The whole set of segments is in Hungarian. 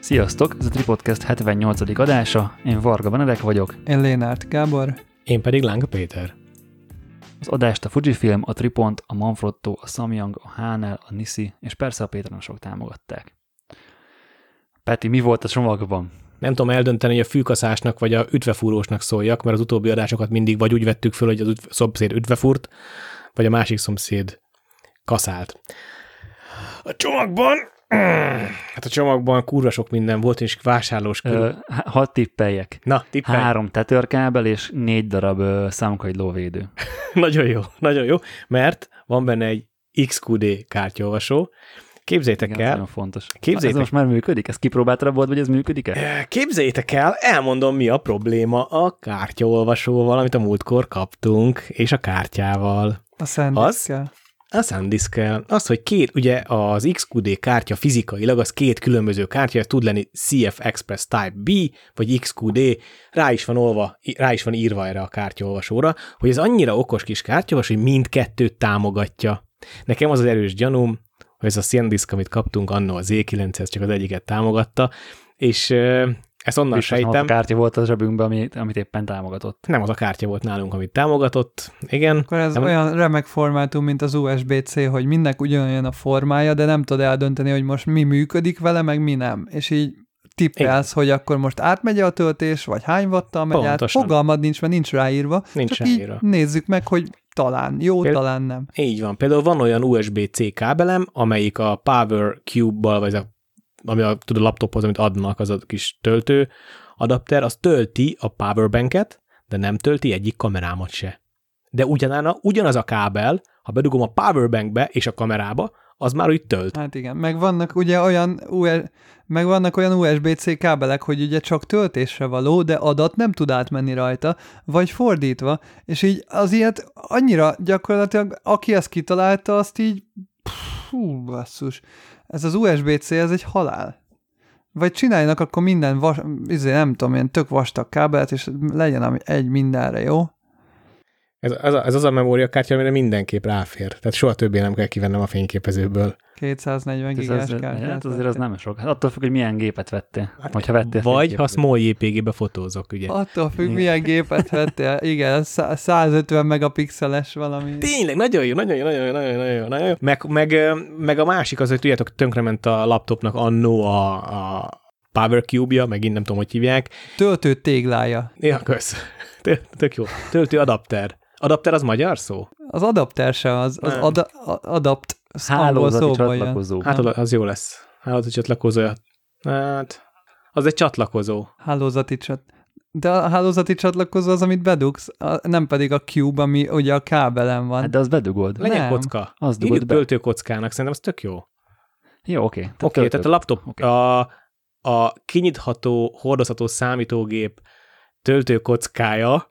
Sziasztok, ez a Tripodcast 78. adása, én Varga Benedek vagyok. Én Lénárt Gábor. Én pedig Lánga Péter. Az adást a Fujifilm, a Tripont, a Manfrotto, a Samyang, a Hánel, a Nissi és persze a Péternosok támogatták. Peti, mi volt a csomagban? Nem tudom eldönteni, hogy a fűkaszásnak vagy a ütvefúrósnak szóljak, mert az utóbbi adásokat mindig vagy úgy vettük föl, hogy az szomszéd ütvefúrt, vagy a másik szomszéd kaszált. A csomagban kurva sok minden volt, és vásárlós körül. Hadd tippeljek. Na, tippelj. 3 tetőrkábel és 4 darab számkai lóvédő. Nagyon jó, mert van benne egy XQD kártyaolvasó. Képzeljétek igen, el. Nagyon fontos. Ez most már működik? Ez kipróbáltad volt, vagy ez működik-e? Képzeljétek el, elmondom, mi a probléma a kártyaolvasóval, amit a múltkor kaptunk, és a kártyával. A SanDisk-kel. A SanDisk-kel. Az, hogy ugye az XQD kártya fizikailag, az 2 különböző kártya, ez tud lenni CF Express Type B, vagy XQD, rá is van írva erre a kártyaolvasóra, hogy ez annyira okos kis kártyaolvasó, hogy mindkettőt támogatja. Nekem az erős gyanúm, hogy ez a SanDisk, amit kaptunk annó a Z9-hez, csak az egyiket támogatta, és ezt onnan sejtem. Nem az a kártya volt a zsebünkben, amit éppen támogatott. Nem az a kártya volt nálunk, amit támogatott, igen. Akkor ez olyan remek formátum, mint az USB-C, hogy mindnek ugyanolyan a formája, de nem tudod eldönteni, hogy most mi működik vele, meg mi nem. És így tippelsz, hogy akkor most átmegy a töltés, vagy hány wattal megy át. Fogalmad nincs, mert nincs ráírva. Csak így nézzük meg, hogy talán jó, talán nem. Így van. Például van olyan USB-C kábelem, amelyik a Power Cube-bal, vagy ami a laptophoz, amit adnak, az a kis töltő adapter, az tölti a powerbanket, de nem tölti egyik kamerámat se. De ugyanaz a kábel, ha bedugom a powerbankbe és a kamerába, az már úgy tölt. Hát igen, meg vannak ugye olyan USB-C kábelek, hogy ugye csak töltésre való, de adat nem tud átmenni rajta, vagy fordítva, és így az ilyet annyira gyakorlatilag, aki ezt kitalálta, azt így basszus. Ez az USB-C, ez egy halál. Vagy csináljanak akkor minden, nem tudom, ilyen tök vastag kábelet, és legyen egy mindenre, jó? Ez az a memóriakártya, amire mindenképp ráfér. Tehát soha többé nem kell kivennem a fényképezőből. 240 gigás kártyát. Hát azért az nem sok. Hát attól függ, hogy milyen gépet vettél. Vagy ha small JPG-be fotózok, ugye. Attól függ, milyen gépet vettél. Igen, 150 megapixeles valami. Tényleg, nagyon jó. Meg a másik az, hogy tudjátok, tönkrement a laptopnak annó a Power Cube-ja, megint nem tudom, hogy hívják. Töltő téglája. Ja, kösz. Tök jó. Töltő adapter. Adapter az magyar szó? Az adapter se az adapt. Hálózati csatlakozó. Hát az jó lesz. Hálózati csatlakozója. Hát, az egy csatlakozó. De a hálózati csatlakozó az, amit bedugsz, nem pedig a Cube, ami ugye a kábelen van. Hát de az bedugod. Legyen kocka. Az dugod be. Töltőkockának, szerintem az tök jó. Jó, oké. Oké, tehát a laptop, a kinyitható, hordozható számítógép töltőkockája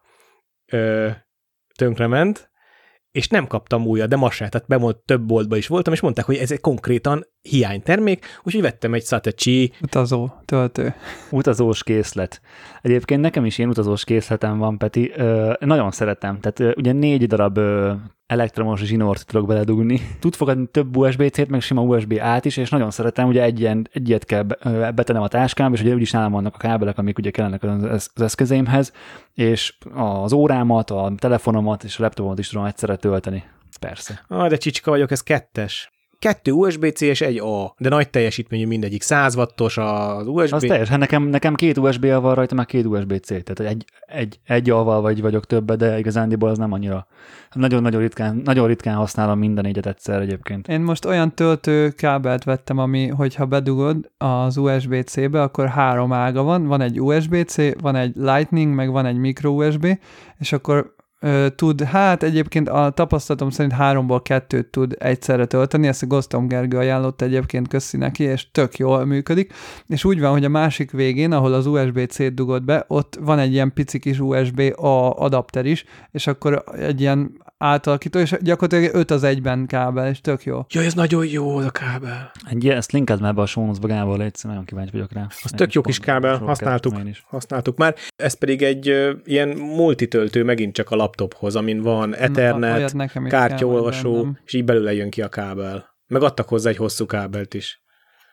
tönkrement, és nem kaptam újat, de ma se, tehát több boltba is voltam, és mondták, hogy ez egy konkrétan hiánytermék, úgyhogy vettem egy Satechi utazó töltő. Utazós készlet. Egyébként nekem is ilyen utazós készletem van, Peti. Nagyon szeretem. Tehát ugye 4 darab elektromos zsinort tudok beledugni. Tud fogadni több USB-C-t, meg sima USB-át is, és nagyon szeretem, ugye egy ilyet kell betennem a táskámba, és ugye úgyis nálam vannak a kábelek, amik ugye kellenek az eszközeimhez, és az órámat, a telefonomat és a laptopomat is tudom egyszerre tölteni. Persze. De csicska vagyok, ez 2. 2 USB-C és 1 A, de nagy teljesítményű mindegyik. 100 wattos az USB. Az teljes. Hát nekem 2 USB-A van rajta, meg 2 USB-C. Tehát egy A-val vagyok többet, de igazándiból az nem annyira. Nagyon ritkán használom minden egyet egyszer egyébként. Én most olyan töltőkábelt vettem, ami, hogyha bedugod az USB-C-be, akkor 3 ága van. Van egy USB-C, van egy Lightning, meg van egy micro USB, és akkor tud, hát egyébként a tapasztalatom szerint 3-ból 2-t tud egyszerre tölteni, ezt a Gostom Gergő ajánlott egyébként, köszi neki, és tök jól működik, és úgy van, hogy a másik végén, ahol az USB-C-t dugod be, ott van egy ilyen pici kis USB-A adapter is, és akkor egy ilyen átalakító, és gyakorlatilag 5 az 1-ben kábel, és tök jó. Ja, ez nagyon jó az a kábel. Ezt linkeld már be a show notes-ba, Gábor, légy, nagyon kíváncsi vagyok rá. Az tök jó kis kábel, használtuk már. Ez pedig egy ilyen multitöltő megint csak a laptophoz, amin van Ethernet, kártyaolvasó, és így belőle jön ki a kábel. Meg adtak hozzá egy hosszú kábelt is.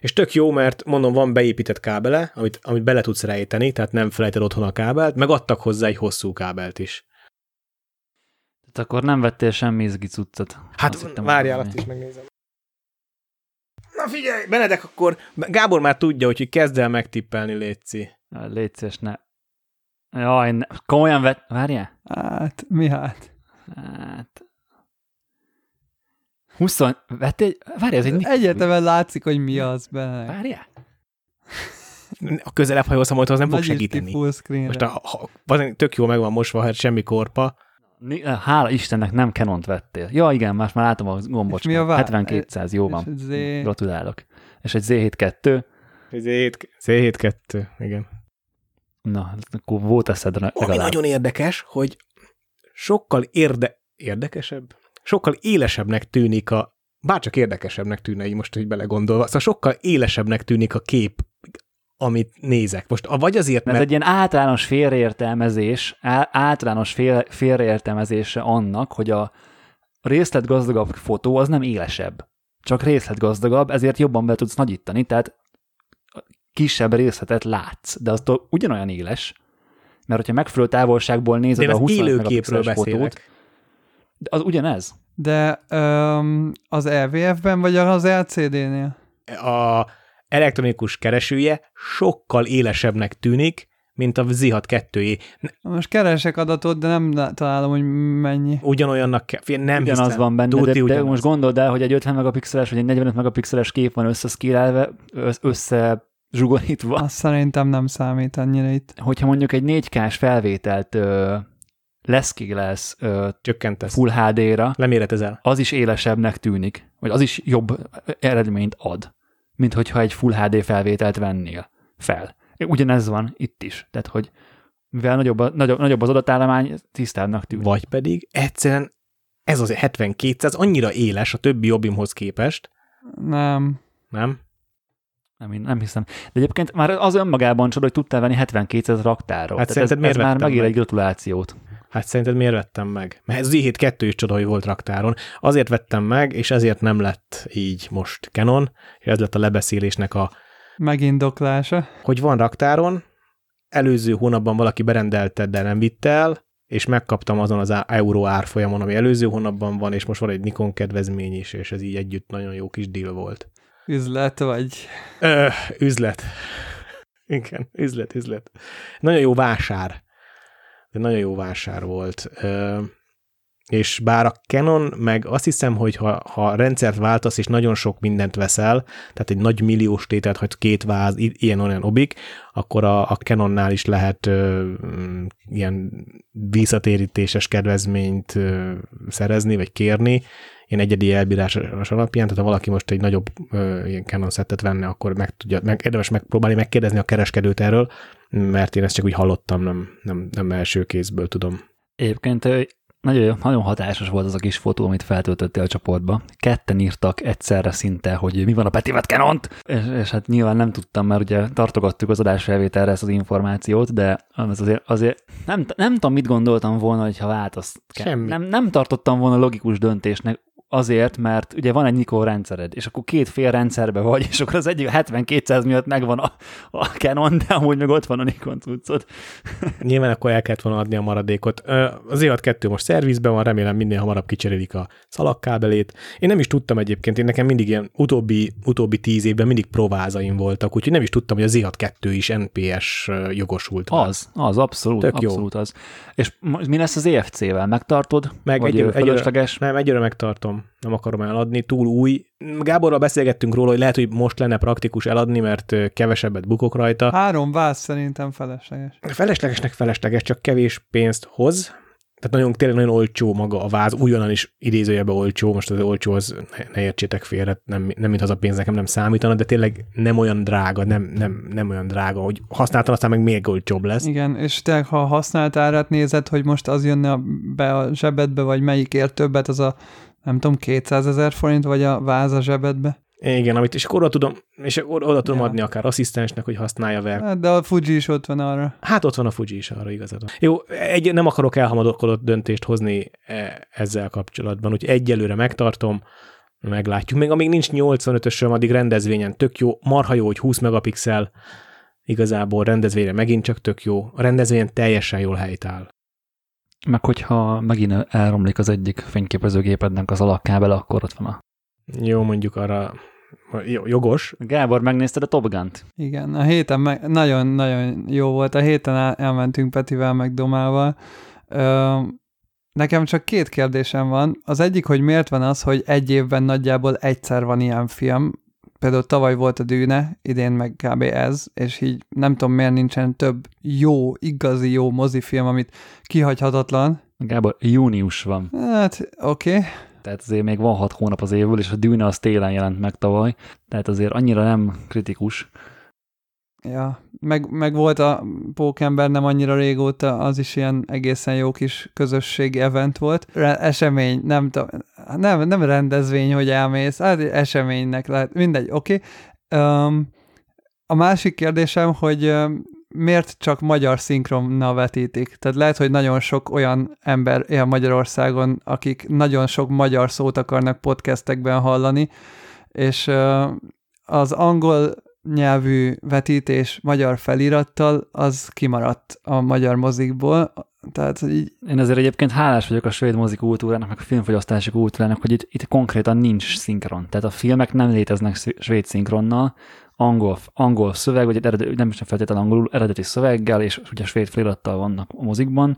És tök jó, mert mondom, van beépített kábele, amit bele tudsz rejteni, tehát nem felejted otthon a kábelt, meg adtak hozzá egy hosszú kábelt is. Tehát akkor nem vettél semmi izgi cuccot. Hát várjál, azt is megnézem. Na figyelj, Benedek, akkor Gábor már tudja, hogy kezd el megtippelni, létszi. Légy szíves, ne. Jaj, komolyan várjál? Hát, mi hát? Hát... 20... Vettél? Várjál, ez egy... Egyetemen látszik, hogy mi az benne. Várjál? A közelebb hajósz a monitorhoz nem fog segíteni. Most tök jó meg van mosva, hát semmi korpa. Hála Istennek nem Canont vettél. Ja, igen, már látom a gombocskát. 7200, jó van. Gratulálok. És egy Z7-2. Z7-2, igen. Na, akkor volt eszed legalább. Ami nagyon érdekes, hogy sokkal érdekesebb, sokkal élesebbnek tűnik bárcsak érdekesebbnek tűnne, így most, hogy belegondolva, szóval sokkal élesebbnek tűnik a kép, amit nézek. Most vagy azért, mert... Ez egy ilyen általános félreértelmezése annak, hogy a részletgazdagabb fotó az nem élesebb. Csak részletgazdagabb, ezért jobban be tudsz nagyítani, tehát kisebb részletet látsz, de az ugyanolyan éles, mert hogyha megfelelő távolságból nézed a 25 megapixeles fotót, az ugyanez. De az EVF-ben vagy az LCD-nél? A elektronikus keresője sokkal élesebbnek tűnik, mint a Z6 2-é. Most keresek adatot, de nem találom, hogy mennyi. Ugyanolyannak nem ugyanaz hiszem. Van benne, de most gondold el, hogy egy 50 megapixeles vagy egy 45 megapixeles kép van összeszkélelve, összezsugorítva. Azt szerintem nem számít annyira itt. Hogyha mondjuk egy 4K-s felvételt leszkélelsz Full HD-ra, leméretezel. Az is élesebbnek tűnik, vagy az is jobb eredményt ad, mint hogyha egy Full HD felvételt vennél fel. Ugyanez van itt is. Tehát, hogy mivel nagyobb az adatállomány, tisztábbnak tűnik. Vagy pedig egyszerűen ez az 7200 annyira éles a többi jobbimhoz képest. Nem. Nem? Nem hiszem. De egyébként már az önmagában csoda, hogy tudtál venni 7200 raktárról. Hát szerinted ez már megér egy gratulációt. Hát szerinted miért vettem meg? Mert ez Z7 2 is csoda, hogy volt raktáron. Azért vettem meg, és ezért nem lett így most Canon, és ez lett a lebeszélésnek a megindoklása. Hogy van raktáron, előző hónapban valaki berendelte, de nem vitte el, és megkaptam azon az euró árfolyamon, ami előző hónapban van, és most van egy Nikon kedvezmény is, és ez így együtt nagyon jó kis deal volt. Üzlet vagy? Üzlet. Igen, üzlet. Nagyon jó vásár. De nagyon jó vásár volt. És bár a Canon, meg azt hiszem, hogy ha rendszert váltasz, és nagyon sok mindent veszel, tehát egy nagy milliós tételt, hogy 2 váz, ilyen-olyan obik, akkor a Canonnál is lehet ilyen visszatérítéses kedvezményt szerezni, vagy kérni, ilyen egyedi elbírás alapján, tehát ha valaki most egy nagyobb ilyen Canon szettet venne, akkor érdemes megpróbálni megkérdezni a kereskedőt erről, mert én ezt csak úgy hallottam, nem első kézből tudom. Egyébként nagyon hatásos volt az a kis fotó, amit feltöltöttél a csoportba. Ketten írtak egyszerre szinte, hogy mi van a Petivet Canont, és hát nyilván nem tudtam, mert ugye tartogattuk az adásfelvételre ezt az információt, de azért nem tudom, mit gondoltam volna, hogyha változt. Nem tartottam volna logikus döntésnek, azért, mert ugye van egy Nikon rendszered, és akkor 2 fél rendszerbe vagy, és akkor az egyik 7200 miatt megvan a Canon, de amúgy meg ott van a Nikon cuccod. Nyilván akkor el kellett volna adni a maradékot. Az Z6 2 most szervizben van, remélem minél hamarabb kicserélik a szalagkábelét. Én nem is tudtam egyébként, én nekem mindig ilyen utóbbi 10 évben mindig provázaim voltak, úgyhogy nem is tudtam, hogy a Z6 2 is NPS jogosult. Az abszolút az. És mi lesz az EFC-vel? Megtartod? Egyre megtartom. Nem akarom eladni, túl új. Gáborral beszélgettünk róla, hogy lehet, hogy most lenne praktikus eladni, mert kevesebbet bukok rajta. 3 váz szerintem felesleges. Felesleges, csak kevés pénzt hoz. Tehát tényleg nagyon olcsó maga a váz, újonnan is idézőjelben olcsó, most az olcsó, az ne értsétek félre, nem mint az a pénz nekem nem számítana, de tényleg nem olyan drága, nem olyan drága, hogy használtan aztán meg még olcsóbb lesz. Igen, és tényleg, ha a használt árat nézed, hogy most az jönne be a zsebedbe, vagy melyik ér többet, az a nem tudom, 200 000 forint, vagy a váz a zsebedbe. Igen, és akkor oda tudom adni akár asszisztensnek, hogy használja vele. Hát, de a Fuji is ott van arra. Hát ott van a Fuji is arra, igazad. Jó, nem akarok elhamarkodott döntést hozni ezzel kapcsolatban, úgyhogy egyelőre megtartom, Meglátjuk. Még amíg nincs 85-ösöm, addig rendezvényen tök jó. Marha jó, hogy 20 megapixel. Igazából rendezvényre megint csak tök jó. A rendezvényen teljesen jól helytáll. Meg hogyha megint elromlik az egyik fényképezőgépednek az alakkábel, akkor ott van a... Jó, mondjuk arra jogos. Gábor, megnézted a Top Gun-t? Igen, a héten nagyon-nagyon jó volt. A héten elmentünk Petivel meg Domával. Nekem csak 2 kérdésem van. Az egyik, hogy miért van az, hogy egy évben nagyjából egyszer van ilyen film. Például tavaly volt a Dűne, idén meg kb. Ez, és így nem tudom, miért nincsen több jó, igazi jó mozifilm, amit kihagyhatatlan. Gábor, június van. Hát, oké. Tehát azért még van 6 hónap az évből, és a Dűne az télen jelent meg tavaly, tehát azért annyira nem kritikus. Ja, meg volt a Pókember nem annyira régóta, az is ilyen egészen jó kis közösségi event volt. Esemény, nem tudom, nem rendezvény, hogy elmész, hát eseménynek lehet, mindegy, oké. A másik kérdésem, hogy miért csak magyar szinkronnal vetítik? Tehát lehet, hogy nagyon sok olyan ember él Magyarországon, akik nagyon sok magyar szót akarnak podcastekben hallani, és az angol nyelvű vetítés magyar felirattal, az kimaradt a magyar mozikból. Tehát, így... Én azért egyébként hálás vagyok a svéd mozikultúrának, meg a filmfogyasztási kultúrának, hogy itt konkrétan nincs szinkron. Tehát a filmek nem léteznek svéd szinkronnal, angol szöveg, vagy nem is feltétlenül angolul, eredeti szöveggel, és ugye svéd felirattal vannak a mozikban.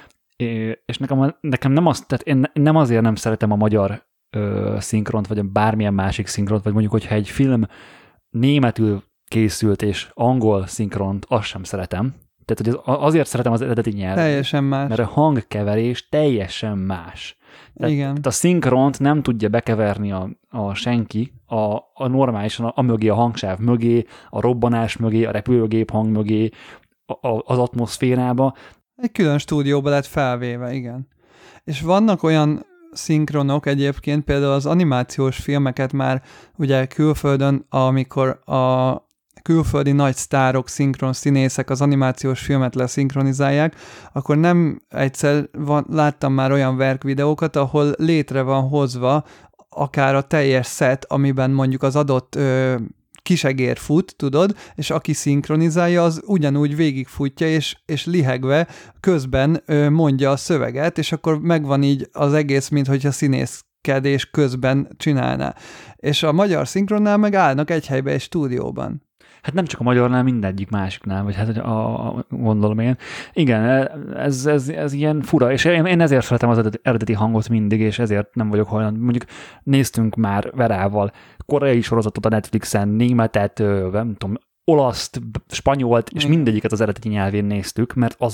És nekem nem az, tehát én nem azért nem szeretem a magyar szinkront, vagy bármilyen másik szinkront, vagy mondjuk, hogyha egy film németül készült, és angol szinkront, azt sem szeretem. Tehát, hogy azért szeretem az eredeti nyelvet. Teljesen más. Mert a hangkeverés teljesen más. Igen. Tehát a szinkront nem tudja bekeverni a senki a normálisan mögé, a hangsáv mögé, a robbanás mögé, a repülőgép hang mögé, az atmoszférába. Egy külön stúdióba lett felvéve, igen. És vannak olyan szinkronok egyébként, például az animációs filmeket már ugye külföldön, amikor a külföldi nagy sztárok, szinkron színészek az animációs filmet leszinkronizálják, akkor nem egyszer láttam már olyan verkvideókat, ahol létre van hozva akár a teljes szett, amiben mondjuk az adott kisegér fut, tudod, és aki szinkronizálja, az ugyanúgy végigfutja, és lihegve közben mondja a szöveget, és akkor megvan így az egész, mint hogyha színészkedés közben csinálná. És a magyar szinkronnál meg állnak egy helyben egy stúdióban. Hát nem csak a magyarnál, mindegyik másiknál, vagy hát gondolom én. Igen, ez ilyen fura, és én ezért szeretem az eredeti hangot mindig, és ezért nem vagyok hajlandó. Mondjuk néztünk már Verával koreai sorozatot a Netflixen, németet, nem tudom, olaszt, spanyolt, és mindegyiket az eredeti nyelvén néztük, mert az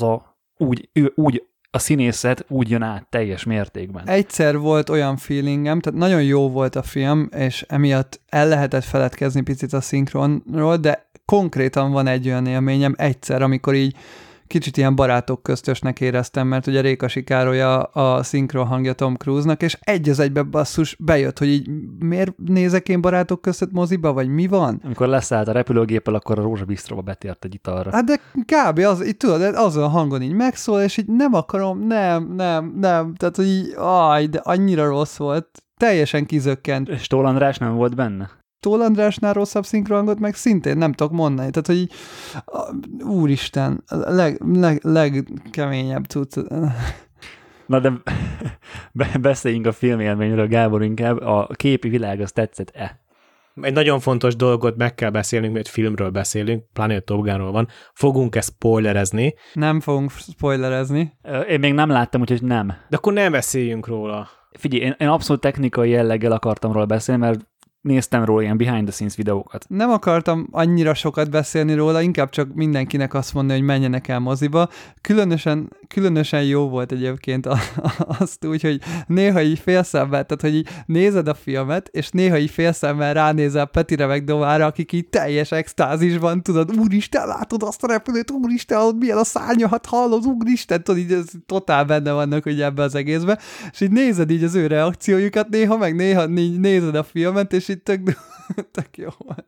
úgy a színészet úgy jön át teljes mértékben. Egyszer volt olyan feelingem, tehát nagyon jó volt a film, és emiatt el lehetett feledkezni picit a szinkronról, de konkrétan van egy olyan élményem egyszer, amikor így kicsit ilyen barátok köztösnek éreztem, mert ugye Rékasi Károly a szinkron hangja Tom Cruise-nak, és egy az egybe basszus bejött, hogy így miért nézek én barátok között moziba, vagy mi van? Amikor leszállt a repülőgéppel, akkor a Rózsa Bistróba betért egy italra. Hát de kb. Így tudod, azon a hangon így megszól, és így nem akarom, nem, tehát hogy így, de annyira rossz volt, teljesen kizökkent. És Tóth András nem volt benne? Tóth Andrásnál rosszabb szinkronhangot meg szintén nem tudok mondani. Tehát, hogy így, úristen, legkeményebb cucc. Na de beszéljünk a filmélményről, Gábor, inkább. A képi világ, az tetszett-e? Egy nagyon fontos dolgot meg kell beszélnünk, mert filmről beszélünk, pláne a Top Gunról van. Fogunk-e spoilerezni? Nem fogunk spoilerezni. Én még nem láttam, úgyhogy nem. De akkor nem beszéljünk róla. Figyelj, én abszolút technikai jelleggel akartam róla beszélni, mert néztem róla ilyen behind the scenes videókat. Nem akartam annyira sokat beszélni róla, inkább csak mindenkinek azt mondani, hogy menjenek el moziba. Különösen jó volt egyébként azt úgy, hogy néha így félszemmel, tehát hogy így nézed a filmet, és néha így félszemmel ránézel Petire meg Domára, akik így teljes extázisban, tudod, úristen, látod azt a repülőt, úristen, hallod, milyen a szárnyahat, hallod, úristen, tudod, így ez totál benne vannak ugye ebbe az egészbe, és így nézed így az ő reakciójukat néha, meg néha nézed a filmet, és így tök jó volt.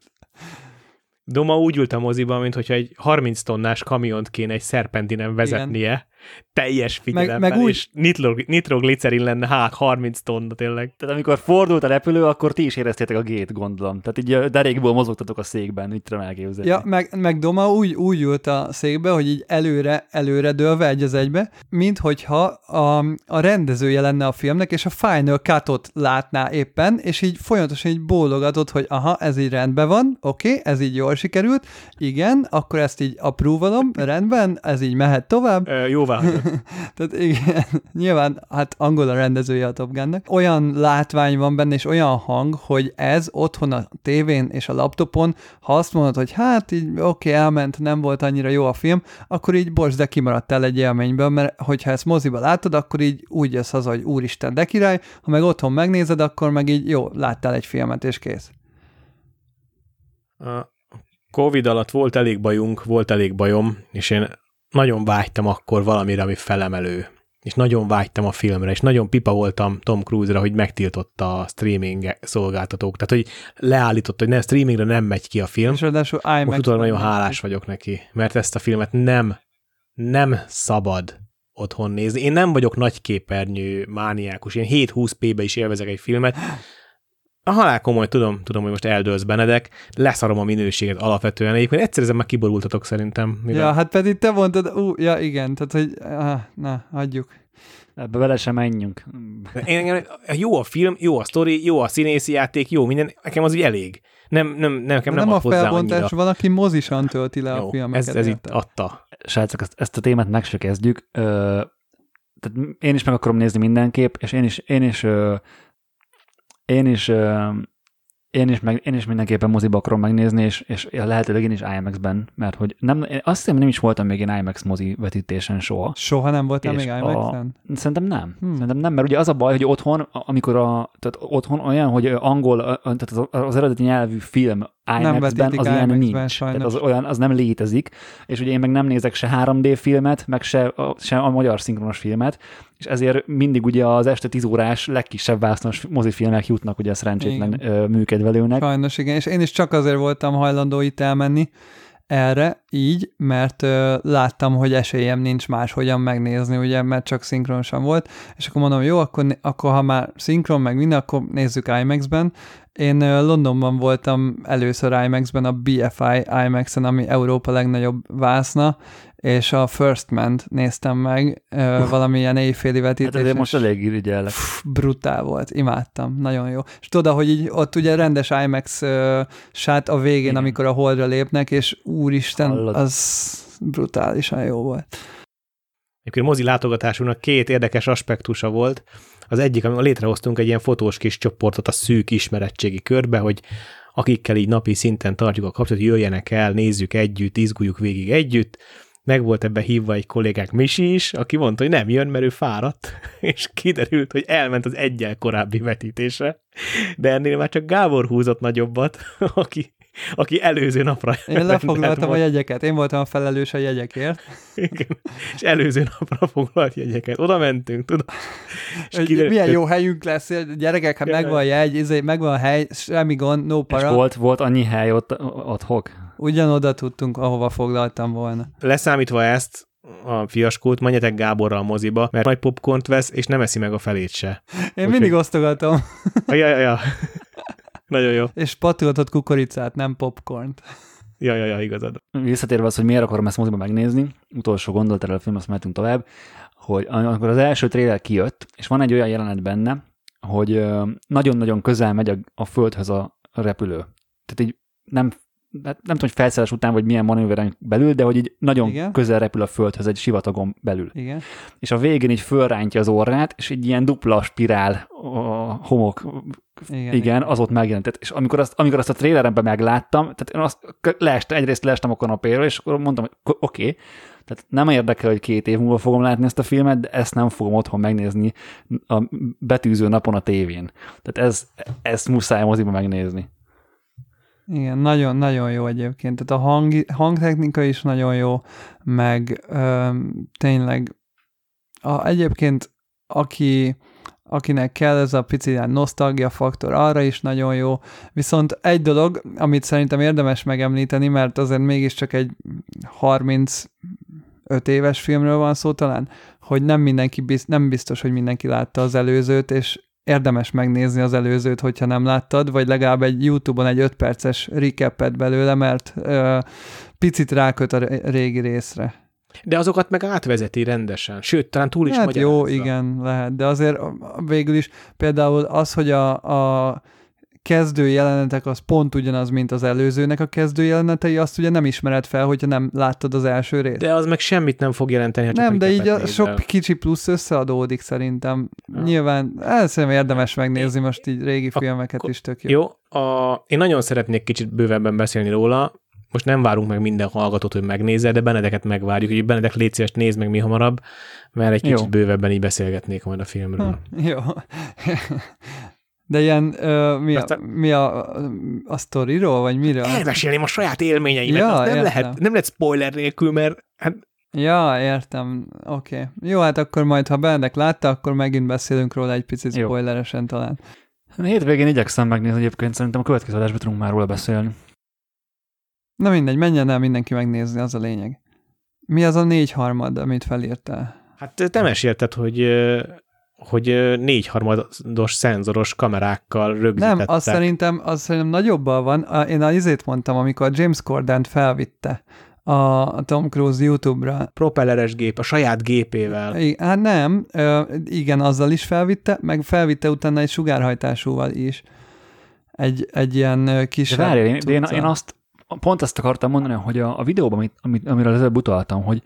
Doma úgy ült a moziban, mint hogyha egy 30 tonnás kamiont kéne egy szerpentinen vezetnie. teljes figyelemben, és nitroglicerin lenne 30 tonna tényleg. Tehát amikor fordult a repülő, akkor ti is éreztétek a gét, gondolom. Tehát így derékból mozogtatok a székben, úgy tudom elképzelni. Ja, meg Doma úgy ült a székbe, hogy így előre dőlve egy az egybe, minthogyha a rendezője lenne a filmnek, és a Final Cut-ot látná éppen, és így folyamatosan így bólogatott, hogy aha, ez így rendben van, oké, ez így jól sikerült, igen, akkor ezt így approvalom, rendben, ez így mehet tovább. Jóvá. Tehát igen, nyilván hát angol a rendezője a Top Gunnak. Olyan látvány van benne, és olyan hang, hogy ez otthon a tévén és a laptopon, ha azt mondod, hogy hát így oké, elment, nem volt annyira jó a film, akkor így bocs, de kimaradtál egy élményből, mert hogyha ezt moziba látod, akkor így úgy jössz haza, hogy úristen, de király, ha meg otthon megnézed, akkor meg így jó, láttál egy filmet, és kész. A Covid alatt volt elég bajom, és én nagyon vágytam akkor valamire, ami felemelő. És nagyon vágytam a filmre, és nagyon pipa voltam Tom Cruise-ra, hogy megtiltotta a streaming szolgáltatók. Tehát, hogy leállította, hogy streamingre nem megy ki a film. És ráadásul IMAX. Most utána nagyon hálás vagyok neki, mert ezt a filmet nem szabad otthon nézni. Én nem vagyok nagyképernyő mániákus, én 720p-be is élvezek egy filmet. A halál komoly, tudom, hogy most eldőlsz, Benedek, leszarom a minőséget alapvetően. Egyébként egyszer ezen már kiborultatok szerintem. Mivel... Ja, hát pedig te mondtad, ja igen, tehát hogy, na, hagyjuk. Ebbe vele sem menjünk. Jó a film, jó a sztori, jó a színészi játék, jó minden, nekem az úgy elég. Nekem nem a felbontás, annyira. Van, aki mozisan tölti le jó, a filmeket. Ez itt adta. Srácok, ezt a témát meg se kezdjük. Tehát én is meg akarom nézni mindenképp, és én is mindenképpen moziba akarom megnézni, és lehetőleg én is IMAX-ben, mert hogy én azt hiszem, nem is voltam még én IMAX mozi vetítésen soha. Soha nem voltam még IMAX-en? Szerintem nem. Szerintem nem, mert ugye az a baj, hogy otthon, tehát otthon olyan, hogy angol, tehát az eredeti nyelvű film IMAX-ben az ilyen nincs. Tehát az nem létezik, és ugye én meg nem nézek se 3D filmet, meg se a magyar szinkronos filmet, és ezért mindig ugye az este 10 órás legkisebb vásznos mozifilmek jutnak ugye a szerencsétlen műkedvelőnek. Sajnos igen, és én is csak azért voltam hajlandó itt elmenni erre így, mert láttam, hogy esélyem nincs máshogyan megnézni, ugye, mert csak szinkronosan volt, és akkor mondom, jó, akkor ha már szinkron meg minden, akkor nézzük IMAX-ben. Én Londonban voltam először IMAX-ben, a BFI IMAX-en, ami Európa legnagyobb vászna, és a First Man-t néztem meg, valamilyen éjféli vetítés. Hát ezért most elég irigyellek. Brutál volt, imádtam, nagyon jó. És tudod, hogy így ott ugye rendes IMAX sát a végén, igen, amikor a Holdra lépnek, és úristen, az brutálisan jó volt. Egyébként mozi látogatásunknak 2 érdekes aspektusa volt. Az egyik, amikor létrehoztunk egy ilyen fotós kis csoportot a szűk ismeretségi körbe, hogy akikkel így napi szinten tartjuk a kapcsolatot, jöjjenek el, nézzük együtt, izguljuk végig együtt. Meg volt ebbe hívva egy kollégák Misi is, aki mondta, hogy nem jön, mert ő fáradt, és kiderült, hogy elment az egyel korábbi vetítésre, de ennél már csak Gábor húzott nagyobbat, aki előző napra én lefoglaltam a jegyeket, én voltam a felelős a jegyekért. Igen, és előző napra foglalt jegyeket. Oda mentünk, tudod. Milyen jó helyünk lesz, gyerekek, hát megvan a jegy, megvan a hely, semmi gond, no para. És volt annyi hely ott adhok? Ugyanoda tudtunk, ahova foglaltam volna. Leszámítva ezt, a fiaskót, menjetek Gáborra a moziba, mert majd popcornt vesz, és nem eszi meg a felét se. Én mindig osztogatom. Ja. Nagyon jó. És patoltott kukoricát, nem popcornt. Ja, igazad. Visszatérve az, hogy miért akarom ezt moziba megnézni, utolsó gondolat erről a film, azt mehetünk tovább, hogy amikor az első trailer kijött, és van egy olyan jelenet benne, hogy nagyon-nagyon közel megy a földhöz a repülő. Tehát így nem tudom, hogy felszállás után, vagy milyen manőveren belül, de hogy így nagyon igen, közel repül a földhöz egy sivatagon belül. Igen. És a végén így fölrántja az orrát, és egy ilyen dupla spirál a homok, igen, az ott megjelent. És amikor azt a traileremben megláttam, tehát én egyrészt leestem a kanapéről, és akkor mondtam, hogy oké, tehát nem érdekel, hogy 2 év múlva fogom látni ezt a filmet, de ezt nem fogom otthon megnézni a betűző napon a tévén. Tehát ezt muszáj moziba megnézni. Igen, nagyon jó egyébként. Tehát a hangtechnika is nagyon jó, meg tényleg egyébként akinek kell ez a pici nosztalgia faktor, arra is nagyon jó. Viszont egy dolog, amit szerintem érdemes megemlíteni, mert azért mégiscsak egy 35 5 éves filmről van szó talán, hogy nem biztos, hogy mindenki látta az előzőt, és érdemes megnézni az előzőt, hogyha nem láttad, vagy legalább egy YouTube-on egy 5 perces recapet belőle, mert picit ráköt a régi részre. De azokat meg átvezeti rendesen, sőt, talán túl is hát magyarázza. Jó, igen, lehet, de azért végül is például az, hogy a kezdő jelenetek az pont ugyanaz, mint az előzőnek a kezdő jelenetei, azt ugye nem ismered fel, hogyha nem láttad az első részt. De az meg semmit nem fog jelenteni, ha csak nem, de így sok el. kicsi plusz összeadódik szerintem. Ja. Nyilván, szerintem érdemes megnézni most így régi filmeket is, tök jó. Én nagyon szeretnék kicsit bővebben beszélni róla. Most nem várunk meg minden hallgatót, hogy megnézze, de Benedeket megvárjuk, hogy Benedek légy szíves, nézd meg mi hamarabb, mert egy kicsit bővebben így beszélgetnék majd a filmről. Jó. De ilyen, mi a sztoriról, vagy miről? Elmesélném a saját élményeimet, ja, nem lehet spoiler nélkül, mert hát... Ja, értem, oké. Jó, hát akkor majd, ha Benedek látta, akkor megint beszélünk róla egy picit spoileresen talán. Hétvégén igyekszem megnézni egyébként, szerintem a következő adásban tudunk már róla beszélni. Na mindegy, menjen el mindenki megnézni, az a lényeg. Mi az a 4/3, amit felírtál? Hát te mesélted, hogy 4/3 szenzoros kamerákkal rögzítettek. Nem, az szerintem nagyobbal van. Én izét mondtam, amikor James Corden felvitte a Tom Cruise YouTube-ra. Propelleres gép, a saját gépével. Hát nem, igen, azzal is felvitte, meg felvitte utána egy sugárhajtásúval is. Egy ilyen kisebb... De várjál, én pont azt akartam mondani, hogy a videóban, amiről előbb utaltam, hogy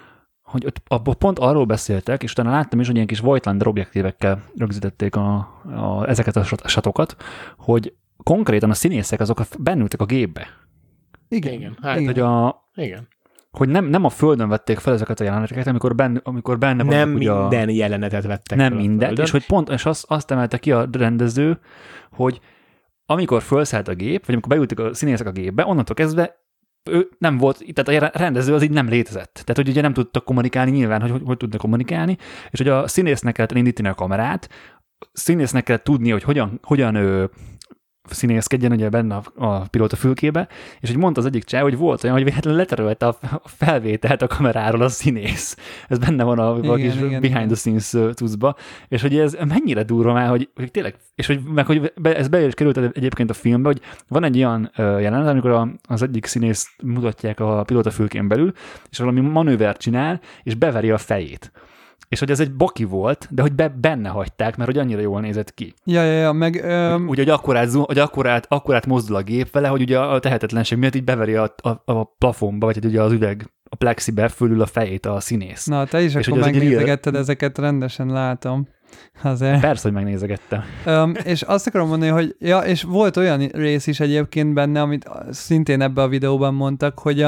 pont arról beszéltek, és utána láttam is, hogy ilyen kis Voigtlander objektívekkel rögzítették ezeket a satokat, hogy konkrétan a színészek azok bennültek a gépbe. Igen. Hát, igen. Igen. Hogy nem a földön vették fel ezeket a jeleneteket, amikor benne van. Nem minden jelenetet vettek nem minden, és hogy pont és azt emelte ki a rendező, hogy amikor felszállt a gép, vagy amikor beültek a színészek a gépbe, onnantól kezdve ő nem volt, tehát a rendező az így nem létezett. Tehát, hogy ugye nem tudtak kommunikálni nyilván, hogy tudnak kommunikálni, és hogy a színésznek kellett indítani a kamerát, színésznek kellett tudni, hogy hogyan színészkedjen ugye benne a pilóta fülkébe, és hogy mondta az egyik csaj, hogy volt olyan, hogy véletlenül letörölte a felvételt a kameráról a színész. Ez benne van a kis behind the scenes cuccba, és hogy ez mennyire durva már, hogy tényleg, és hogy ez be is került egyébként a filmbe, hogy van egy olyan jelenet, amikor az egyik színész mutatják a pilóta fülkén belül, és valami manővert csinál, és beveri a fejét. És hogy ez egy baki volt, de hogy benne hagyták, mert hogy annyira jól nézett ki. Ja, meg... Úgy, hogy akkorát mozdul a gép vele, hogy ugye a tehetetlenség miatt így beveri a plafonba, vagy ugye az üveg, a plexibe fölül a fejét a színész. Na, te is és akkor megnézegetted ezeket, rendesen látom. Azért. Persze, hogy megnézegettem. És azt akarom mondani, hogy és volt olyan rész is egyébként benne, amit szintén ebbe a videóban mondtak, hogy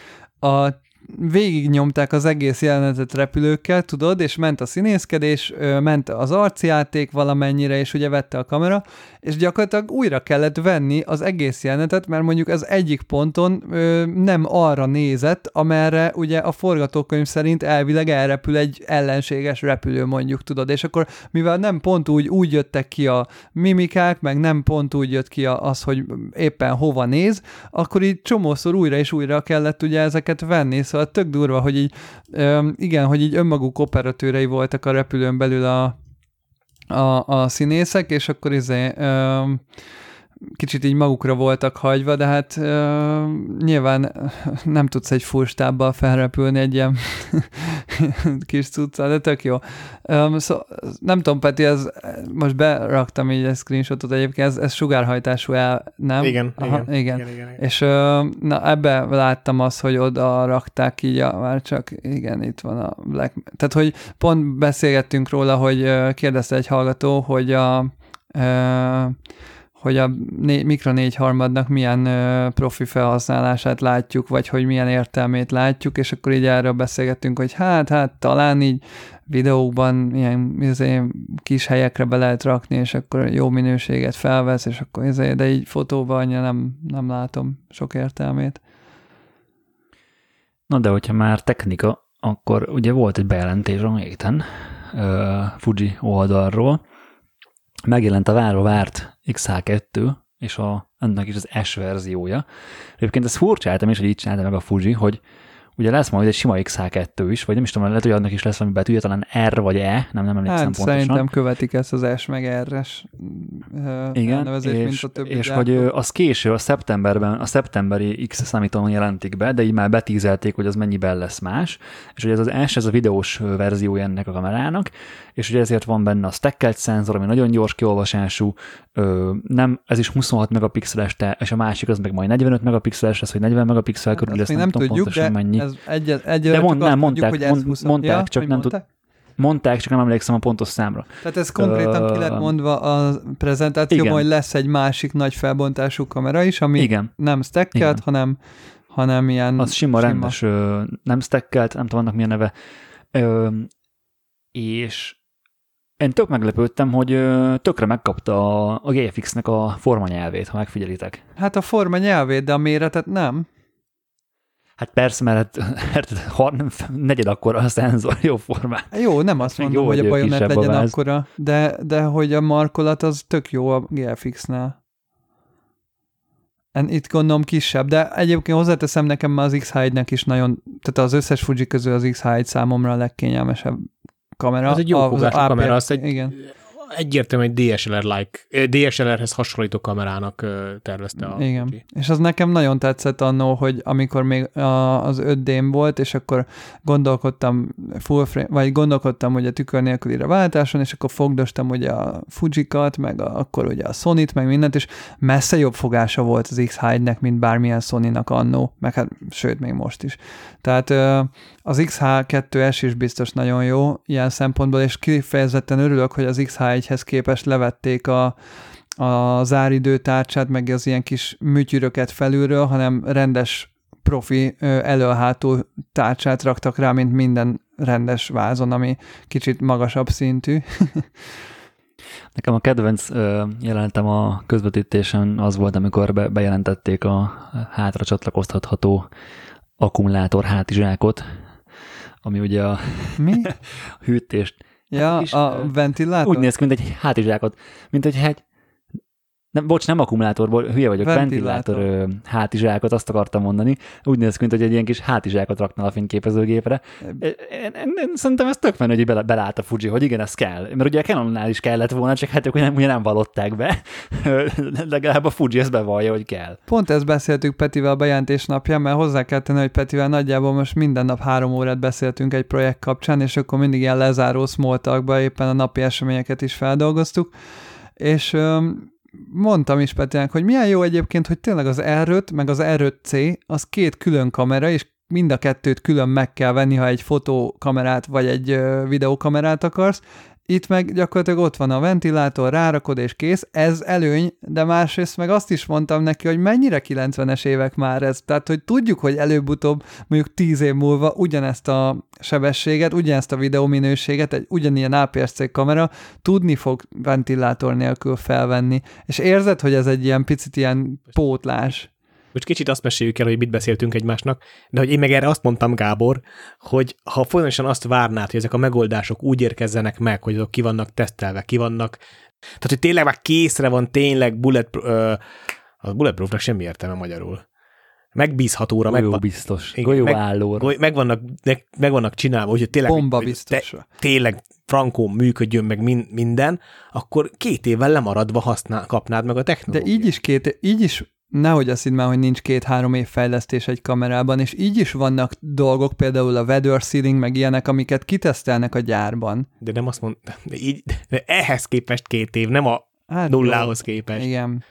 a végignyomták az egész jelenetet repülőkkel, tudod, és ment a színészkedés, ment az arcjáték valamennyire, és ugye vette a kamera, és gyakorlatilag újra kellett venni az egész jelenetet, mert mondjuk az egyik ponton nem arra nézett, amerre ugye a forgatókönyv szerint elvileg elrepül egy ellenséges repülő, mondjuk, tudod, és akkor mivel nem pont úgy jöttek ki a mimikák, meg nem pont úgy jött ki az, hogy éppen hova néz, akkor így csomószor újra és újra kellett ugye ezeket venni, szóval tök durva, hogy így, igen, hogy így önmaguk operatőrei voltak a repülőn belül a színészek, és akkor kicsit így magukra voltak hagyva, de hát nyilván nem tudsz egy fullstábbal felrepülni egy ilyen kis cuccal, de tök jó. Szóval, nem tudom, Peti, most beraktam így egy screenshotot egyébként, ez sugárhajtású nem? Igen. És na, ebbe láttam azt, hogy oda rakták így, már csak igen, itt van a Black... Tehát, hogy pont beszélgettünk róla, hogy kérdezte egy hallgató, hogy a Micro 4/3-nak milyen profi felhasználását látjuk, vagy hogy milyen értelmét látjuk, és akkor így erről beszélgettünk, hogy hát talán így videókban ilyen kis helyekre be lehet rakni, és akkor jó minőséget felvesz, és akkor de így fotóban annyira nem látom sok értelmét. Na de hogyha már technika, akkor ugye volt egy bejelentés a héten Fuji oldalról, megjelent a várva várt XH2, és ennek is az S verziója. Egyébként ezt furcsáltam is, hogy így csinálta meg a Fuji, hogy ugye lesz majd egy sima XH2 is, vagy nem is tudom, lehet, hogy annak is lesz valami betűje, talán R vagy E, nem emlékszem pontosan. Szerintem követik ezt az S meg R-es elnevezést, mint a többi és hogy az késő, a szeptemberi X számítóon jelentik be, de így már betízelték, hogy az mennyiben lesz más, és hogy ez az S, ez a videós verziója ennek a kamerának, és ugye ezért van benne a stackelt szenzor, ami nagyon gyors kiolvasású, nem, ez is 26 megapixeles, és a másik az meg majd 45 megapixeles lesz, vagy 40 megapixel körül lesz, nem tudom tudjuk, pontosan mennyi. De mondták, csak nem tudták. Mondták, csak nem emlékszem a pontos számra. Tehát ez konkrétan ki lett mondva a prezentációban, hogy lesz egy másik nagy felbontású kamera is, ami nem stackelt, hanem ilyen... Az sima. Rendes, nem stackelt, nem tudom annak milyen neve. És én tök meglepődtem, hogy tökre megkapta a GFX-nek a formanyelvét, ha megfigyelitek. Hát a formanyelvét, de a méretet nem. Hát persze, mert negyed akkora a szenzor, jó formát. Jó, nem azt mondom, hogy a bajonet legyen akkora, de hogy a markolat az tök jó a GFX-nál. Itt gondolom kisebb, de egyébként hozzáteszem, nekem már az X-H1-nek is nagyon, tehát az összes Fuji közül az X-H1 számomra a legkényelmesebb kamera. Ez egy jó fogású kamera, azt igen. Egyértelműen egy DSLR-hez hasonlító kamerának tervezte a igen. Fuji. És az nekem nagyon tetszett annó, hogy amikor még az 5D-m volt, és akkor gondolkodtam gondolkodtam, hogy a tükör nélkülire váltáson, és akkor fogdostam ugye a Fujikat, meg akkor ugye a Sony-t, meg mindent, és messze jobb fogása volt az X-H1-nek, mint bármilyen Sony-nak annó, meg hát sőt, még most is. Tehát az XH2S is biztos nagyon jó ilyen szempontból, és kifejezetten örülök, hogy az XH1-hez képest levették a záridőtárcsát, meg az ilyen kis műtyűröket felülről, hanem rendes profi elő-hátul tárcsát raktak rá, mint minden rendes vázon, ami kicsit magasabb szintű. Nekem a kedvenc jelenetem a közvetítésen az volt, amikor bejelentették a hátra csatlakoztatható akkumulátor hátizsákot, ami ugye a hűtést. Ja, a ventilátor? Úgy néz ki, mint egy hátizsákot, mint egy nem akkumulátorból, hülye vagyok, ventilátor hátizsákot, azt akartam mondani. Úgy néz ki, mint hogy egy ilyen kis hátizsákot raknál a fényképezőgépre. Én szerintem ez tök menő, hogy belállt a Fuji, hogy igen, ez kell. Mert ugye a Canonnál is kellett volna, csak hát ők ugye nem vallották be. Legalább a Fuji ezt bevallja, hogy kell. Pont ezt beszéltük Petivel a bejelentés napján, mert hozzá kell tenni, hogy Petivel nagyjából most minden nap 3 órát beszéltünk egy projekt kapcsán, és akkor mindig ilyen lezáró small talkba éppen a napi eseményeket is feldolgoztuk. És mondtam is Petinek, hogy milyen jó egyébként, hogy tényleg az R5 meg az R5C az 2 külön kamera, és mind a kettőt külön meg kell venni, ha egy fotókamerát vagy egy videókamerát akarsz. Itt meg gyakorlatilag ott van a ventilátor, rárakod és kész, ez előny, de másrészt meg azt is mondtam neki, hogy mennyire 90-es évek már ez. Tehát, hogy tudjuk, hogy előbb-utóbb mondjuk 10 év múlva ugyanezt a sebességet, ugyanezt a videóminőséget, egy ugyanilyen APS-C kamera tudni fog ventilátor nélkül felvenni. És érzed, hogy ez egy ilyen picit ilyen pótlás. Most kicsit azt meséljük el, hogy mit beszéltünk egymásnak, de hogy én meg erre azt mondtam, Gábor, hogy ha folyamatosan azt várnád, hogy ezek a megoldások úgy érkezzenek meg, hogy azok ki vannak tesztelve, tehát hogy tényleg már készre van tényleg a bulletproofnak semmi értelme magyarul. Megbízhatóra. Golyó biztos. Golyóállóra. Meg vannak csinálva, hogy tényleg, bomba biztosra. Tényleg frankón működjön meg minden, akkor 2 évvel lemaradva kapnád meg a technológiát. De így is nehogy azt hidd már, hogy nincs 2-3 év fejlesztés egy kamerában, és így is vannak dolgok, például a weather sealing, meg ilyenek, amiket kitesztelnek a gyárban. De nem azt mondom, de ehhez képest 2 év, nem a nullához képest. Igen.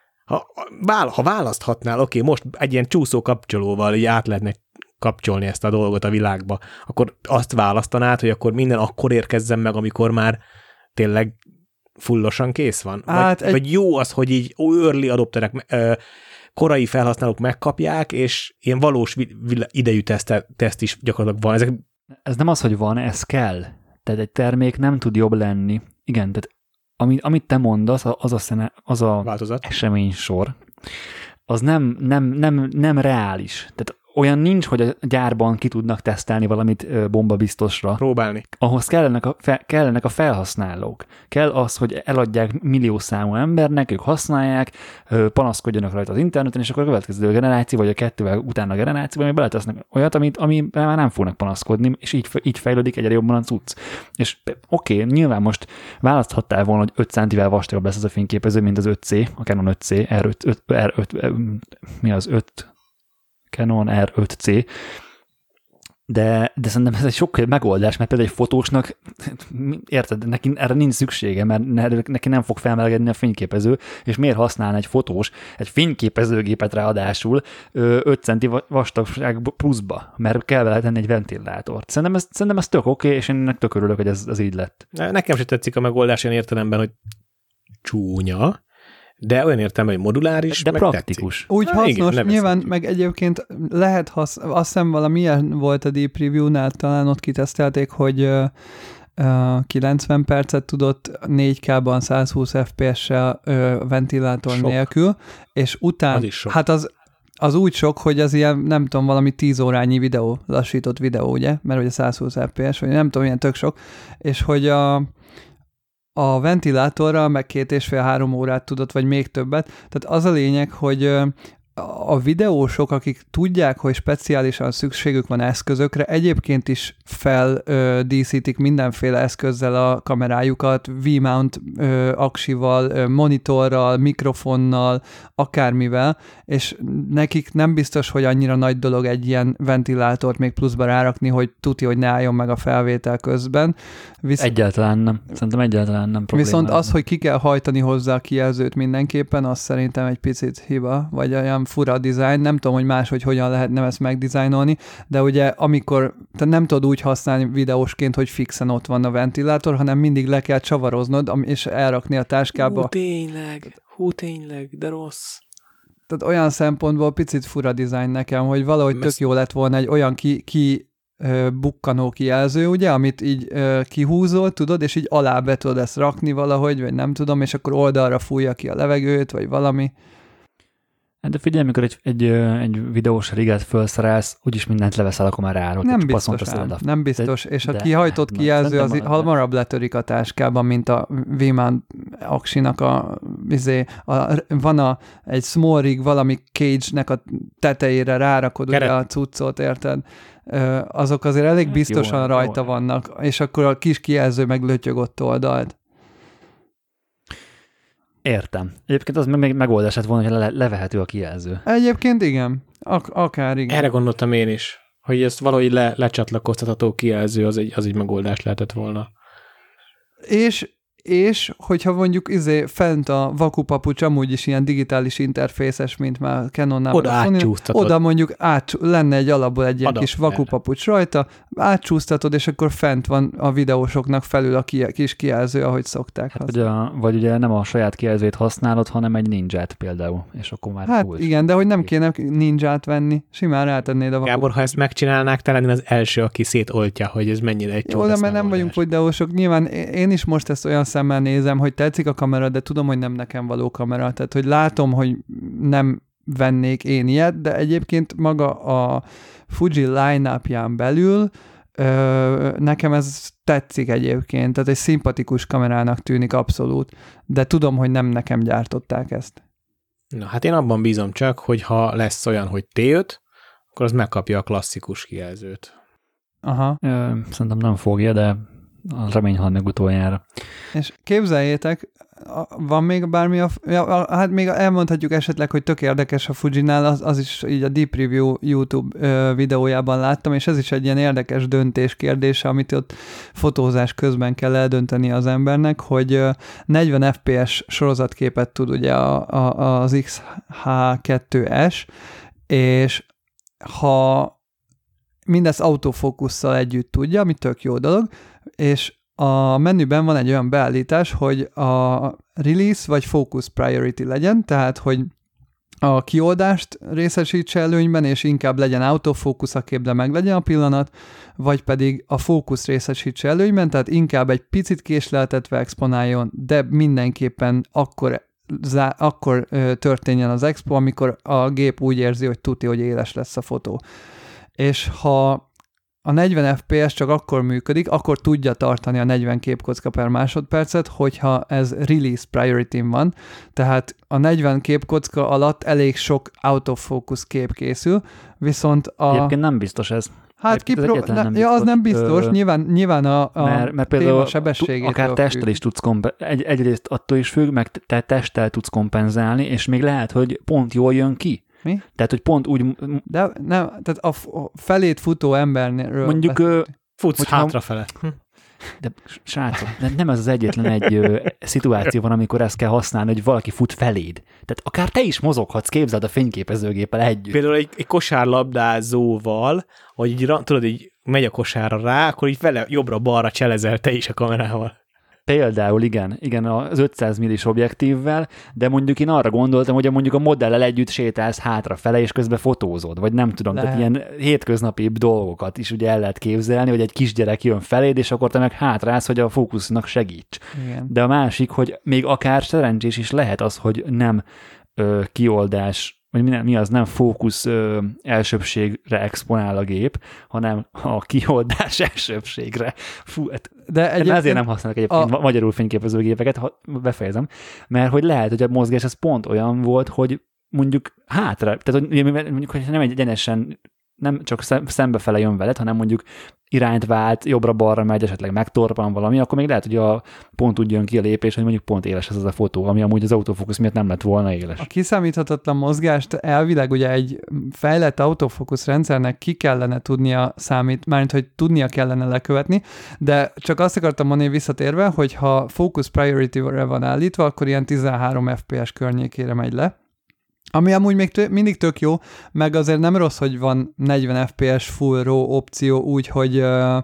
Ha választhatnál, oké, most egy ilyen csúszó kapcsolóval így át lehetne kapcsolni ezt a dolgot a világba, akkor azt választanád, hogy akkor minden akkor érkezzen meg, amikor már tényleg fullosan kész van? Vagy jó az, hogy így early adopterek, korai felhasználók megkapják, és ilyen valós idejű teszt is gyakorlatilag van. Ez nem az, hogy van, ez kell. Tehát egy termék nem tud jobb lenni. Igen, tehát amit te mondasz, az a változat, eseménysor, az nem reális. Tehát olyan nincs, hogy a gyárban ki tudnak tesztelni valamit bombabiztosra. Próbálni. Ahhoz kellenek a felhasználók. Kell az, hogy eladják millió számú embernek, ők használják, panaszkodjanak rajta az interneten, és akkor a következő generáció, vagy a kettővel utána a generációban még beletesznek olyat, ami már nem fognak panaszkodni, és így fejlődik egyre jobban a cucc. És oké, nyilván most választhattál volna, hogy 5 centivel vastagabb lesz ez a fényképező, mint az 5C, a Canon 5C, mi az 5? Canon R5C, de szerintem ez egy sokkal megoldás, mert például egy fotósnak, érted, neki erre nincs szüksége, mert neki nem fog felmelegedni a fényképező, és miért használna egy fotós egy fényképezőgépet ráadásul 5 centi vastagság pluszba, mert kell vele tenni egy ventilátort. Szerintem ez tök oké, és én ennek tök örülök, hogy ez így lett. Nekem sem tetszik a megoldás ilyen értelemben, hogy csúnya, de olyan értelme, hogy moduláris, de meg praktikus. tetszik. Úgy hasznos, igen, nyilván, meg egyébként lehet azt hiszem valamilyen volt a Deep Review-nál, talán ott kitesztelték, hogy 90 percet tudott 4K-ban 120 FPS-sel ventilátor sok. Nélkül, és utána, Az is sok. hát az úgy sok, hogy az ilyen, nem tudom, valami 10 órányi videó, lassított videó, ugye, mert ugye 120 FPS, vagy nem tudom, ilyen tök sok, és hogy a ventilátorral meg 2,5-3 órát tudott, vagy még többet. Tehát az a lényeg, hogy a videósok, akik tudják, hogy speciálisan szükségük van eszközökre, egyébként is feldíszítik mindenféle eszközzel a kamerájukat, V-mount aksival, monitorral, mikrofonnal, akármivel, és nekik nem biztos, hogy annyira nagy dolog egy ilyen ventilátort még pluszba rárakni, hogy tudja, hogy ne álljon meg a felvétel közben. Egyáltalán nem. Szerintem egyáltalán nem probléma. Viszont az, hogy ki kell hajtani hozzá a kijelzőt mindenképpen, az szerintem egy picit hiba, vagy olyan fura design. Nem tudom, hogy máshogy hogyan lehetne ezt megdizájnolni, de ugye amikor te nem tudod úgy használni videósként, hogy fixen ott van a ventilátor, hanem mindig le kell csavaroznod, és elrakni a táskába. Hú, tényleg, de rossz. Tehát olyan szempontból picit fura design nekem, hogy valahogy tök jó lett volna egy olyan bukkanó kijelző, ugye, amit így kihúzol, tudod, és így alá be tudod ezt rakni valahogy, vagy nem tudom, és akkor oldalra fújja ki a levegőt, vagy valami. De figyelj, amikor egy videós rigát felszerelsz, úgyis mindent leveszel, akkor már ráról. Nem biztos, és a kihajtott kijelző az hamarabb letörik a táskában, mint a V-mount aksinak van egy small rig, valami cage-nek a tetejére rárakod ugye a cuccot, érted? Azok azért elég biztosan rajta vannak, és akkor a kis kijelző meg lötyög ott oldalt. Értem. Egyébként az még megoldás lett volna, hogy levehető a kijelző. Egyébként igen. Akár igen. Erre gondoltam én is, hogy ezt valahogy lecsatlakoztatható kijelző, az egy megoldás lehetett volna. És hogyha mondjuk fent a vakupapucs amúgy is ilyen digitális interfészes, mint már Canonnál. Oda átcsúsztatod. Oda mondjuk lenne egy alapból egy ilyen kis vakupapucs rajta, átcsúsztatod, és akkor fent van a videósoknak felül a kis kijelző, ahogy szokták használni. Vagy ugye nem a saját kijelzőt használod, hanem egy ninját például, és akkor már hát igen, de hogy nem kéne ninját venni, simán rátennéd a vakupapucs. Gábor, ha ezt megcsinálnák, te lennél az első, aki szétoltja, hogy ez mennyire egy jó, de mert nem vagyunk videósok. Nyilván én is most ezt olyan szemmel nézem, hogy tetszik a kamera, de tudom, hogy nem nekem való kamera. Tehát, hogy látom, hogy nem vennék én ilyet, de egyébként maga a Fuji line-upján belül nekem ez tetszik egyébként. Tehát egy szimpatikus kamerának tűnik abszolút, de tudom, hogy nem nekem gyártották ezt. Na, hát én abban bízom csak, hogy ha lesz olyan, hogy T5, akkor az megkapja a klasszikus kijelzőt. Aha. Szerintem nem fogja, de a remény hal meg utoljára. És képzeljétek, van még bármi hát még elmondhatjuk esetleg, hogy tök érdekes a Fujinál, az is így a Deep Review YouTube videójában láttam, és ez is egy ilyen érdekes döntés kérdése, amit ott fotózás közben kell eldönteni az embernek, hogy 40 FPS sorozatképet tud ugye az X-H2S, és ha mindezt autofókusszal együtt tudja, ami tök jó dolog, és a menüben van egy olyan beállítás, hogy a release vagy focus priority legyen, tehát hogy a kioldást részesítse előnyben, és inkább legyen autofókusz a kép, de meg legyen a pillanat, vagy pedig a fókusz részesítse előnyben, tehát inkább egy picit késleltetve exponáljon, de mindenképpen akkor akkor történjen az expo, amikor a gép úgy érzi, hogy tuti, hogy éles lesz a fotó. És ha a 40 FPS csak akkor működik, akkor tudja tartani a 40 képkocka per másodpercet, hogyha ez release priority-n van, tehát a 40 képkocka alatt elég sok autofocus kép készül, viszont Egyébként nem biztos ez. Hát az nem biztos, nyilván a mert például sebességétől akár testtel is tudsz egyrészt attól is függ, meg te testtel tudsz kompenzálni, és még lehet, hogy pont jól jön ki. Mi? Tehát, hogy pont úgy... De nem, tehát a felét futó emberről... Mondjuk... Futsz hátrafele. De srácok, nem ez az egyetlen egy szituáció van, amikor ezt kell használni, hogy valaki fut feléd. Tehát akár te is mozoghatsz, képzeld a fényképezőgéppel együtt. Például egy kosárlabdázóval, hogy így, tudod, így megy a kosárra rá, akkor így vele jobbra-balra cselezel te is a kamerával. Például igen, az 500 millis objektívvel, de mondjuk én arra gondoltam, hogy mondjuk a modellel együtt sétálsz hátrafele, és közben fotózod, vagy nem tudom, tehát ilyen hétköznapibb dolgokat is ugye el lehet képzelni, hogy egy kisgyerek jön feléd, és akkor te meg hátrálsz, hogy a fókusznak segíts. Igen. De a másik, hogy még akár szerencsés is lehet az, hogy nem kioldás, vagy mi az, nem fókusz elsőbbségre exponál a gép, hanem a kioldás elsőbbségre. Fú, de ezért nem használok egyébként magyarul fényképezőgépeket, befejezem, mert hogy lehet, hogy a mozgás az pont olyan volt, hogy mondjuk hátra, tehát mondjuk, hogy nem egyenesen, nem csak szembefele jön veled, hanem mondjuk irányt vált, jobbra-balra megy, esetleg megtorpan valami, akkor még lehet, hogy pont úgy jön ki a lépés, hogy mondjuk pont éles ez az a fotó, ami amúgy az autofókusz miatt nem lett volna éles. A kiszámíthatatlan mozgást elvileg ugye egy fejlett autofókusz rendszernek ki kellene tudnia mármint, hogy tudnia kellene lekövetni, de csak azt akartam mondani visszatérve, hogy ha focus priority-re van állítva, akkor ilyen 13 FPS környékére megy le. Ami amúgy még mindig tök jó, meg azért nem rossz, hogy van 40 FPS full RAW opció, úgyhogy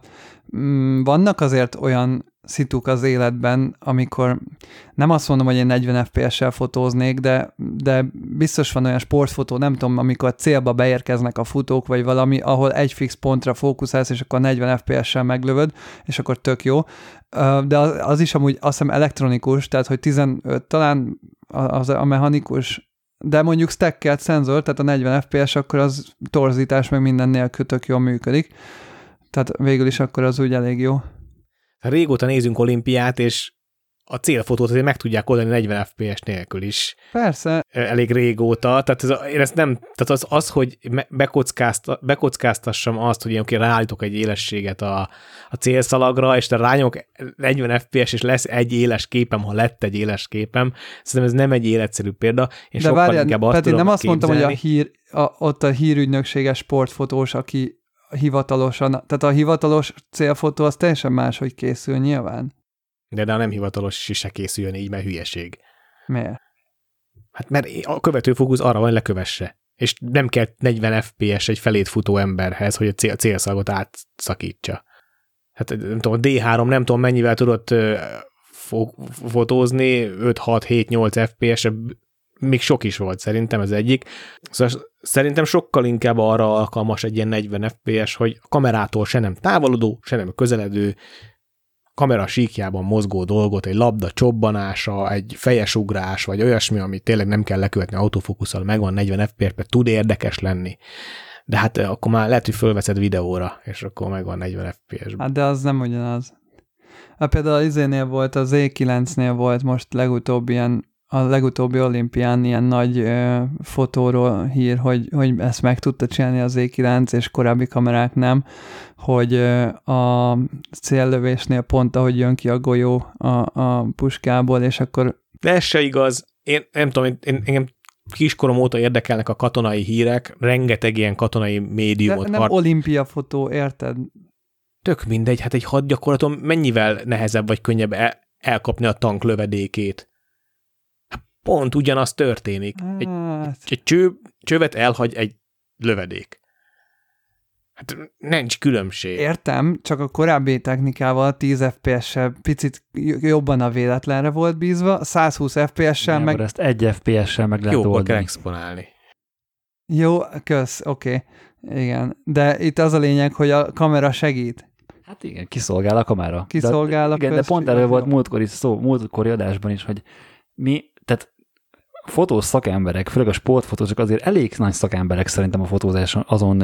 vannak azért olyan szituk az életben, amikor nem azt mondom, hogy én 40 FPS-sel fotóznék, de biztos van olyan sportfotó, nem tudom, amikor célba beérkeznek a futók, vagy valami, ahol egy fix pontra fókuszálsz, és akkor 40 FPS-sel meglövöd, és akkor tök jó. De az is amúgy azt hiszem elektronikus, tehát hogy 15 talán az a mechanikus, de mondjuk stackelt szenzor, tehát a 40 FPS, akkor az torzítás meg minden nélkül tök jól működik. Tehát végül is akkor az úgy elég jó. Régóta nézünk olimpiát, és a célfotót azért meg tudják oldani 40 FPS nélkül is. Persze. Elég régóta. Tehát én ezt nem, tehát az hogy bekockáztassam azt, hogy én ráállítok egy élességet a célszalagra, és te rányomok 40 FPS, és lesz egy éles képem, ha lett egy éles képem. Szerintem ez nem egy életszerű példa. És de várjál, Peti, nem azt képzelni. mondtam, hogy ott a hírügynökséges sportfotós, aki hivatalosan, tehát a hivatalos célfotó az teljesen máshogy készül nyilván. De a nem hivatalos is se készüljön így, mert hülyeség. Miért? Hát mert a követőfókusz arra van, hogy lekövesse. És nem kell 40 FPS egy felét futó emberhez, hogy a célszalagot átszakítsa. Hát nem tudom, a D3 nem tudom mennyivel tudott fotózni, 5, 6, 7, 8 FPS, még sok is volt szerintem ez egyik. Szóval szerintem sokkal inkább arra alkalmas egy ilyen 40 FPS, hogy a kamerától se nem távolodó, se nem közeledő, kamera síkjában mozgó dolgot, egy labda csobbanása, egy fejes ugrás, vagy olyasmi, amit tényleg nem kell lekövetni autofókusszal, megvan 40 FPS-ben, tud érdekes lenni. De hát akkor már lehet, hogy fölveszed videóra, és akkor megvan 40 FPS-ben. Hát de az nem ugyanaz. Például az izénél volt, az E9-nél volt most a legutóbbi olimpián ilyen nagy fotóról hír, hogy ezt meg tudta csinálni az E9, és korábbi kamerák nem, hogy a céllövésnél pont ahogy jön ki a golyó a puskából, és akkor... De ez se igaz. Én nem tudom, engem kiskorom óta érdekelnek a katonai hírek, rengeteg ilyen katonai médiumot. De nem olimpia fotó, érted? Tök mindegy, hát egy hadgyakorlaton mennyivel nehezebb vagy könnyebb elkapni a tank lövedékét. Pont ugyanaz történik. Egy csövet elhagy egy lövedék. Hát nincs különbség. Értem, csak a korábbi technikával 10 FPS-sel picit jobban a véletlenre volt bízva, 120 FPS-sel meg... ezt 1 FPS-sel meg lehet jobban kell exponálni. Jó, kösz, oké. Igen, de itt az a lényeg, hogy a kamera segít. Hát igen, kiszolgál a kamera. Kiszolgál a igen, de pont erről volt múltkori adásban is, hogy tehát fotós szakemberek, főleg a sportfotósok azért elég nagy szakemberek szerintem a fotózáson azon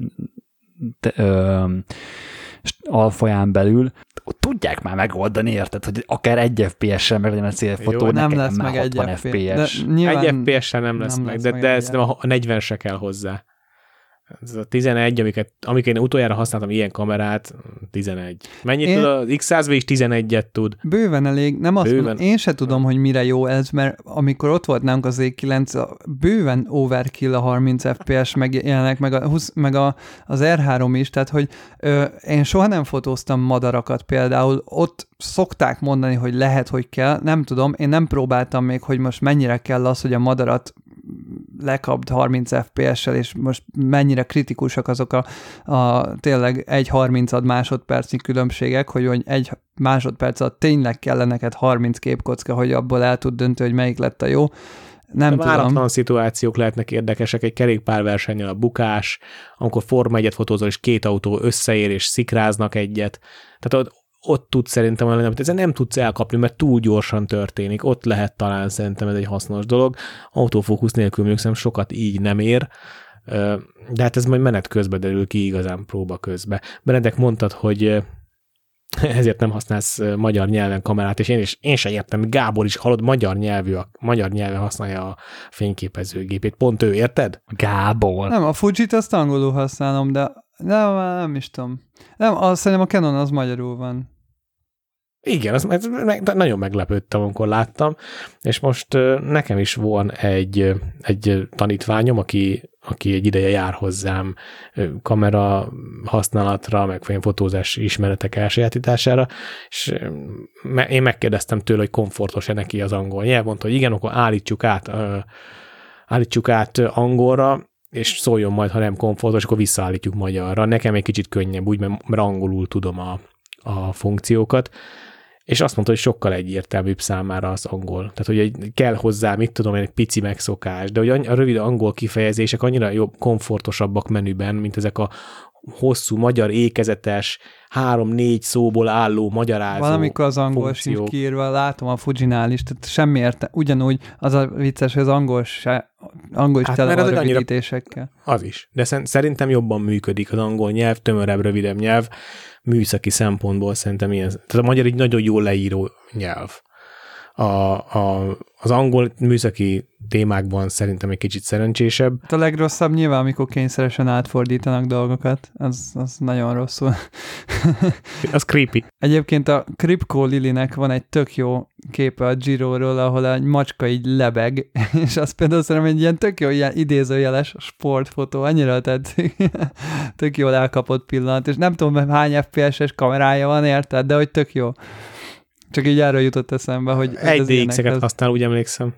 alfaján belül, tudják már megoldani, érted, hogy akár 1 FPS-sel meg legyen a célfotó, nem nekem lesz már meg 60 FPS. 1 FPS-sel nem lesz meg, de szerintem a 40 se kell hozzá. Ez a 11, amikor én utoljára használtam ilyen kamerát, 11. Mennyit tud az X100V is 11-et tud? Bőven elég, nem azt mondom, én se tudom, hogy mire jó ez, mert amikor ott volt nálunk az E9, bőven overkill a 30 FPS megjelennek, meg az R3 is, tehát hogy én soha nem fotóztam madarakat például, ott szokták mondani, hogy lehet, hogy kell, nem tudom, én nem próbáltam még, hogy most mennyire kell az, hogy a madarat lekapd 30 FPS-sel, és most mennyire kritikusak azok a tényleg 1/30 másodpercnyi különbségek, hogy egy másodperc alatt tényleg kell neked 30 képkocka, hogy abból el tud dönteni, hogy melyik lett a jó. Nem tudom. Váratlan szituációk lehetnek érdekesek, egy kerékpárversennyel a bukás, amikor Forma 1-et fotózol, és 2 autó összeér, és szikráznak egyet. Tehát ott tudsz szerintem olyan, amit ezen nem tudsz elkapni, mert túl gyorsan történik. Ott lehet talán szerintem ez egy hasznos dolog. Autofókusz nélkül mondjuk sokat így nem ér, de hát ez majd menet közben derül ki igazán próba közben. Benedek, mondtad, hogy ezért nem használsz magyar nyelven kamerát, és én sem értem, Gábor is hallod, magyar nyelven használja a fényképezőgépét. Pont ő, érted? Gábor. Nem, a Fujit azt angolul használom, de nem is tudom. Nem, szerintem a Canon az magyarul van. Igen, nagyon meglepődtem, amikor láttam, és most nekem is van egy tanítványom, aki egy ideje jár hozzám kamera használatra, meg fotózás ismeretek elsajátítására, és én megkérdeztem tőle, hogy komfortos-e neki az angol nyelv, mondta, hogy igen, akkor állítsuk át angolra, és szóljon majd, ha nem komfortos, akkor visszaállítjuk magyarra. Nekem egy kicsit könnyebb, úgy, mert angolul tudom a funkciókat, és azt mondta, hogy sokkal egyértelműbb számára az angol. Tehát, hogy kell hozzá, mit tudom, egy pici megszokás, de hogy a rövid angol kifejezések annyira jobb, komfortosabbak menüben, mint ezek a hosszú, magyar ékezetes, 3-4 szóból álló magyarázó valamikor az angol funkciók. sincs kiírva, látom a Fujinál is, tehát semmi érte. Ugyanúgy az a vicces, hogy az angol is tele van rövidítésekkel. Az is. De szerintem jobban működik az angol nyelv, tömörebb, rövidebb nyelv, műszaki szempontból szerintem ilyen. Tehát a magyar egy nagyon jól leíró nyelv. Az angol műszaki témákban szerintem egy kicsit szerencsésebb. A legrosszabb nyilván, amikor kényszeresen átfordítanak dolgokat. Az nagyon rosszul. Az creepy. Egyébként a Kripko Lilinek van egy tök jó képe a Giroról, ahol egy macska így lebeg, és az például szerintem egy ilyen tök jó ilyen idézőjeles sportfotó, annyira tetszik. Tök jól elkapott pillanat, és nem tudom, hány FPS-es kamerája van, érted, de hogy tök jó. Csak így erről jutott eszembe, hogy... Egy DX-eket használ, úgy emlékszem.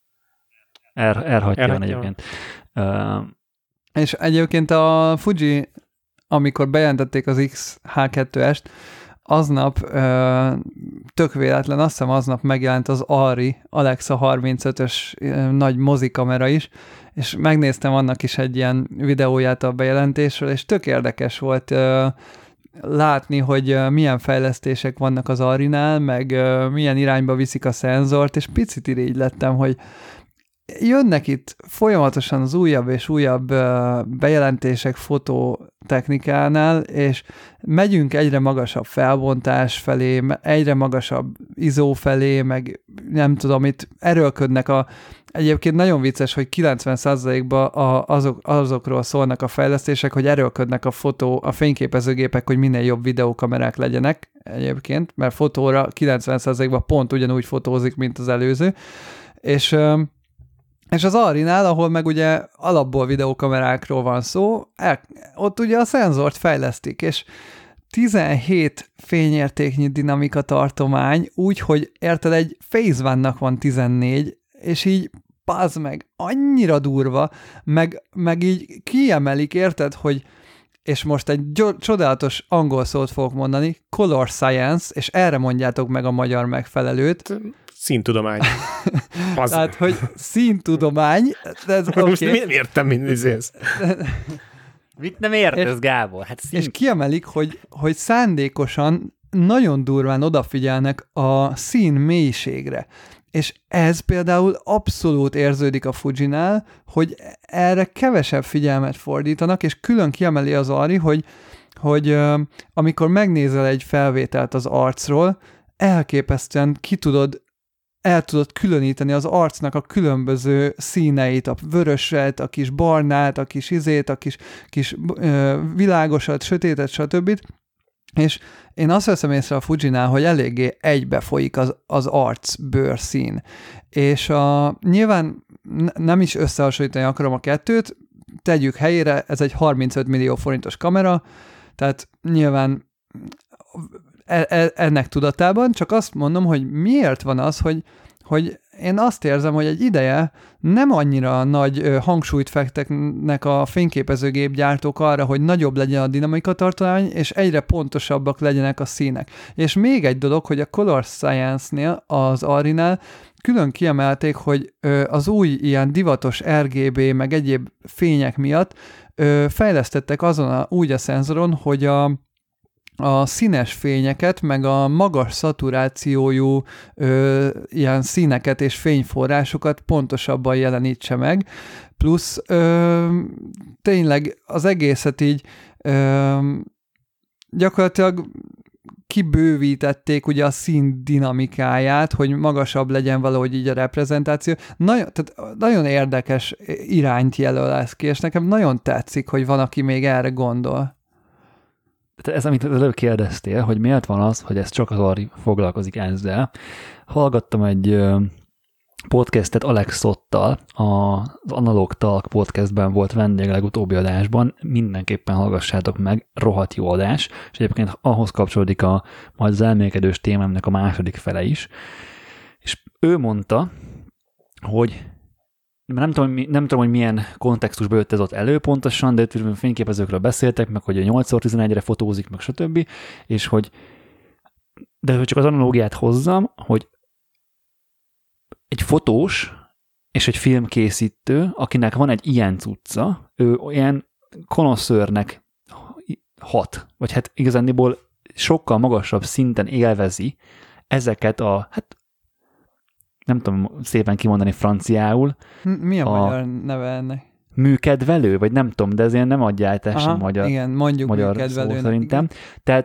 R6 van egyébként. És egyébként a Fuji, amikor bejelentették az X-H2-est, aznap tök véletlen, azt hiszem aznap megjelent az Arri Alexa 35-ös nagy mozikamera is, és megnéztem annak is egy ilyen videóját a bejelentésről, és tök érdekes volt látni, hogy milyen fejlesztések vannak az Arrinál, meg milyen irányba viszik a szenzort, és picit irigy lettem, hogy jönnek itt folyamatosan az újabb és újabb bejelentések fototechnikánál, és megyünk egyre magasabb felbontás felé, egyre magasabb izó felé, meg nem tudom, itt erőlködnek egyébként nagyon vicces, hogy 90%-ban azokról szólnak a fejlesztések, hogy erőlködnek a fényképezőgépek, hogy minél jobb videókamerák legyenek egyébként, mert fotóra 90%-ban pont ugyanúgy fotózik, mint az előző, és az Arrinál, ahol meg ugye alapból videókamerákról van szó, ott ugye a szenzort fejlesztik, és 17 fényértéknyi dinamika tartomány, úgyhogy érted, egy Phase One-nak van 14, és így pazd meg, annyira durva, meg így kiemelik, érted, hogy és most egy csodálatos angol szót fogok mondani, color science, és erre mondjátok meg a magyar megfelelőt. Színtudomány. Tehát, hogy színtudomány. Most nem értem, mint ez. Mit nem értesz, Gábor? Hát és kiemelik, hogy szándékosan nagyon durván odafigyelnek a szín mélységre. És ez például abszolút érződik a Fujinál, hogy erre kevesebb figyelmet fordítanak, és külön kiemeli az Ari, hogy amikor megnézel egy felvételt az arcról, elképesztően el tudod különíteni az arcnak a különböző színeit, a vöröset, a kis barnát, a kis izét, a kis világosat, sötétet, stb. És én azt veszem észre a Fujinál, hogy eléggé egybefolyik az arc-bőr szín. És nyilván nem is összehasonlítani akarom a kettőt, tegyük helyére, ez egy 35 millió forintos kamera, tehát nyilván ennek tudatában, csak azt mondom, hogy miért van az, hogy én azt érzem, hogy egy ideje nem annyira nagy hangsúlyt fektetnek a fényképezőgépgyártók arra, hogy nagyobb legyen a dinamikatartomány, és egyre pontosabbak legyenek a színek. És még egy dolog, hogy a Color Science-nél, az Arri-nál külön kiemelték, hogy az új ilyen divatos RGB meg egyéb fények miatt fejlesztettek azon úgy a szenzoron, hogy a színes fényeket, meg a magas szaturációjú ilyen színeket és fényforrásokat pontosabban jelenítse meg, plusz tényleg az egészet így gyakorlatilag kibővítették ugye a szín dinamikáját, hogy magasabb legyen valahogy így a reprezentáció. Nagyon érdekes irányt jelöl ez ki, és nekem nagyon tetszik, hogy van, aki még erre gondol. Ez, amit előbb kérdeztél, hogy miért van az, hogy ez csak az Ari foglalkozik ezzel. Hallgattam egy podcastet Alex Szottal, az Analog Talk podcastben volt vendég a legutóbbi adásban, mindenképpen hallgassátok meg, rohadt jó adás, és egyébként ahhoz kapcsolódik majd az elmélkedős témámnak a második fele is. És ő mondta, hogy nem tudom, hogy milyen kontextusban jött ez ott elő pontosan, de itt fényképezőkről beszéltek, meg hogy a 8x11-re fotózik, meg stb. És hogy csak az analógiát hozzam, hogy egy fotós és egy filmkészítő, akinek van egy ilyen cucca, ő olyan konoszőrnek hat, vagy hát igazándiból sokkal magasabb szinten élvezi ezeket nem tudom szépen kimondani franciául. Mi a magyar neve ennek? Műkedvelő, vagy nem tudom, de ez ilyen nem adja át sem magyar, igen, mondjuk magyar szó szerintem. Tehát,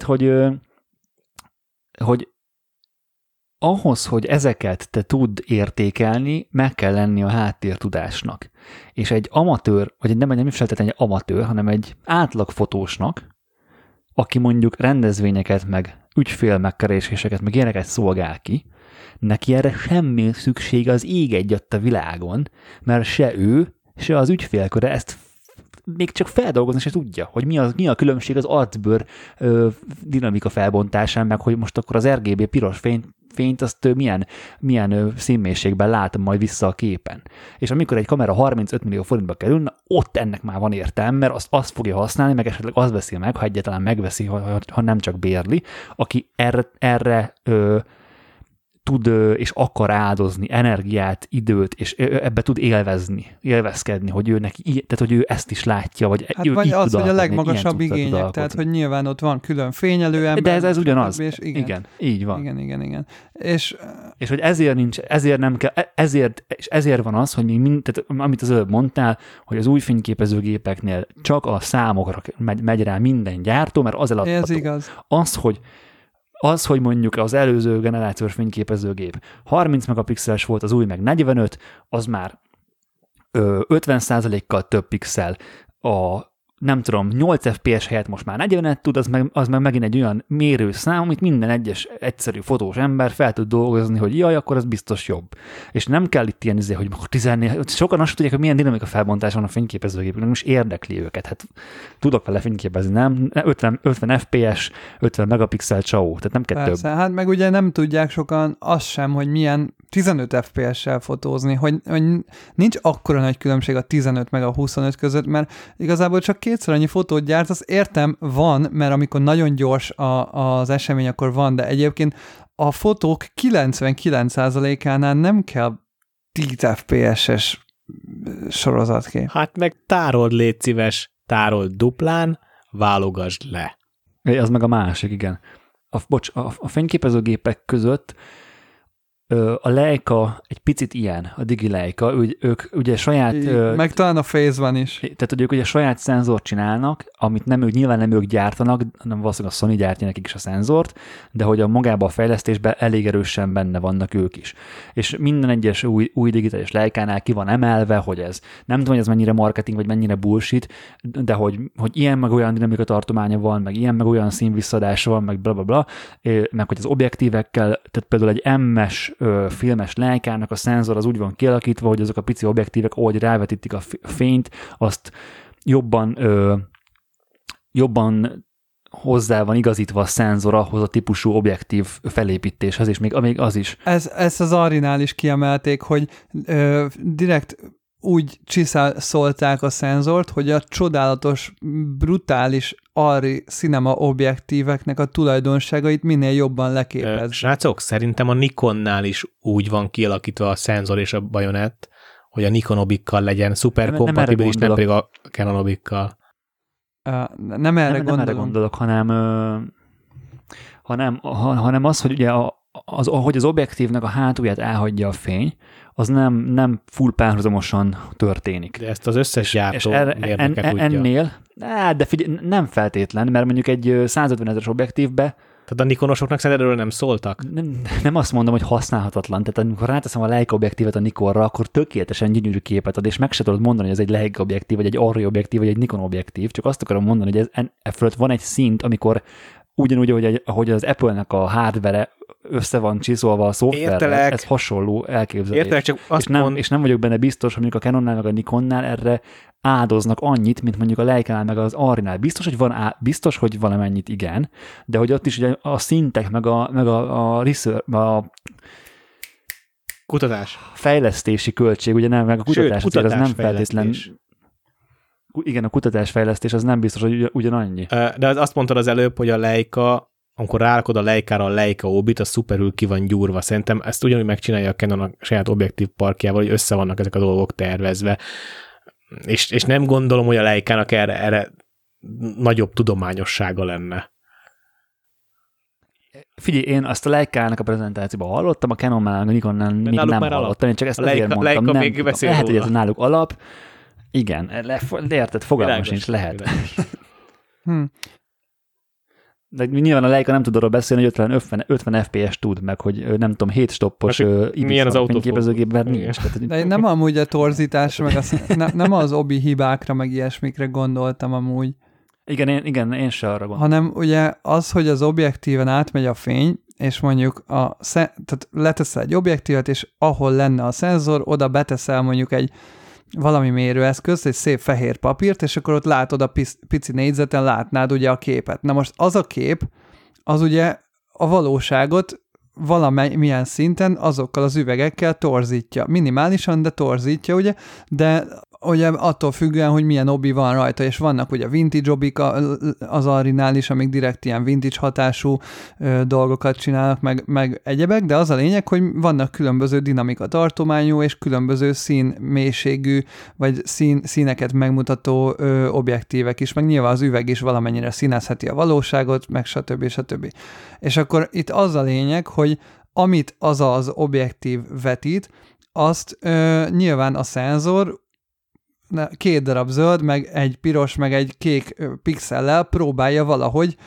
hogy ahhoz, hogy ezeket te tudd értékelni, meg kell lenni a háttértudásnak. És egy amatőr, vagy nem is feltétlenül egy amatőr, hanem egy átlag fotósnak, aki mondjuk rendezvényeket, meg ügyfél megkereséseket, meg ilyeneket szolgál ki, neki erre semmi szüksége az ég egyatt a világon, mert se ő, se az ügyfélköre ezt még csak feldolgozni se tudja, hogy mi a különbség az arcbőr dinamika felbontásán, meg hogy most akkor az RGB piros fényt azt milyen színmélységben látom majd vissza a képen. És amikor egy kamera 35 millió forintba kerül, ott ennek már van értelme, mert azt fogja használni, meg esetleg azt veszi meg, ha egyáltalán megveszi, ha nem csak bérli, aki erre tud és akar áldozni energiát, időt, és ebbe tud élvezkedni, hogy ő neki, tehát hogy ő ezt is látja, vagy hát ő vagy az, hogy a legmagasabb igények, tehát hogy nyilván ott van külön fényelő ember. De ez ugyanaz. És igen, így van. Igen. És hogy ezért van az, hogy tehát, amit az előbb mondtál, hogy az új fényképezőgépeknél csak a számokra megy rá minden gyártó, mert az eladható. Ez igaz. Az, hogy mondjuk az előző generációs fényképezőgép 30 megapixeles volt, az új meg 45, az már 50%-kal több pixel. Nem tudom, 8 FPS helyett most már 40-et tud, az meg megint egy olyan mérőszám, amit minden egyes egyszerű fotós ember fel tud dolgozni, hogy jaj, akkor ez biztos jobb. És nem kell itt ilyen hogy 14, sokan azt tudják, hogy milyen dinamika felbontás van a fényképezőgépnek, nem is érdekli őket. Hát tudok vele fényképezni, nem? 50 FPS, 50 megapixel csau, tehát nem kell persze, több. Hát meg ugye nem tudják sokan azt sem, hogy milyen 15 FPS-sel fotózni, hogy nincs akkora nagy különbség a 15 meg a 25 között, mert igazából csak kétszer annyi fotót gyárt, az értem van, mert amikor nagyon gyors az esemény, akkor van, de egyébként a fotók 99%-ánál nem kell 10 FPS-es sorozatkép. Hát meg tárold, légy szíves, tárold duplán, válogasd le. Az meg a másik, igen. A fényképezőgépek között A Leica egy picit ilyen, a Digi Leica, ők ugye saját... Meg talán a Phase van is. Tehát, hogy ők ugye saját szenzort csinálnak, amit nyilván nem ők gyártanak, hanem valószínűleg a Sony gyártja nekik is a szenzort, de hogy a magában a fejlesztésben elég erősen benne vannak ők is. És minden egyes új digitális Leicánál ki van emelve, hogy ez nem tudom, hogy ez mennyire marketing, vagy mennyire bullshit, de hogy ilyen meg olyan dinamika tartománya van, meg ilyen meg olyan színvisszadása van, meg blablabla, meg hogy az objektívekkel, tehát például egy M-es filmes Leicának a szenzor az úgy van kialakítva, hogy azok a pici objektívek, ahogy rávetítik a fényt, azt jobban hozzá van igazítva a szenzor ahhoz a típusú objektív felépítéshez, és még az is. Ezt az Arrinál is kiemelték, hogy direkt úgy csiszolták a szenzort, hogy a csodálatos, brutális Arri cinema objektíveknek a tulajdonságait minél jobban leképez. Srácok, szerintem a Nikonnál is úgy van kialakítva a szenzor és a bajonett, hogy a Nikonobikkal legyen szuper kompatibilis, nem pedig a Canonobikkal. Nem erre gondolok, hanem az, hogy ugye hogy az objektívnek a hátulját elhagyja a fény, az nem full párhuzamosan történik. De ezt az összes gyártó mérnöke tudja. Ennél, de figyelj, nem feltétlen, mert mondjuk egy 150 000-es objektívbe. Tehát a Nikonosoknak szerinted erről nem szóltak? Nem azt mondom, hogy használhatatlan. Tehát amikor ráteszem a Leica objektívet a Nikonra, akkor tökéletesen gyönyörű képet ad, és meg se tudod mondani, hogy ez egy Leica objektív, vagy egy Arri objektív, vagy egy Nikon objektív. Csak azt akarom mondani, hogy ez fölött van egy szint, amikor ugyanúgy, ahogy az Apple-nek a hardware össze van csiszolva a szoftverrel, ez hasonló elképzelés. Értelek, csak azt és nem vagyok benne biztos, hogy mondjuk a Canonnál meg a Nikonnál erre áldoznak annyit, mint mondjuk a Leicánál meg az Arrinál. Biztos, hogy valamennyit igen, de hogy ott is ugye a szintek, meg a kutatás. Fejlesztési költség, ugye nem, meg a kutatás, az nem feltétlen. Igen, a kutatásfejlesztés az nem biztos, hogy ugyanannyi. De azt mondtad az előbb, hogy a Leica, amikor rárakod a Leica-ra a Leica Obit, az szuperül ki van gyúrva. Szerintem ezt ugyanúgy megcsinálja a Canon a saját objektív parkjával, hogy össze vannak ezek a dolgok tervezve. És nem gondolom, hogy a Leica-nak erre nagyobb tudományossága lenne. Figyelj, én azt a Leica-nak a prezentációban hallottam, a Canonnál, a Nikonnál még nem hallottam. Én csak ezt azért mondtam. Lehet, hogy ez náluk alap. Igen, érted, fogalmam sincs, lehet. De nyilván a Leica nem tud arról beszélni, hogy 50 FPS tud, meg hogy nem tudom, 7 stoppos fényképezőgépben nincs. De nem amúgy a torzítás, meg nem az obi hibákra, meg ilyesmikre gondoltam amúgy. Igen, én se arra gondoltam. Hanem ugye az, hogy az objektíven átmegy a fény, és mondjuk tehát leteszel egy objektívet, és ahol lenne a szenzor, oda beteszel mondjuk egy valami mérőeszközt, egy szép fehér papírt, és akkor ott látod a pici négyzeten, látnád ugye a képet. Na most az a kép, az ugye a valóságot valamilyen szinten azokkal az üvegekkel torzítja. Minimálisan, de torzítja, ugye, de ugye attól függően, hogy milyen obi van rajta, és vannak ugye vintage obik az Arrinál is, amik direkt ilyen vintage hatású dolgokat csinálnak, meg egyebek, de az a lényeg, hogy vannak különböző dinamika tartományú, és különböző színmélységű, vagy színeket megmutató objektívek is, meg nyilván az üveg is valamennyire színezheti a valóságot, meg stb. És akkor itt az a lényeg, hogy amit az objektív vetít, azt nyilván a szenzor 2 darab zöld, meg egy piros, meg egy kék pixellel próbálja valahogy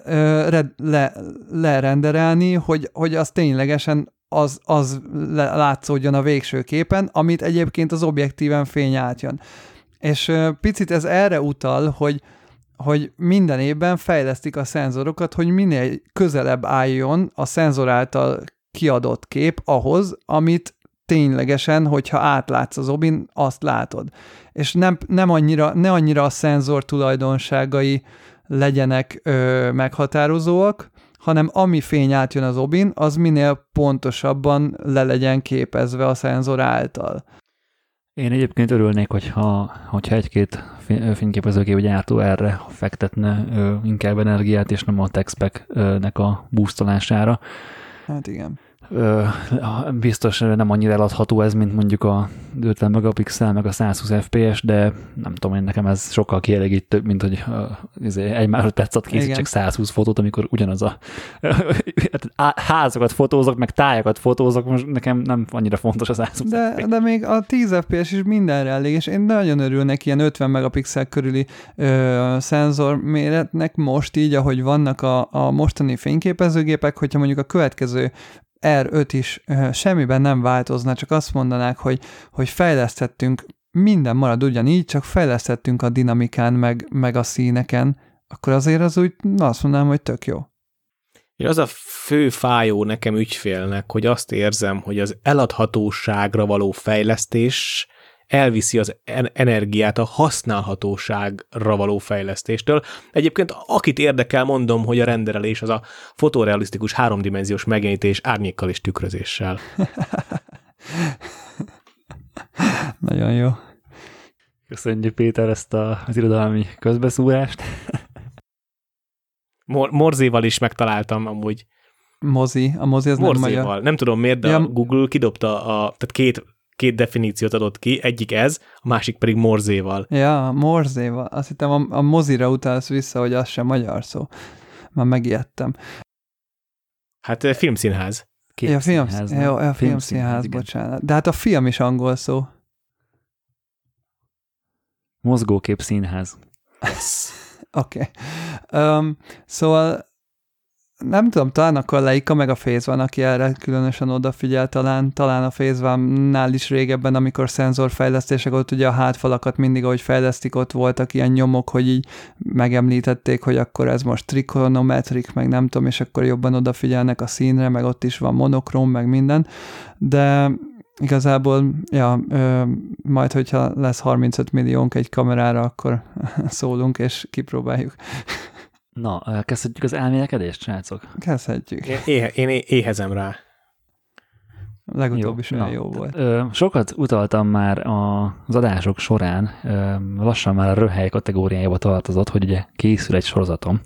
lerenderelni, hogy az ténylegesen az látszódjon a végső képen, amit egyébként az objektíven fény átjön. És picit ez erre utal, hogy minden évben fejlesztik a szenzorokat, hogy minél közelebb álljon a szenzor által kiadott kép ahhoz, amit ténylegesen, hogyha átlátsz az obin, azt látod. És ne annyira a szenzor tulajdonságai legyenek meghatározóak, hanem ami fény átjön az obin, az minél pontosabban le legyen képezve a szenzor által. Én egyébként örülnék, hogyha egy-két fényképezőgép gyártó erre fektetne inkább energiát, és nem a TechSpec-nek a boostolására. Hát igen. Biztos nem annyira eladható ez, mint mondjuk a 50 megapixel, meg a 120 fps, de nem tudom én, nekem ez sokkal kielégítőbb, mint hogy egy másodperc alatt készítsek 120 fotót, amikor ugyanaz a házakat fotózok, meg tájakat fotózok, most nekem nem annyira fontos a 120 fps. De még a 10 fps is mindenre elég, és én nagyon örülnek ilyen 50 megapixel körüli szenzor méretnek most így, ahogy vannak a mostani fényképezőgépek, hogyha mondjuk a következő R5 is semmiben nem változna, csak azt mondanák, hogy fejlesztettünk, minden marad ugyanígy, csak fejlesztettünk a dinamikán, meg a színeken, akkor azért az úgy azt mondanám, hogy tök jó. És az a fő fájó nekem ügyfélnek, hogy azt érzem, hogy az eladhatóságra való fejlesztés elviszi az energiát a használhatóságra való fejlesztéstől. Egyébként akit érdekel, mondom, hogy a renderelés az a fotorealisztikus 3D-s megjelenítés árnyékkal és tükrözéssel. Nagyon jó. Köszönjük, Péter, ezt az irodalmi közbeszúrást. Morzéval is megtaláltam amúgy. A mozi az Morzéval. Nem magyar. Nem tudom miért, de a Google kidobta, tehát két definíciót adott ki, egyik ez, a másik pedig Morzéval. Ja, Morzéval. Azt hittem a mozira utalsz vissza, hogy az sem magyar szó. Már megijedtem. Hát filmszínház. Filmszínház, bocsánat. De hát a film is angol szó. Mozgókép színház. Yes. Oké. Szóval nem tudom, talán a Leica meg a Phase One, aki erre különösen odafigyel, talán a Phase One-nál is régebben, amikor szenzorfejlesztések, ott ugye a hátfalakat mindig, ahogy fejlesztik, ott voltak ilyen nyomok, hogy így megemlítették, hogy akkor ez most trigonometrik, meg nem tudom, és akkor jobban odafigyelnek a színre, meg ott is van monokróm, meg minden, de igazából, majd, hogyha lesz 35 milliónk egy kamerára, akkor szólunk, és kipróbáljuk. Na, kezdhetjük az elmélekedést, srácok? Kezdhetjük. Én éhezem rá. Legutóbb is olyan jó volt. Sokat utaltam már az adások során, lassan már a röhely kategóriájába tartozott, hogy ugye készül egy sorozatom.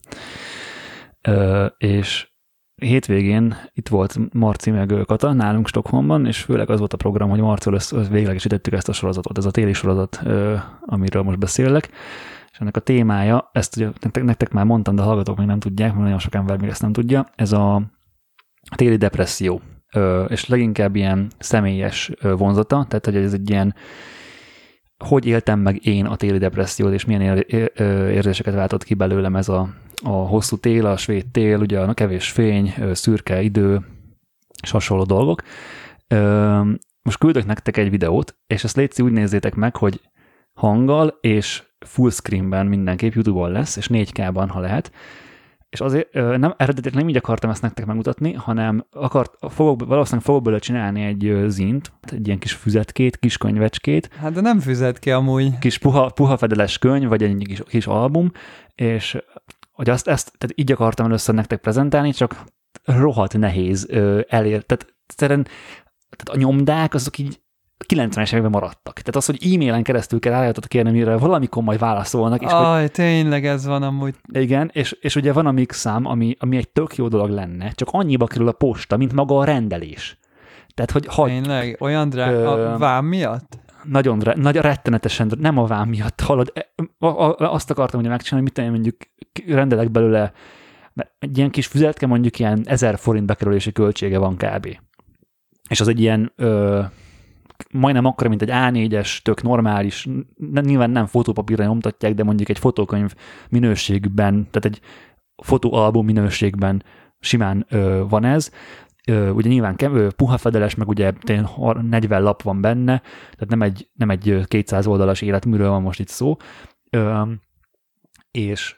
És hétvégén itt volt Marci meg Kata nálunk Stockholmban, és főleg az volt a program, hogy Marccal véglegesítettük ezt a sorozatot, ez a téli sorozat, amiről most beszélek. És ennek a témája, ezt ugye nektek már mondtam, de a hallgatók még nem tudják, mert nagyon sok ember még ezt nem tudja, ez a téli depresszió, és leginkább ilyen személyes vonzata, tehát hogy ez egy ilyen, hogy éltem meg én a téli depressziót, és milyen érzéseket váltott ki belőlem ez a hosszú tél, a svéd tél, ugye a kevés fény, szürke idő, és hasonló dolgok. Most küldök nektek egy videót, és ezt létszik úgy nézzétek meg, hogy hanggal és full screenben mindenképp YouTube-on lesz, és 4K-ban, ha lehet. És azért eredetileg nem így akartam ezt nektek megmutatni, hanem valószínűleg fogok belőle csinálni egy zint, egy ilyen kis füzetkét, kis könyvecskét. Hát de nem füzetke amúgy. Kis puha fedeles könyv, vagy egy kis album, és hogy ezt tehát így akartam először nektek prezentálni, csak rohadt nehéz tehát a nyomdák azok így 90-es években maradtak. Tehát az, hogy e-mailen keresztül kell rájöttet kérni, mire valamikor majd válaszolnak. És tényleg ez van amúgy. Igen, és ugye van a Mixam, ami egy tök jó dolog lenne, csak annyiba kerül a posta, mint maga a rendelés. Tehát, hogy tényleg? Olyan a vám miatt? Nagyon rettenetesen, nem a vám miatt hallod. Azt akartam ugye megcsinálni, mit mondjuk rendelek belőle, egy ilyen kis füzetke mondjuk ilyen 1000 forint bekerülési költsége van kb. És az egy ilyen majdnem akkora, mint egy A4-es, tök normális, nyilván nem fotópapírra nyomtatják, de mondjuk egy fotókönyv minőségben, tehát egy fotóalbum minőségben simán van ez. Ugye nyilván puha fedeles, meg ugye 40 lap van benne, tehát nem egy 200 oldalas életműről van most itt szó. És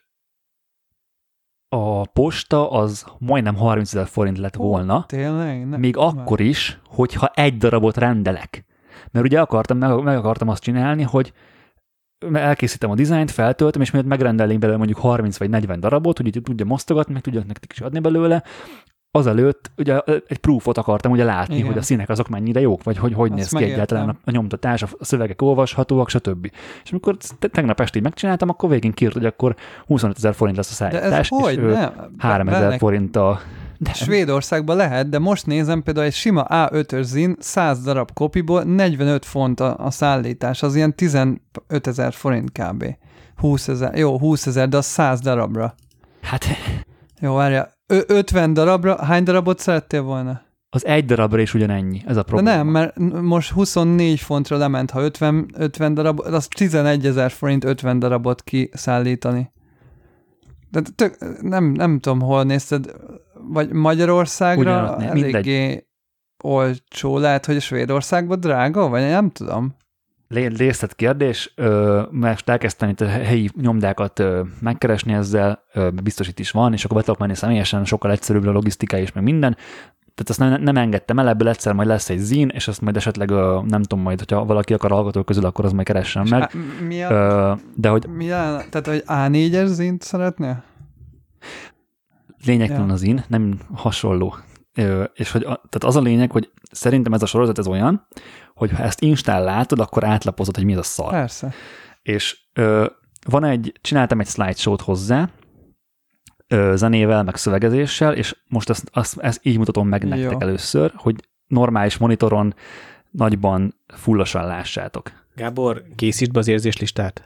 a posta az majdnem 30 000 forint lett volna. Tényleg? Még akkor is, hogyha egy darabot rendelek. Mert ugye meg akartam azt csinálni, hogy elkészítem a dizájnt, feltöltöm, és miért megrendelnénk belőle mondjuk 30 vagy 40 darabot, hogy tudja mosztogatni, meg tudjak nektek is adni belőle. Azelőtt ugye egy proofot akartam ugye látni, igen, hogy a színek azok mennyire jók, vagy hogy néz ki egyáltalán a nyomtatás, a szövegek olvashatóak, stb. És amikor tegnap este megcsináltam, akkor végén kiírt, hogy akkor 25 000 forint lesz a szállítás, és 3 000 forint a Svédországban lehet, de most nézem például egy sima A5-ös zin 100 darab kopiból 45 font a szállítás, az ilyen 15 000 forint kb. 20 000, de az 100 darabra. Hát... Jó, várja, 50 darabra, hány darabot szerettél volna? Az egy darabra is ugyanennyi, ez a probléma. De nem, mert most 24 fontra lement, ha 50 darab, az 11 000 forint 50 darabot kiszállítani. De nem tudom, hol nézted, vagy Magyarországra eléggé olcsó, lehet, hogy Svédországban drága, vagy nem tudom. Részlet kérdés, mert elkezdtem itt a helyi nyomdákat megkeresni ezzel, biztos itt is van, és akkor be tudok menni személyesen, sokkal egyszerűbb a logisztika és meg minden. Tehát azt nem engedtem el, ebből egyszer majd lesz egy zin, és azt majd esetleg, nem tudom, majd, hogyha valaki akar hallgatók közül, akkor az majd keressen meg. De hogy... Tehát, hogy A4-es zint szeretnél? Lényegtelen az zin, nem hasonló. És hogy tehát az a lényeg, hogy szerintem ez a sorozat ez olyan, hogy ha ezt Instán látod, akkor átlapozod, hogy mi az a szar. Persze. És csináltam egy slideshow-t hozzá, zenével, meg szövegezéssel, és most ezt így mutatom meg nektek először, hogy normális monitoron nagyban, fullasan lássátok. Gábor, készítsd be az érzéslistát.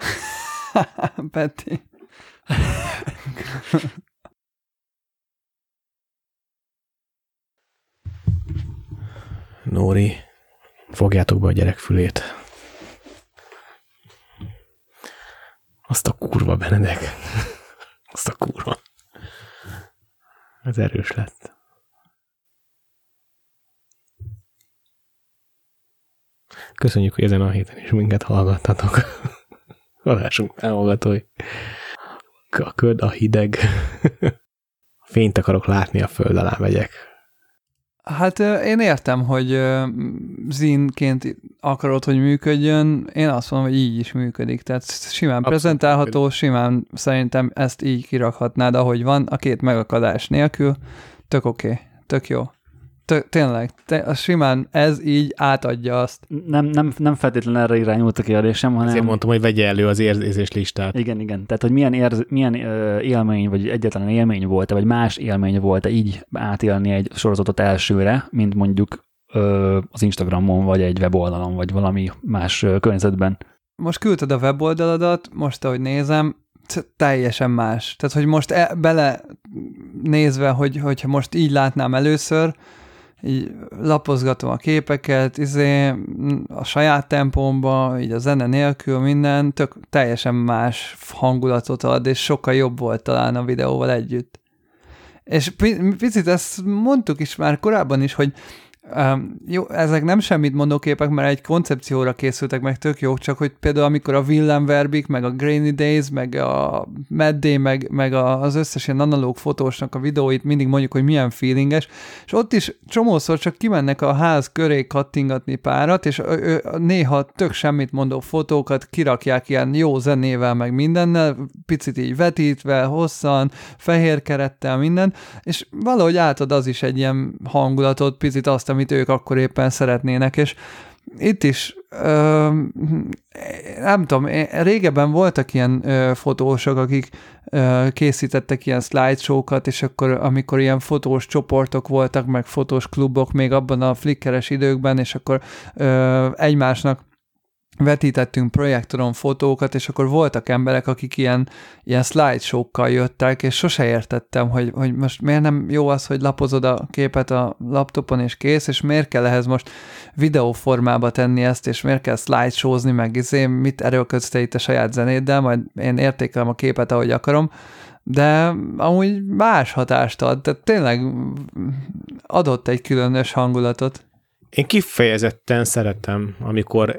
Peti. Nóri, fogjátok be a gyerek fülét. Azt a kurva, Benedek. Azt a kurva. Ez erős lett. Köszönjük, hogy ezen a héten is minket hallgattatok. Adásunk elhallgatói. A köd, a hideg. Fényt akarok látni, a föld alá megyek. Hát én értem, hogy zinként akarod, hogy működjön. Én azt mondom, hogy így is működik. Tehát simán abszolút prezentálható, működik. Simán szerintem ezt így kirakhatnád, ahogy van, a két megakadás nélkül. Tök oké, tök jó. Tényleg, simán ez így átadja azt. Nem feltétlenül erre irányult a kérdésem, hanem... Ezért mondtam, hogy vegye elő az érzéslistát. Igen. Tehát, hogy milyen élmény, vagy egyetlen élmény volt-e, vagy más élmény volt-e így átélni egy sorozatot elsőre, mint mondjuk az Instagramon, vagy egy weboldalon, vagy valami más környezetben. Most küldted a weboldaladat, most ahogy nézem, teljesen más. Tehát, hogy most bele nézve, hogyha most így látnám először, így lapozgatom a képeket, a saját tempómba, így a zene nélkül minden, teljesen más hangulatot ad, és sokkal jobb volt talán a videóval együtt. És picit ezt mondtuk is már korábban is, hogy jó, ezek nem semmit mondó képek, mert egy koncepcióra készültek meg, tök jók, csak hogy például amikor a Willem Verbik, meg a Grainy Days, meg a Mad Day, meg az összes ilyen analóg fotósnak a videóit mindig mondjuk, hogy milyen feelinges, és ott is csomószor csak kimennek a ház köré kattingatni párat, és néha tök semmit mondó fotókat kirakják ilyen jó zenével, meg mindennel, picit így vetítve, hosszan, fehér kerettel, minden, és valahogy átad az is egy ilyen hangulatot, picit azt, amit ők akkor éppen szeretnének, és itt is nem tudom, régebben voltak ilyen fotósok, akik készítettek ilyen slideshow-kat, és akkor amikor ilyen fotós csoportok voltak, meg fotós klubok még abban a flickeres időkben, és akkor egymásnak vetítettünk projektoron fotókat, és akkor voltak emberek, akik ilyen slideshow-kkal jöttek, és sose értettem, hogy most miért nem jó az, hogy lapozod a képet a laptopon, és kész, és miért kell ehhez most videóformába tenni ezt, és miért kell slideshow-zni, meg mit erőlködsz te itt a saját zenéddel, majd én értékelem a képet, ahogy akarom, de amúgy más hatást ad, tehát tényleg adott egy különös hangulatot. Én kifejezetten szeretem, amikor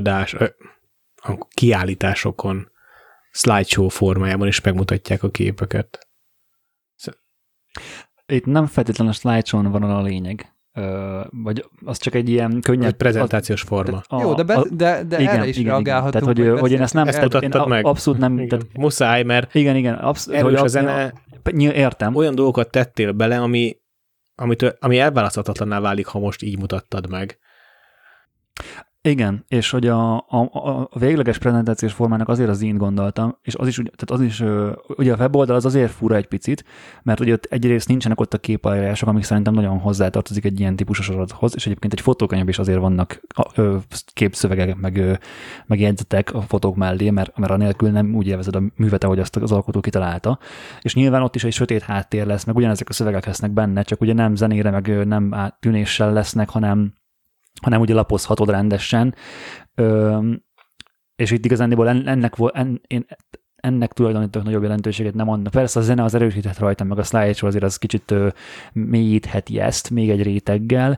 kiállításokon slideshow formájában is megmutatják a képeket. Itt nem feltétlenül a slideshow-on van a lényeg. Vagy az csak egy ilyen könnyebb... Egy prezentációs forma. Jó, de igen, erre is reagálhatunk. Tehát, hogy én ezt nem... Ezt mutattad meg. Abszolút nem... Tehát, muszáj, mert igen, erős a zene. Értem. Olyan dolgokat tettél bele, ami elválaszthatatlanná válik, ha most így mutattad meg. Igen, és hogy a végleges prezentációs formának azért az én gondoltam, és az is, ugye a weboldal az azért fura egy picit, mert ugye ott egyrészt nincsenek ott a képajánlások, amik szerintem nagyon hozzátartozik egy ilyen típusú sorozathoz, és egyébként egy fotókönyv is azért vannak képszövegek, meg jegyzetek a fotók mellé, mert anélkül nem úgy élvezed a művet, ahogy azt az alkotó kitalálta. És nyilván ott is egy sötét háttér lesz, meg ugyanezek a szövegek lesznek benne, csak ugye nem zenére, meg nem tűnéssel lesznek, hanem ugye lapozhatod rendesen, és itt igazándiból ennek tulajdonítok nagyobb jelentőséget nem adnak. Persze a zene az erősíthet rajta, meg a slideshow azért az kicsit mélyítheti ezt még egy réteggel,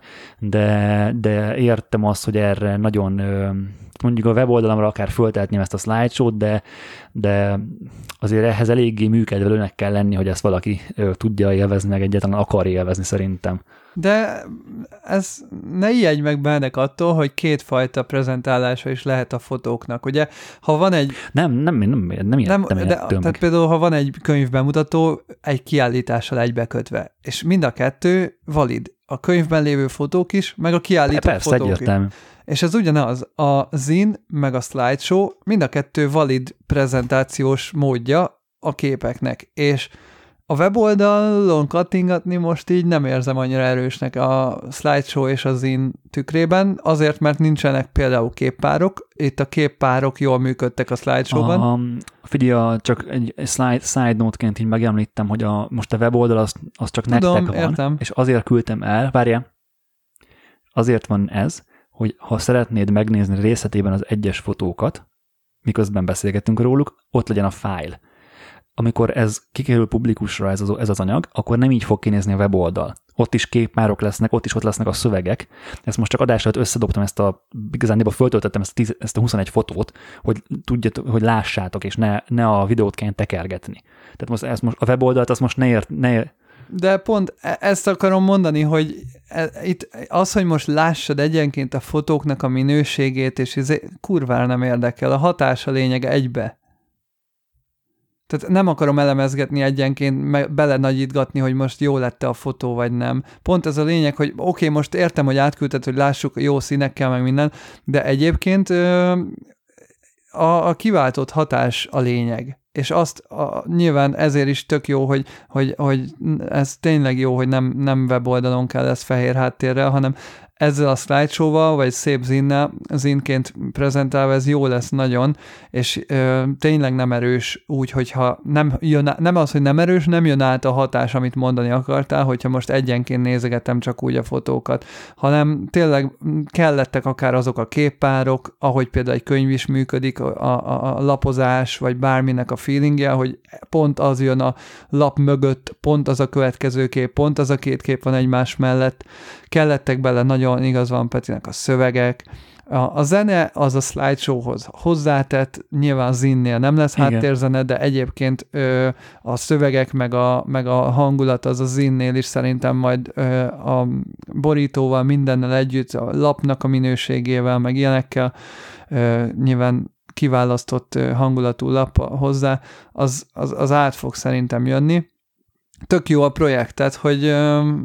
de értem azt, hogy erre nagyon, mondjuk a weboldalamra akár föltehetném ezt a slideshow-t, de azért ehhez eléggé műkedvelőnek kell lenni, hogy ezt valaki tudja élvezni, meg egyáltalán akar élvezni szerintem. De ez ne ijedj meg bennek attól, hogy kétfajta prezentálása is lehet a fotóknak. Ugye, ha van egy... Nem tehát például, ha van egy könyvbemutató egy kiállítással egybekötve, és mind a kettő valid. A könyvben lévő fotók is, meg a kiállított fotók egyértelmű. is. És ez ugyanaz. A zine, meg a slideshow mind a kettő valid prezentációs módja a képeknek. És a weboldalon kattingatni most így nem érzem annyira erősnek a slideshow és a zine tükrében, azért, mert nincsenek például képpárok. Itt a képpárok jól működtek a slideshow-ban. Figyelj, csak egy side note-ként így megemlítem, hogy most a weboldal az csak nektek van, értem. És azért küldtem el, várjál, azért van ez, hogy ha szeretnéd megnézni részletében az egyes fotókat, miközben beszélgetünk róluk, ott legyen a fájl. Amikor ez kikerül publikusra ez az anyag, akkor nem így fog kinézni a weboldal. Ott is képpárok lesznek, ott lesznek a szövegek. Ezt most csak adás előtt összedobtam, igazándiból föltöltöttem ezt a 21 fotót, hogy tudjátok, hogy lássátok, és ne a videót kelljen tekergetni. Tehát most a weboldalt azt most ne De pont ezt akarom mondani, hogy itt az, hogy most lássad egyenként a fotóknak a minőségét, és ez kurvára nem érdekel. A hatás a lényeg egybe. Tehát nem akarom elemezgetni egyenként, belenagyítgatni, hogy most jó lett a fotó, vagy nem. Pont ez a lényeg, hogy oké, most értem, hogy átküldted, hogy lássuk jó színekkel, meg minden, de egyébként a kiváltott hatás a lényeg. És azt nyilván ezért is tök jó, hogy ez tényleg jó, hogy nem weboldalon kell ez fehér háttérrel, hanem ezzel a slideshow-val, vagy szép zinként prezentálva ez jó lesz nagyon, és tényleg nem erős úgy, hogyha nem az, hogy nem erős, nem jön át a hatás, amit mondani akartál, hogyha most egyenként nézegetem csak úgy a fotókat, hanem tényleg kellettek akár azok a képpárok, ahogy például egy könyv is működik, a lapozás, vagy bárminek a feelingje, hogy pont az jön a lap mögött, pont az a következő kép, pont az a két kép van egymás mellett, kellettek bele, nagyon igaz van Petinek a szövegek. A zene az a slideshowhoz hozzátett, nyilván zinnél nem lesz háttérzene, de egyébként a szövegek meg a hangulat az a zinnél is szerintem majd a borítóval, mindennel együtt, a lapnak a minőségével, meg ilyenekkel nyilván kiválasztott hangulatú lap hozzá, az át fog szerintem jönni. Tök jó a projekt, tehát hogy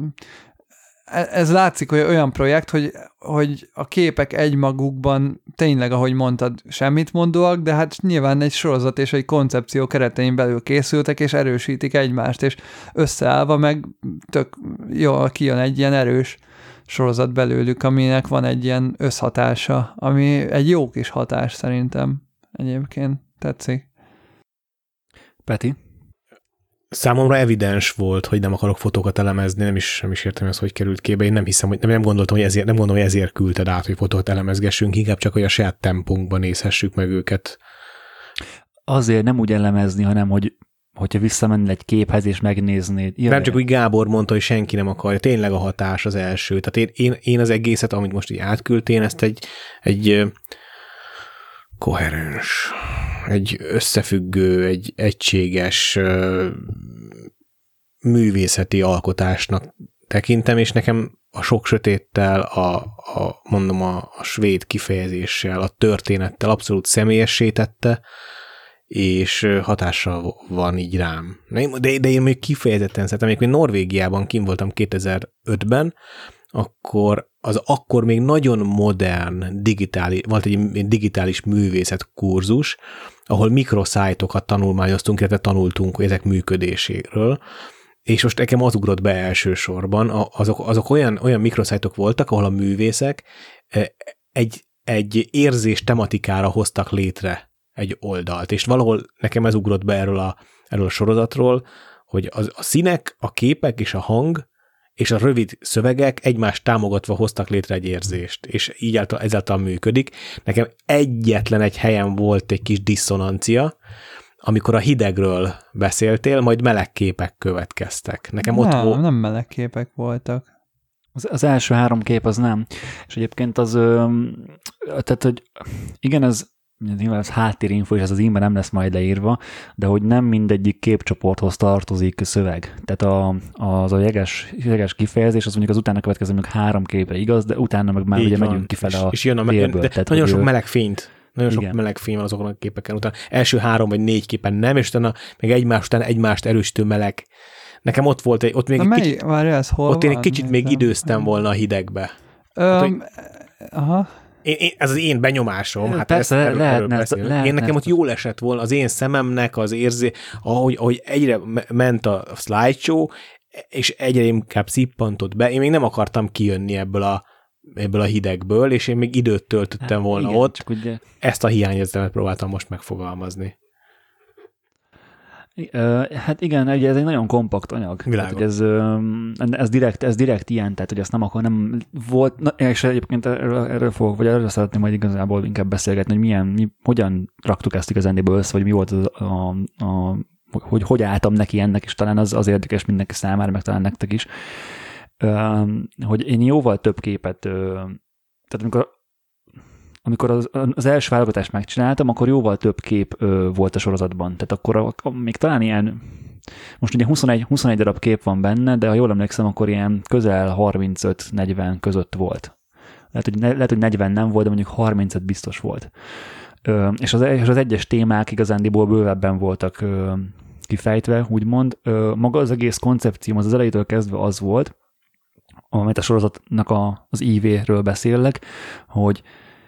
ez látszik, hogy olyan projekt, hogy a képek egymagukban tényleg, ahogy mondtad, semmit mondóak, de hát nyilván egy sorozat és egy koncepció keretein belül készültek, és erősítik egymást, és összeállva meg tök jól kijön egy ilyen erős sorozat belőlük, aminek van egy ilyen összhatása, ami egy jó kis hatás szerintem egyébként. Tetszik. Peti? Számomra evidens volt, hogy nem akarok fotókat elemezni, nem is értem, hogy ez hogy került képbe. Én nem hiszem, hogy nem gondoltam, hogy ezért küldted át, hogy fotókat elemezgessünk, inkább csak, hogy a saját tempónkban nézhessük meg őket. Azért nem úgy elemezni, hanem hogyha visszamennél egy képhez és megnéznéd. Nem csak úgy Gábor mondta, hogy senki nem akarja. Tényleg a hatás az első. Tehát én az egészet, amit most így átküldtél, ezt egy koherens, egy összefüggő, egy egységes művészeti alkotásnak tekintem, és nekem a sok sötéttel, a svéd kifejezéssel, a történettel abszolút személyessé tette, és hatással van így rám. De én még kifejezetten szeretem, még Norvégiában kim voltam 2005-ben, akkor még nagyon modern volt egy digitális művészet kurzus, ahol mikroszájtokat tanulmányoztunk, illetve tanultunk ezek működéséről, és most nekem az ugrott be elsősorban, azok olyan mikroszájtok voltak, ahol a művészek egy érzés tematikára hoztak létre egy oldalt, és valahol nekem ez ugrott be erről a sorozatról, hogy a színek, a képek és a hang és a rövid szövegek egymást támogatva hoztak létre egy érzést, és így ezáltal működik. Nekem egyetlen egy helyen volt egy kis diszonancia, amikor a hidegről beszéltél, majd meleg képek következtek. Nekem nem meleg képek voltak. Az első 3 kép az nem. És egyébként az, tehát, hogy igen, ez háttérinfo, és ez az e-mail nem lesz majd leírva, de hogy nem mindegyik képcsoporthoz tartozik szöveg. Tehát az a jeges kifejezés, az mondjuk az utána következő mondjuk 3 képre igaz, de utána meg már ugye megyünk kifele a térből. Tehát nagyon sok meleg fényt. Nagyon sok meleg fény van azokon a képeken után. Első 3 vagy 4 képen nem, és utána meg egymást erősítő meleg. Nekem ott volt ott még egy kicsit még időztem volna a hidegbe. Aha. Ez az én benyomásom. Hát persze, lehetne. Nekem ott jól esett volna az én szememnek az ahogy egyre ment a slideshow, és egyre inkább szippantott be. Én még nem akartam kijönni ebből a hidegből, és én még időt töltöttem volna igen, ott. Ugye... Ezt a hiányérzetet próbáltam most megfogalmazni. Hát igen, ez egy nagyon kompakt anyag. Tehát, hogy ez direkt ilyen, tehát hogy ezt nem volt, és egyébként erről szeretném majd igazából inkább beszélgetni, hogy hogyan raktuk ezt igazándiból össze, vagy mi volt hogy álltam neki ennek, és talán az érdekes mindenki számára, meg talán nektek is, hogy én jóval több képet, tehát amikor az első válogatást megcsináltam, akkor jóval több kép volt a sorozatban. Tehát akkor még talán ilyen, most ugye 21 darab kép van benne, de ha jól emlékszem, akkor ilyen közel 35-40 között volt. Lehet, hogy 40 nem volt, de mondjuk 35 biztos volt. És az egyes témák igazándiból bővebben voltak kifejtve, úgymond. Maga az egész koncepcióm az elejétől kezdve az volt, amit a sorozatnak az ívéről beszélek, hogy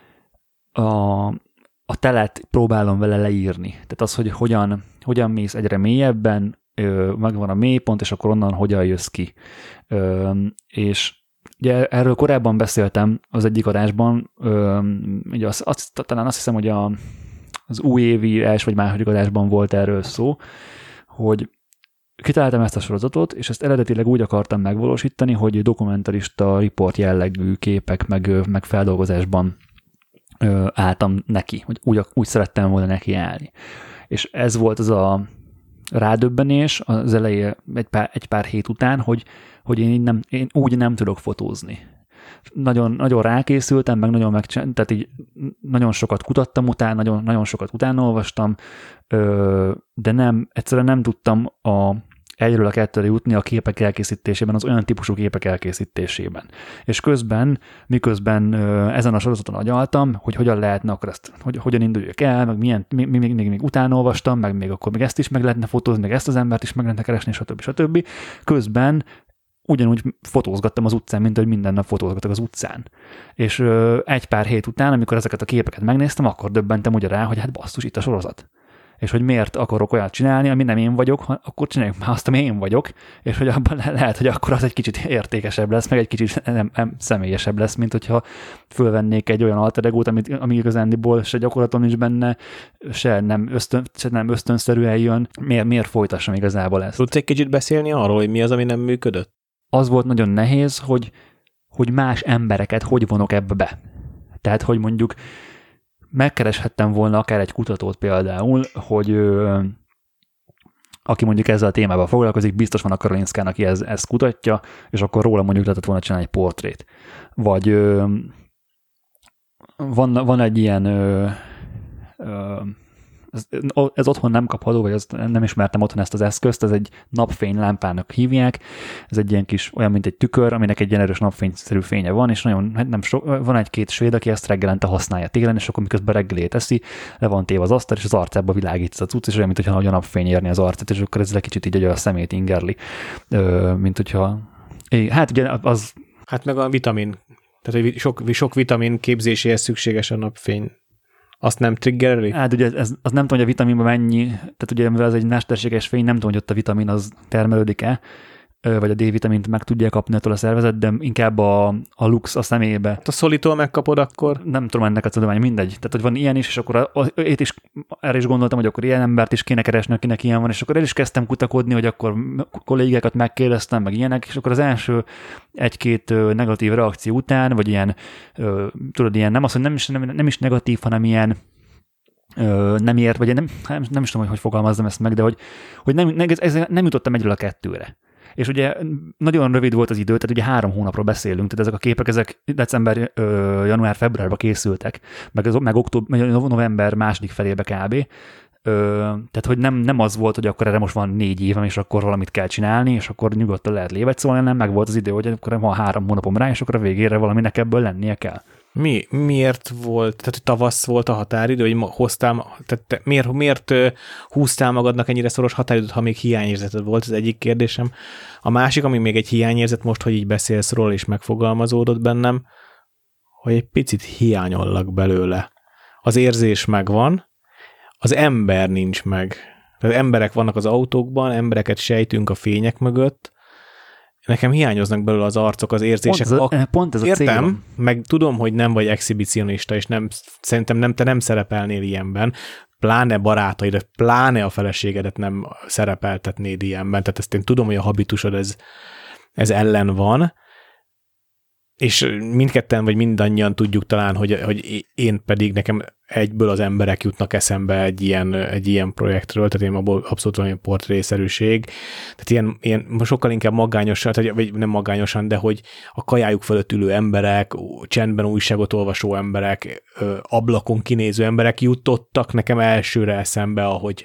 a telet próbálom vele leírni. Tehát az, hogy hogyan mész egyre mélyebben, megvan a mélypont, és akkor onnan hogyan jössz ki. És ugye erről korábban beszéltem az egyik adásban, ugye talán azt hiszem, hogy az újévi első vagy második adásban volt erről szó, hogy kitaláltam ezt a sorozatot, és ezt eredetileg úgy akartam megvalósítani, hogy dokumentarista riport jellegű képek meg feldolgozásban álltam neki, hogy úgy szerettem volna neki állni. És ez volt az a rádöbbenés az elején egy pár hét után, hogy én úgy nem tudok fotózni. Nagyon, nagyon rákészültem, meg tehát így nagyon sokat kutattam utána, nagyon sokat utána olvastam, de egyszerűen nem tudtam egyről a kettőre jutni a képek elkészítésében, az olyan típusú képek elkészítésében. És miközben ezen a sorozaton agyaltam, hogy hogyan lehetne akkor ezt, hogyan induljak el, meg milyen, még utána olvastam, meg még akkor még ezt is meg lehetne fotózni, meg ezt az embert is meg lehetne keresni, stb. Közben ugyanúgy fotózgattam az utcán, mint hogy minden nap fotózgatok az utcán. És egy pár hét után, amikor ezeket a képeket megnéztem, akkor döbbentem ugye rá, hogy hát basszus, itt a sorozat. És hogy miért akarok olyat csinálni, ami nem én vagyok, akkor csináljuk már azt, ami én vagyok, és hogy abban lehet, hogy akkor az egy kicsit értékesebb lesz, meg egy kicsit nem személyesebb lesz, mint hogyha fölvennék egy olyan alter egót, ami igazándiból se gyakorlaton nincs benne, se nem ösztönszerűen jön. Miért folytassam igazából ezt? Tudsz egy kicsit beszélni arról, hogy mi az, ami nem működött? Az volt nagyon nehéz, hogy más embereket hogy vonok ebbe be. Tehát, hogy mondjuk megkereshettem volna akár egy kutatót például, hogy aki mondjuk ezzel a témával foglalkozik, biztos van a Karolinszkán, aki ezt kutatja, és akkor róla mondjuk lehetett volna csinálni egy portrét. Vagy van egy ilyen ez otthon nem kapható, vagy nem ismertem otthon ezt az eszközt, ez egy napfénylámpának hívják, ez egy ilyen kis, olyan, mint egy tükör, aminek egy ilyen erős napfényszerű fénye van, és van egy-két svéd, aki ezt reggelente használja télen, és akkor miközben reggelé teszi, le van téve az asztal, és az arcába világít a cucc, és olyan, mint hogyha a napfény érni az arcát, és akkor ezzel kicsit így a szemét ingerli, mint hogyha... Hát ugye az Hát meg a vitamin, tehát hogy sok vitamin képzéséhez szükséges a napfény. Azt nem triggereli? Hát ugye az nem tudom, hogy a vitaminban mennyi, tehát ugye mivel ez egy mesterséges fény, nem tudom, hogy ott a vitamin az termelődik-e, vagy a D-vitamint meg tudja kapni ettől a szervezet, de inkább a lux a szemébe. A szolitól megkapod akkor? Nem tudom ennek a tudomány, mindegy. Tehát, hogy van ilyen is, és akkor erre is gondoltam, hogy akkor ilyen embert is kéne keresni, akinek ilyen van, és akkor el is kezdtem kutakodni, hogy akkor kollégákat megkérdeztem, meg ilyenek, és akkor az első egy-két negatív reakció után, vagy ilyen, tudod, ilyen nem az, hogy nem is negatív, hanem ilyen nem ért, vagy nem is tudom, hogy fogalmazzam ezt meg, de hogy nem jutottam egyről a kettőre. És ugye nagyon rövid volt az idő, tehát ugye 3 hónapról beszélünk, tehát ezek a képek, ezek december, január, februárban készültek, meg november második felébe kb. Tehát, hogy nem az volt, hogy akkor erre most van 4 évem, és akkor valamit kell csinálni, és akkor nyugodtan lehet lévet szólni, nem meg volt az idő, hogy akkor van 3 hónapom rá, és akkor a végére valaminek ebből lennie kell. Miért volt, tehát tavasz volt a határidő, hogy hoztál, tehát miért húztál magadnak ennyire szoros határidőt, ha még hiányérzeted volt, az egyik kérdésem. A másik, ami még egy hiányérzet most, hogy így beszélsz róla, és megfogalmazódott bennem, hogy egy picit hiányollak belőle. Az érzés megvan, az ember nincs meg. Tehát emberek vannak az autókban, embereket sejtünk a fények mögött, nekem hiányoznak belőle az arcok, az érzések. Pont ez a értem, célom. meg tudom, hogy nem vagy exhibicionista, és szerintem te nem szerepelnél ilyenben, pláne barátaid, pláne a feleségedet nem szerepeltetnéd ilyenben, tehát ezt én tudom, hogy a habitusod ez ellen van, és mindketten, vagy mindannyian tudjuk talán, hogy én pedig nekem egyből az emberek jutnak eszembe egy ilyen projektről, tehát én abszolút valami portrészerűség, tehát ilyen sokkal inkább magányosan, vagy nem magányosan, de hogy a kajájuk fölött ülő emberek, csendben újságot olvasó emberek, ablakon kinéző emberek jutottak nekem elsőre eszembe,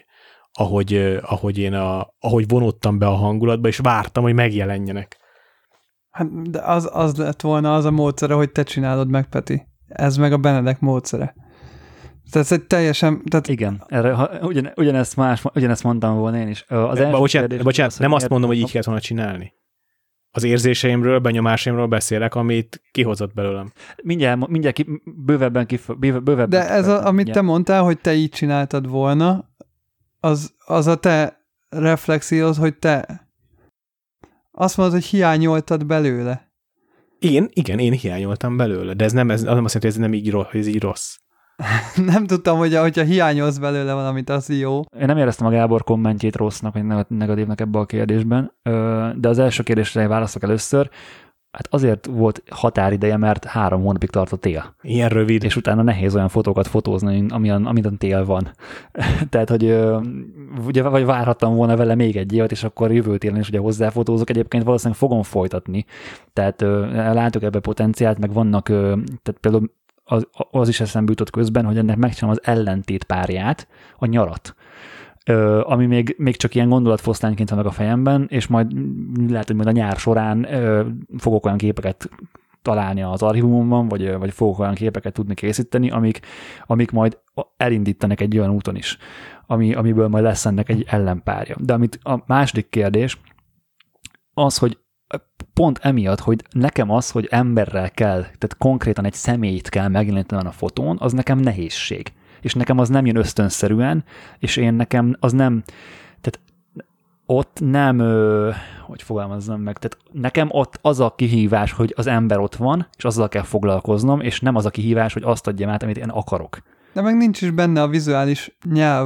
ahogy vonódtam be a hangulatba, és vártam, hogy megjelenjenek. Hát, de az lett volna az a módszere, hogy te csinálod meg, Peti. Ez meg a Benedek módszere. Tehát ez egy teljesen... Tehát... Igen, erre, ugyanezt mondtam volna én is. Bocsánat, nem azt mondom, hogy így kellett volna csinálni. Az érzéseimről, benyomásaimról beszélek, amit kihozott belőlem. Mindjárt bővebben. De ez, amit te mondtál, hogy te így csináltad volna, az a te reflexióz, hogy te azt mondod, hogy hiányoltad belőle. Én hiányoltam belőle, de ez nem azt jelenti, hogy ez nem így rossz. Nem tudtam, hogyha hiányolsz belőle valamit, az jó. Én nem éreztem a Gábor kommentjét rossznak, vagy negatívnak ebbe a kérdésben, de az első kérdésre válaszolok először. Hát azért volt határideje, mert 3 hónapig tart a tél. Ilyen rövid. És utána nehéz olyan fotókat fotózni, amilyen tél van. Tehát, hogy ugye vagy várhattam volna vele még egy évet, és akkor jövő télen is ugye hozzáfotózok. Egyébként valószínűleg fogom folytatni. Tehát látok ebbe potenciált, meg vannak, tehát például az is eszembe jutott közben, hogy ennek megcsinálom az ellentét párját, a nyarat. Ami még csak ilyen gondolatfoszlányként van meg a fejemben, és majd lehet, hogy majd a nyár során fogok olyan képeket találni az archívumomban, vagy fogok olyan képeket tudni készíteni, amik majd elindítanak egy olyan úton is, amiből majd lesz ennek egy ellenpárja. De amit a második kérdés, az, hogy pont emiatt, hogy nekem az, hogy emberrel kell, tehát konkrétan egy személyt kell megjelenítenem a fotón, az nekem nehézség. És nekem az nem jön ösztönszerűen, és nekem az nem, tehát ott nem, hogy fogalmazzam meg, tehát nekem ott az a kihívás, hogy az ember ott van, és azzal kell foglalkoznom, és nem az a kihívás, hogy azt adjam át, amit én akarok. De meg nincs is benne a vizuális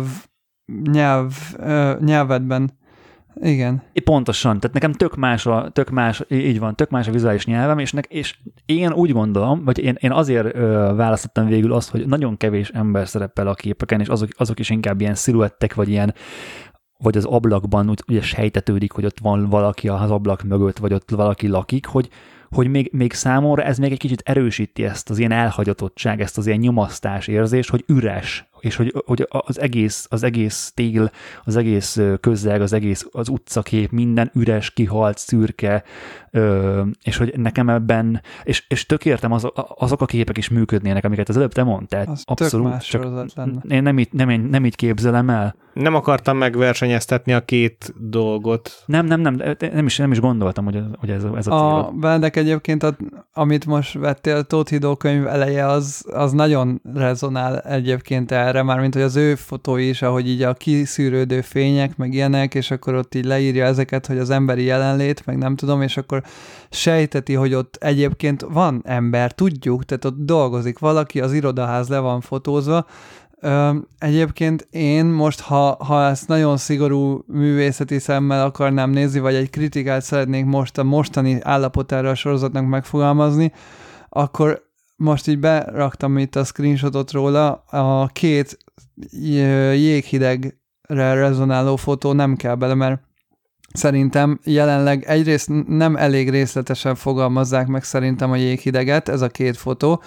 nyelvedben. Igen. Pontosan, tehát nekem tök más, így van, tök más a vizuális nyelvem, és én úgy gondolom, vagy én azért választottam végül azt, hogy nagyon kevés ember szerepel a képeken, és azok is inkább ilyen sziluettek, vagy ilyen, vagy az ablakban ugye sejtetődik, hogy ott van valaki az ablak mögött, vagy ott valaki lakik, hogy még számomra ez még egy kicsit erősíti ezt az ilyen elhagyatottság, ezt az ilyen nyomasztás érzést, hogy üres, és hogy az egész tél, az egész közeg, az utcakép, minden üres, kihalt, szürke, és hogy nekem ebben, és tök értem, azok a képek is működnének, amiket az előbb te mondtál. Az abszolút, tök más sorozat lenne. Én nem így képzelem el. Nem akartam megversenyeztetni a két dolgot. Nem is gondoltam, hogy ez a cél. A Benedek egyébként, amit most vettél, Tóth Hidó könyv eleje, az nagyon rezonál egyébként erre, mármint, hogy az ő fotói is, ahogy így a kiszűrődő fények, meg ilyenek, és akkor ott így leírja ezeket, hogy az emberi jelenlét, meg nem tudom, és akkor sejteti, hogy ott egyébként van ember, tudjuk, tehát ott dolgozik valaki, az irodaház le van fotózva. Egyébként én most, ha ezt nagyon szigorú művészeti szemmel akarnám nézni, vagy egy kritikát szeretnék most a mostani állapotára a sorozatnak megfogalmazni, akkor most így beraktam itt a screenshotot róla, a két jéghidegre rezonáló fotó nem kell bele, mert szerintem jelenleg egyrészt nem elég részletesen fogalmazzák meg szerintem a jéghideget, ez a két fotó.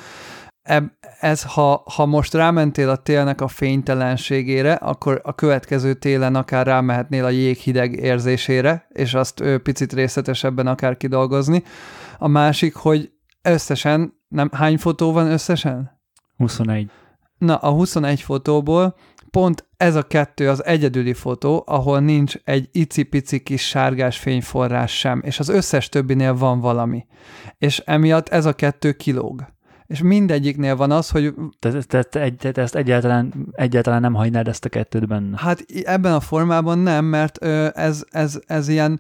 Ez, ha most rámentél a télnek a fénytelenségére, akkor a következő télen akár rámehetnél a jéghideg érzésére, és azt picit részletesebben akár kidolgozni. A másik, hogy összesen, hány fotó van összesen? 21. Na, a 21 fotóból pont ez a kettő az egyedüli fotó, ahol nincs egy icipici kis sárgás fényforrás sem, és az összes többinél van valami. És emiatt ez a kettő kilóg. És mindegyiknél van az, hogy... Te ezt egyáltalán nem hagynád ezt a kettőt benne? Hát ebben a formában nem, mert ez ilyen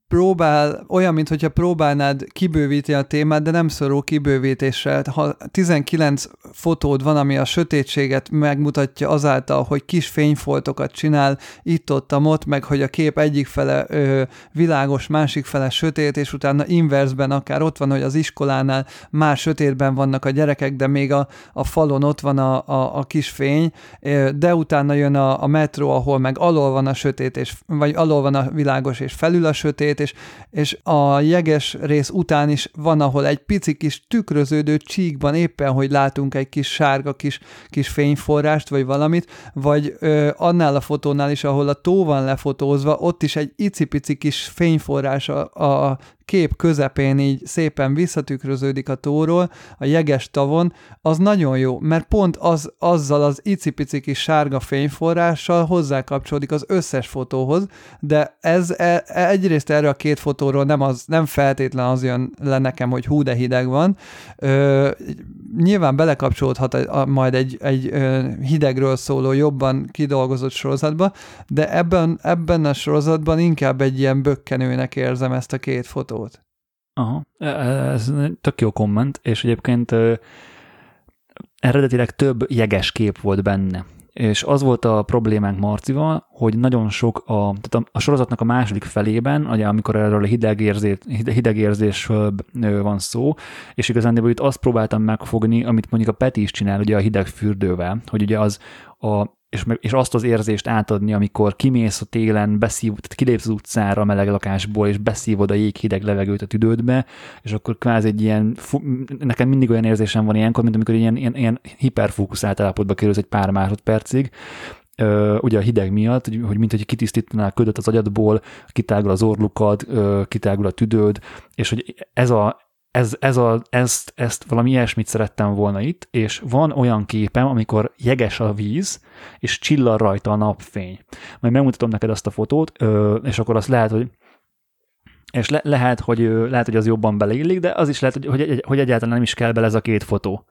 olyan, mintha próbálnád kibővíteni a témát, de nem szorul kibővítésre. Ha 19 fotód van, ami a sötétséget megmutatja azáltal, hogy kis fényfoltokat csinál itt-ott, meg hogy a kép egyik fele világos, másik fele sötét, és utána inverzben akár ott van, hogy az iskolánál már sötétben vannak a gyerekek, de még a falon ott van a kis fény, de utána jön a metró, ahol meg alól van a sötét, vagy alól van a világos, és felül a sötét, és a jeges rész után is van, ahol egy pici kis tükröződő csíkban éppen, hogy látunk egy kis sárga kis fényforrást, vagy valamit, vagy annál a fotónál is, ahol a tó van lefotózva, ott is egy icipici kis fényforrás a kép közepén így szépen visszatükröződik a tóról, a jeges tavon, az nagyon jó, mert pont azzal az icipici kis sárga fényforrással hozzákapcsolódik az összes fotóhoz, de ez egyrészt erre a két fotóról nem feltétlen az jön le nekem, hogy hú, de hideg van. Nyilván belekapcsolódhat majd egy hidegről szóló, jobban kidolgozott sorozatba, de ebben a sorozatban inkább egy ilyen bökkenőnek érzem ezt a két fotót. Aha, ez tök jó komment, és egyébként eredetileg több jeges kép volt benne. És az volt a problémánk Marcival, hogy nagyon sok tehát a sorozatnak a második felében, ugye, amikor erről a hidegérzésről van szó, és igazán itt azt próbáltam megfogni, amit mondjuk a Peti is csinál ugye a hidegfürdővel, hogy ugye az és azt az érzést átadni, amikor kimész a télen, tehát kilépsz az utcára a meleg lakásból, és beszívod a jéghideg levegőt a tüdődbe, és akkor kvázi egy ilyen, nekem mindig olyan érzésem van ilyenkor, mint amikor ilyen hiperfókuszált állapotba kerülsz egy pár másodpercig, ugye a hideg miatt, hogy mint hogy kitisztítanál ködöt az agyadból, kitágul az orrlukad, kitágul a tüdőd, és hogy ezt valami ilyesmit szerettem volna itt, és van olyan képem, amikor jeges a víz, és csillan rajta a napfény. Majd megmutatom neked azt a fotót, és akkor azt lehet, hogy lehet, hogy az jobban beleillik, de az is lehet, hogy egyáltalán nem is kell bele ez a két fotó.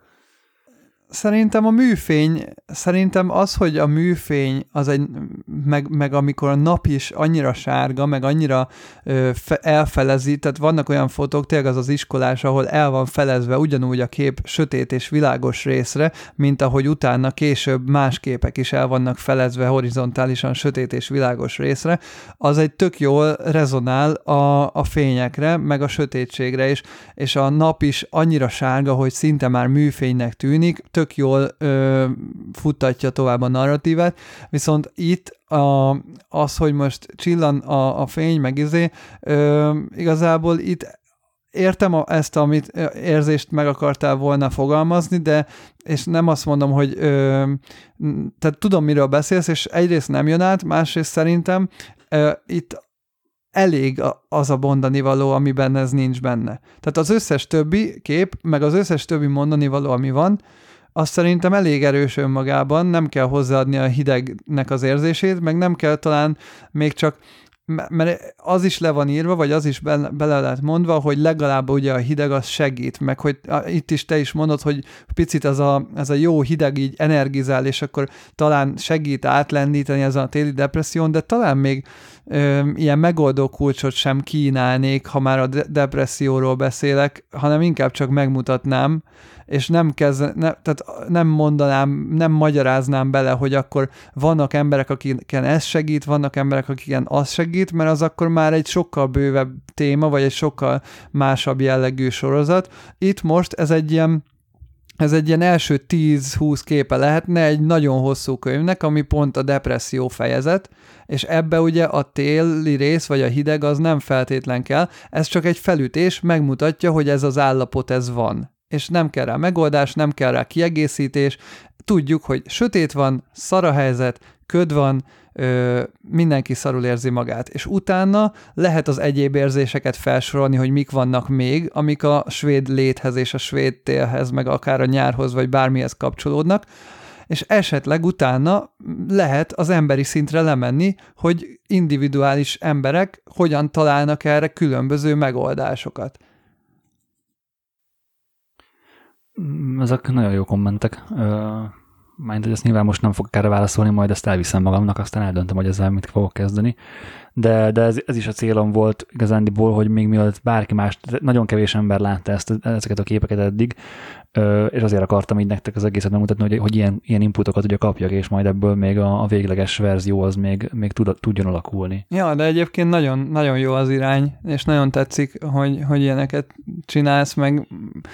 Szerintem az, hogy a műfény az meg amikor a nap is annyira sárga, meg annyira elfelezi, tehát vannak olyan fotók, tényleg az iskolás, ahol el van felezve ugyanúgy a kép sötét és világos részre, mint ahogy utána később más képek is el vannak felezve horizontálisan sötét és világos részre, az egy tök jól rezonál a fényekre, meg a sötétségre is, és a nap is annyira sárga, hogy szinte már műfénynek tűnik, tök jól futtatja tovább a narratívát, viszont itt az, hogy most csillan a fény, meg igazából itt értem ezt, amit érzést meg akartál volna fogalmazni, de és nem azt mondom, hogy tehát tudom, miről beszélsz, és egyrészt nem jön át, másrészt szerintem itt elég az a mondani való, amiben ez nincs benne. Tehát az összes többi kép, meg az összes többi mondani való, ami van, azt szerintem elég erős önmagában, nem kell hozzáadni a hidegnek az érzését, meg nem kell talán még csak, mert az is le van írva, vagy az is bele lett mondva, hogy legalább ugye a hideg az segít, meg hogy itt is te is mondod, hogy picit ez a jó hideg így energizál, és akkor talán segít átlendíteni ezen a téli depresszión, de talán még ilyen megoldó kulcsot sem kínálnék, ha már a depresszióról beszélek, hanem inkább csak megmutatnám, és tehát nem mondanám, nem magyaráznám bele, hogy akkor vannak emberek, akiken ez segít, vannak emberek, akiken az segít, mert az akkor már egy sokkal bővebb téma, vagy egy sokkal másabb jellegű sorozat. Itt most ez egy ilyen első 10-20 képe lehetne egy nagyon hosszú könyvnek, ami pont a depresszió fejezet, és ebbe ugye a téli rész, vagy a hideg az nem feltétlen kell, ez csak egy felütés, megmutatja, hogy ez az állapot, ez van. És nem kell rá megoldás, nem kell rá kiegészítés, tudjuk, hogy sötét van, szar a helyzet, köd van, mindenki szarul érzi magát, és utána lehet az egyéb érzéseket felsorolni, hogy mik vannak még, amik a svéd léthez és a svéd télhez, meg akár a nyárhoz, vagy bármihez kapcsolódnak, és esetleg utána lehet az emberi szintre lemenni, hogy individuális emberek hogyan találnak erre különböző megoldásokat. Ezek nagyon jó kommentek. Majd ezt nyilván most nem fogok erre válaszolni, majd ezt elviszem magamnak, aztán eldöntöm, hogy ezzel mit fogok kezdeni. De ez is a célom volt igazándiból, hogy még mielőtt bárki más, nagyon kevés ember látta ezeket a képeket eddig, és azért akartam így nektek az egészet megmutatni, hogy ilyen inputokat ugye kapjak, és majd ebből még a végleges verzió az még tudjon alakulni. Ja, de egyébként nagyon, nagyon jó az irány, és nagyon tetszik, hogy ilyeneket csinálsz, meg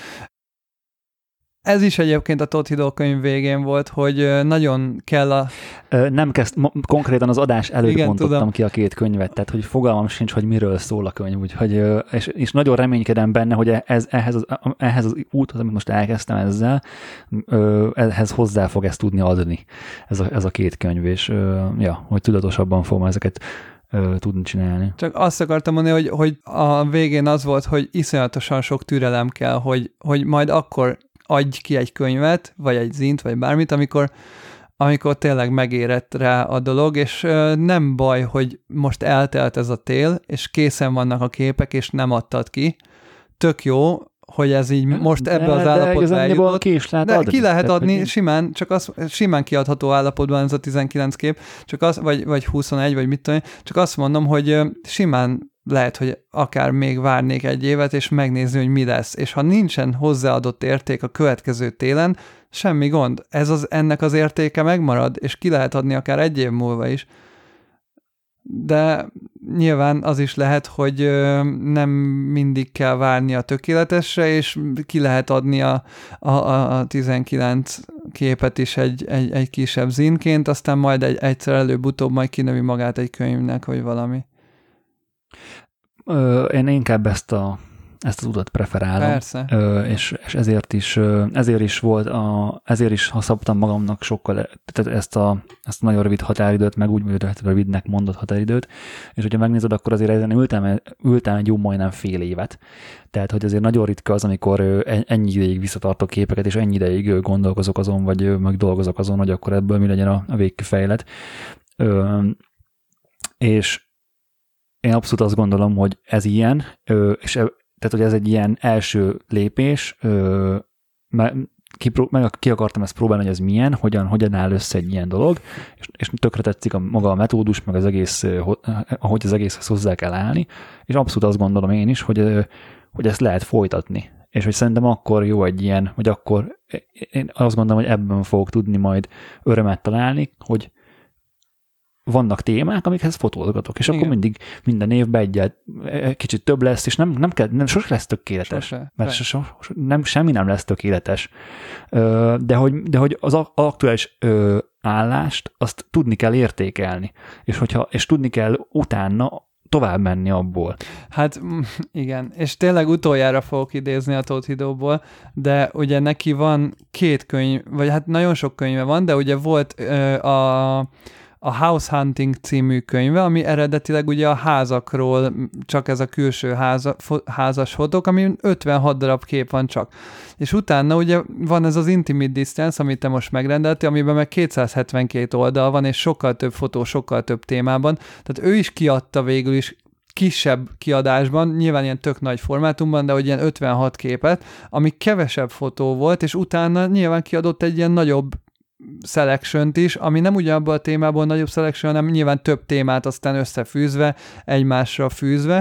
ez is egyébként a Todd Hiddle könyv végén volt, hogy nagyon kell Nem konkrétan az adás előtt igen, bontottam tudom. ki a két könyvet, tehát hogy fogalmam sincs, hogy miről szól a könyv, úgyhogy, és nagyon reménykedem benne, hogy ehhez az úthoz, amit most elkezdtem ezzel, ehhez hozzá fog ezt tudni adni ez a két könyv, és hogy tudatosabban fogom ezeket tudni csinálni. Csak azt akartam mondani, hogy a végén az volt, hogy iszonyatosan sok türelem kell, hogy majd akkor adj ki egy könyvet, vagy egy zint, vagy bármit, amikor tényleg megérett rá a dolog, és nem baj, hogy most eltelt ez a tél, és készen vannak a képek, és nem adtad ki. Tök jó, hogy ez így most ebbe az állapotba eljutott. Ki lehet adni, simán kiadható állapotban ez a 19 kép, csak az, vagy 21, vagy mit tudom, csak azt mondom, hogy simán lehet, hogy akár még várnék egy évet, és megnézni, hogy mi lesz. És ha nincsen hozzáadott érték a következő télen, semmi gond. Ennek az értéke megmarad, és ki lehet adni akár egy év múlva is. De nyilván az is lehet, hogy nem mindig kell várni a tökéletesre, és ki lehet adni a 19 képet is egy kisebb zinként, aztán majd egyszer előbb-utóbb majd kinövi magát egy könyvnek, vagy valami. Én inkább ezt az utat preferálom. Persze. És ezért is szabtam magamnak sokkal, tehát ezt a nagyon rövid határidőt, meg úgy rövidnek mondott határidőt, és hogyha megnézed, akkor azért ezen ültem egy jó majdnem fél évet. Tehát, hogy azért nagyon ritka az, amikor ennyi ideig visszatartok képeket, és ennyi ideig gondolkozok azon, vagy meg dolgozok azon, hogy akkor ebből mi legyen a végkifejlet. És én abszolút azt gondolom, hogy ez ilyen, és tehát, hogy ez egy ilyen első lépés, ki akartam ezt próbálni, hogy ez milyen, hogyan áll össze egy ilyen dolog, és tökre tetszik maga a metódus, meg az egész, ahogy az egészhez hozzá kell állni, és abszolút azt gondolom én is, hogy ezt lehet folytatni. És hogy szerintem akkor jó egy ilyen, vagy akkor én azt gondolom, hogy ebben fogok tudni majd örömet találni, hogy vannak témák, amikhez fotózgatok, és igen. Akkor mindig minden évben egy kicsit több lesz, és sose lesz tökéletes. Semmi nem lesz tökéletes. De hogy az aktuális állást, azt tudni kell értékelni, és tudni kell utána tovább menni abból. Hát igen, és tényleg utoljára fogok idézni a Todd Hiddle-ból, de ugye neki van 2 könyv, vagy hát nagyon sok könyve van, de ugye volt a House Hunting című könyve, ami eredetileg ugye a házakról, csak ez a külső házas fotók, ami 56 darab kép van csak. És utána ugye van ez az Intimate Distance, amit te most megrendeltél, amiben meg 272 oldal van, és sokkal több fotó, sokkal több témában. Tehát ő is kiadta végül is kisebb kiadásban, nyilván ilyen tök nagy formátumban, de hogy ilyen 56 képet, ami kevesebb fotó volt, és utána nyilván kiadott egy ilyen nagyobb selection-t is, ami nem ugyanabban a témában nagyobb selection, hanem nyilván több témát aztán összefűzve, egymásra fűzve.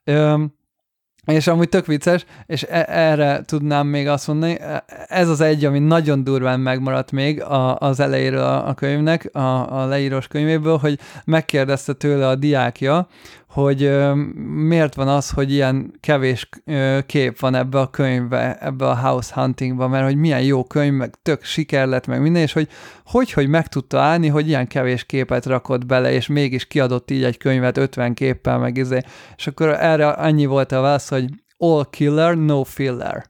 És amúgy tök vicces, és erre tudnám még azt mondani, ez az egy, ami nagyon durván megmaradt még az elejéről a könyvnek, a leírós könyvéből, hogy megkérdezte tőle a diákja, hogy miért van az, hogy ilyen kevés kép van ebbe a könyvbe, ebbe a House Huntingba, mert hogy milyen jó könyv, meg tök siker lett, meg minden, és hogy meg tudta állni, hogy ilyen kevés képet rakott bele, és mégis kiadott így egy könyvet 50 képpel, meg és akkor erre annyi volt a válasz, hogy all killer, no filler.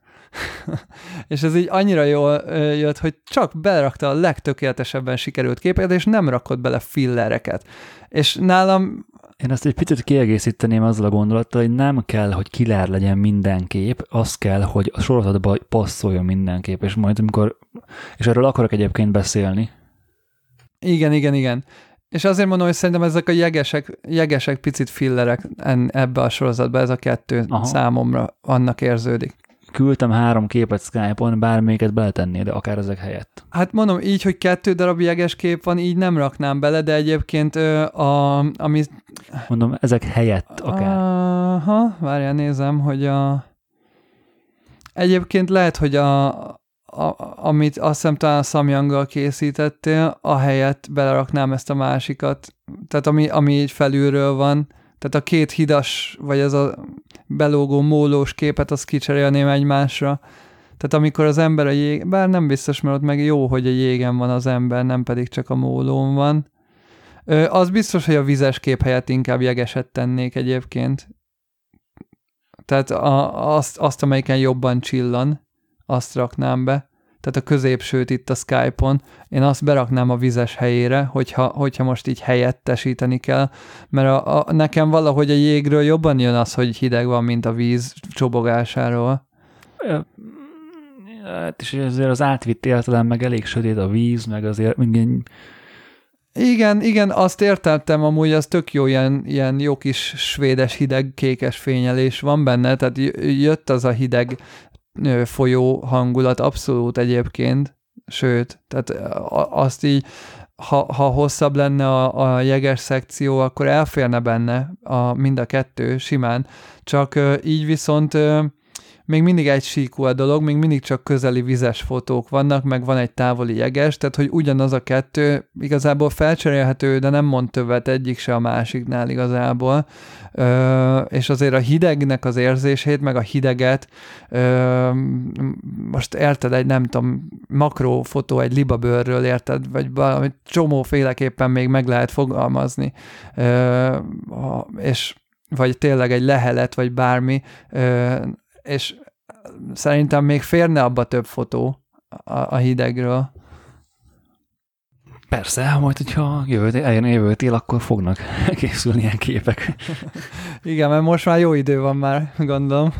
És ez így annyira jól jött, hogy csak belerakta a legtökéletesebben sikerült képet, és nem rakott bele fillereket. És nálam én ezt egy picit kiegészíteném azzal a gondolattal, hogy nem kell, hogy killer legyen minden kép, az kell, hogy a sorozatba passzoljon minden kép, és majd amikor, és erről akarok egyébként beszélni. Igen. És azért mondom, hogy szerintem ezek a jegesek picit fillerek ebbe a sorozatba, ez a kettő számomra annak érződik. Küldtem 3 képet Skype-on, bármelyiket beletennéd, akár ezek helyett. Hát mondom, így, hogy 2 darab jeges kép van, így nem raknám bele, de egyébként ami... Mondom, ezek helyett akár. Aha, várjál, nézem, hogy egyébként lehet, hogy amit azt hiszem talán a Samyanggal készítettél, ahelyett beleraknám ezt a másikat, tehát ami így felülről van, tehát a 2 hidas, vagy ez a belógó mólós képet, azt kicserélném egymásra. Tehát amikor az ember a jég, bár nem biztos, mert ott meg jó, hogy a jégen van az ember, nem pedig csak a mólón van. Az biztos, hogy a vizes kép helyett inkább jegeset tennék egyébként. Tehát azt, amelyiken jobban csillan, azt raknám be. Tehát a középsőt itt a Skype-on, én azt beraknám a vizes helyére, hogyha most így helyettesíteni kell, mert nekem valahogy a jégről jobban jön az, hogy hideg van, mint a víz csobogásáról. Hát és azért az átvitt értelem, meg elég sötét a víz, meg azért Igen, azt értettem amúgy, az tök jó, ilyen jó kis svédes hideg kékes fényelés van benne, tehát jött az a hideg folyó hangulat abszolút egyébként, sőt, tehát azt így, ha hosszabb lenne a jeges szekció, akkor elférne benne mind a kettő simán, csak így viszont még mindig egy síkú a dolog, még mindig csak közeli vizes fotók vannak, meg van egy távoli jeges, tehát hogy ugyanaz a kettő igazából felcserélhető, de nem mond többet egyik se a másiknál igazából. És azért a hidegnek az érzését, meg a hideget most érted egy, nem tudom, makrófotó egy libabőrről, érted, vagy valami csomóféleképpen még meg lehet fogalmazni. És vagy tényleg egy lehelet, vagy bármi, és szerintem még férne abba több fotó a hidegről. Persze, majd, hogyha eljön jövő tél, akkor fognak készülni ilyen képek. Igen, mert most már jó idő van már, gondolom.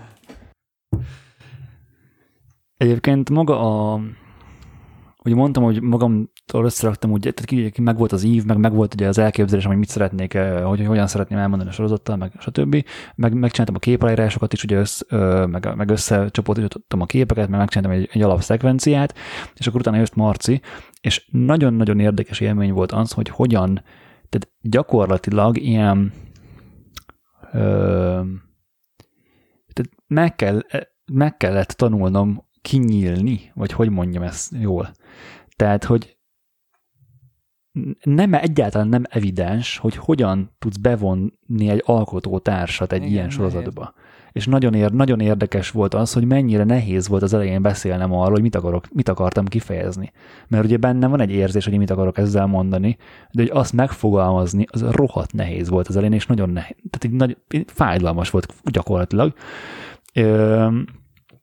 Egyébként maga ugye mondtam, hogy magamtól összeraktam, úgy, tehát meg volt az ív, meg volt ugye az elképzelés, hogy mit szeretnék, hogyan szeretném elmondani a sorozattal, meg stb. Megcsináltam a képaláírásokat is, ugye meg összecsoportosítottam a képeket, meg megcsináltam egy alapszekvenciát, és akkor utána jött Marci, és nagyon-nagyon érdekes élmény volt az, hogy hogyan, tehát gyakorlatilag ilyen tehát meg kellett tanulnom kinyílni, vagy hogy mondjam ezt jól. Tehát, hogy egyáltalán nem evidens, hogy hogyan tudsz bevonni egy alkotótársat egy ilyen sorozatba. És nagyon érdekes volt az, hogy mennyire nehéz volt az elején beszélnem arról, hogy mit akartam kifejezni. Mert ugye bennem van egy érzés, hogy mit akarok ezzel mondani, de hogy azt megfogalmazni, az rohadt nehéz volt az elején, és nagyon nehéz. Tehát fájdalmas volt gyakorlatilag.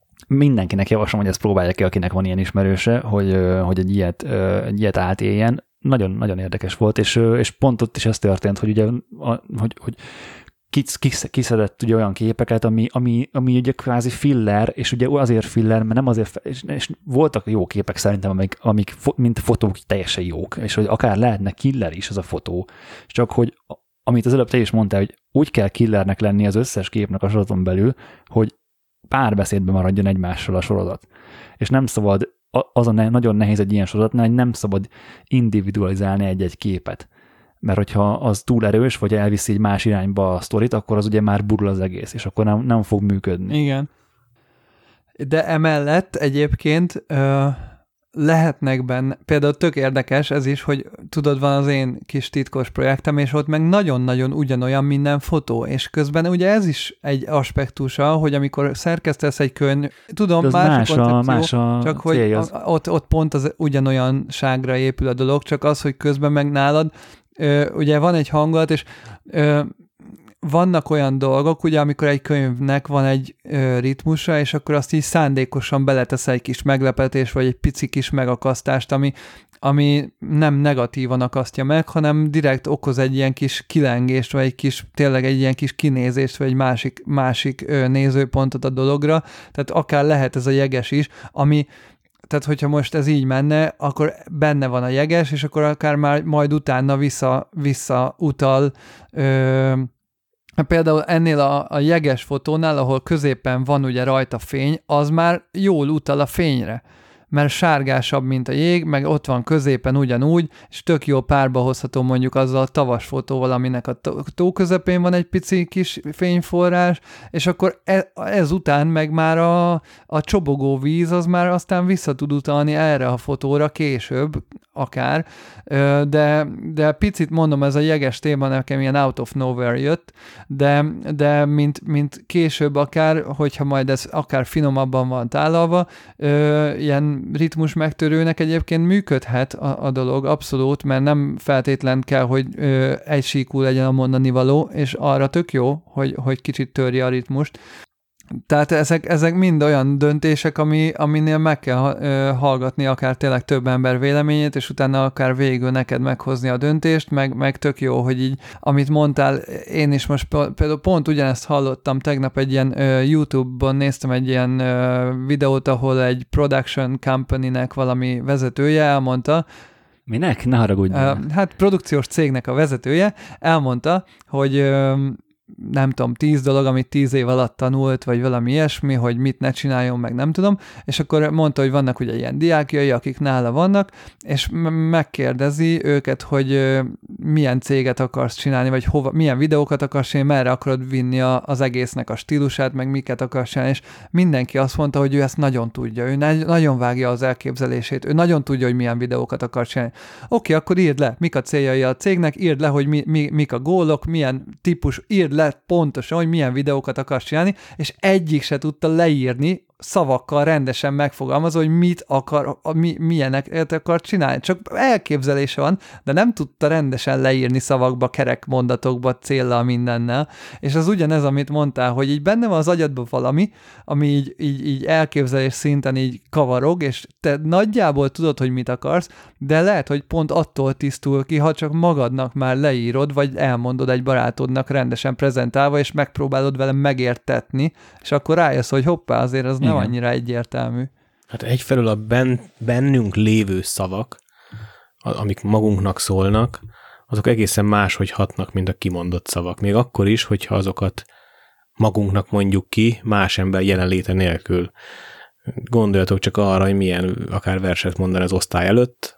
Mindenkinek javaslom, hogy ezt próbálja ki, akinek van ilyen ismerőse, hogy egy ilyet átéljen. nagyon érdekes volt, és pont ott is ez történt, hogy ugye, hogy kiszedett ugye olyan képeket, ami ugye kvázi filler, és ugye azért filler, mert nem azért, és voltak jó képek szerintem, amik mint fotók teljesen jók, és hogy akár lehetne killer is az a fotó, csak hogy amit az előbb te is mondtál, hogy úgy kell killernek lenni az összes képnek a sorozaton belül, hogy párbeszédben maradjon egymással a sorozat. És nem szabad, nagyon nehéz egy ilyen sorozatnál, hogy nem szabad individualizálni egy-egy képet. Mert hogyha az túl erős, vagy elviszi egy más irányba a sztorit, akkor az ugye már burul az egész, és akkor nem fog működni. Igen. De emellett egyébként lehetnek benne, például tök érdekes ez is, hogy tudod, van az én kis titkos projektem, és ott meg nagyon-nagyon ugyanolyan minden fotó, és közben ugye ez is egy aspektusa, hogy amikor szerkesztesz egy könyv, tudom, más a csak hogy ott pont az ugyanolyanságra épül a dolog, csak az, hogy közben meg nálad ugye van egy hangulat, és vannak olyan dolgok, ugye, amikor egy könyvnek van egy ritmusa, és akkor azt így szándékosan beletesz egy kis meglepetés, vagy egy pici kis megakasztást, ami nem negatívan akasztja meg, hanem direkt okoz egy ilyen kis kilengést, vagy tényleg egy ilyen kis kinézést, vagy egy másik nézőpontot a dologra. Tehát akár lehet ez a jeges is, tehát, hogyha most ez így menne, akkor benne van a jeges, és akkor akár már majd utána visszautal. Például ennél a jeges fotónál, ahol középen van ugye rajta fény, az már jól utal a fényre, mert sárgásabb, mint a jég, meg ott van középen ugyanúgy, és tök jó párba hozható mondjuk azzal a tavas fotóval, aminek a tó közepén van egy pici kis fényforrás, és akkor ezután meg már a csobogó víz, az már aztán vissza tud utalni erre a fotóra később, akár, de picit mondom, ez a jeges téma nekem ilyen out of nowhere jött, de mint később akár, hogyha majd ez akár finomabban van tálalva, ilyen ritmus megtörőnek egyébként működhet a dolog, abszolút, mert nem feltétlen kell, hogy egysíkú legyen a mondani való, és arra tök jó, hogy kicsit törje a ritmust. Tehát ezek mind olyan döntések, aminél meg kell hallgatni akár tényleg több ember véleményét, és utána akár végül neked meghozni a döntést, meg tök jó, hogy így, amit mondtál, én is most például pont ugyanezt hallottam tegnap egy ilyen YouTube-on néztem egy ilyen videót, ahol egy production company-nek valami vezetője elmondta, minek? Ne haragudj. Hát produkciós cégnek a vezetője elmondta, hogy nem tudom, 10 dolog, amit 10 év alatt tanult, vagy valami ilyesmi, hogy mit ne csináljon, meg nem tudom, és akkor mondta, hogy vannak ugye ilyen diákjai, akik nála vannak, és megkérdezi őket, hogy milyen céget akarsz csinálni, vagy milyen videókat akarsz csinálni, merre akarod vinni az egésznek a stílusát, meg miket akarsz csinálni, és mindenki azt mondta, hogy ő ezt nagyon tudja, ő nagyon vágja az elképzelését, ő nagyon tudja, hogy milyen videókat akarsz csinálni. Oké, akkor írd le, mik a céljai a cégnek, írd le, hogy mik a gólok, milyen típus, írd le pontosan, hogy milyen videókat akarsz csinálni, és egyik se tudta leírni, szavakkal rendesen megfogalmazva, hogy milyeneket akar csinálni. Csak elképzelése van, de nem tudta rendesen leírni szavakba, kerek mondatokba, céllal, mindennel. És az ugyanez, amit mondtál, hogy így benne van az agyadban valami, ami így elképzelés szinten így kavarog, és te nagyjából tudod, hogy mit akarsz, de lehet, hogy pont attól tisztul ki, ha csak magadnak már leírod, vagy elmondod egy barátodnak rendesen prezentálva, és megpróbálod vele megértetni, és akkor rájössz, hogy hoppá, azért az nem annyira egyértelmű. Hát egyfelől a bennünk lévő szavak, amik magunknak szólnak, azok egészen máshogy hatnak, mint a kimondott szavak. Még akkor is, hogyha azokat magunknak mondjuk ki, más ember jelenléte nélkül. Gondoljatok csak arra, hogy milyen akár verset mondani az osztály előtt,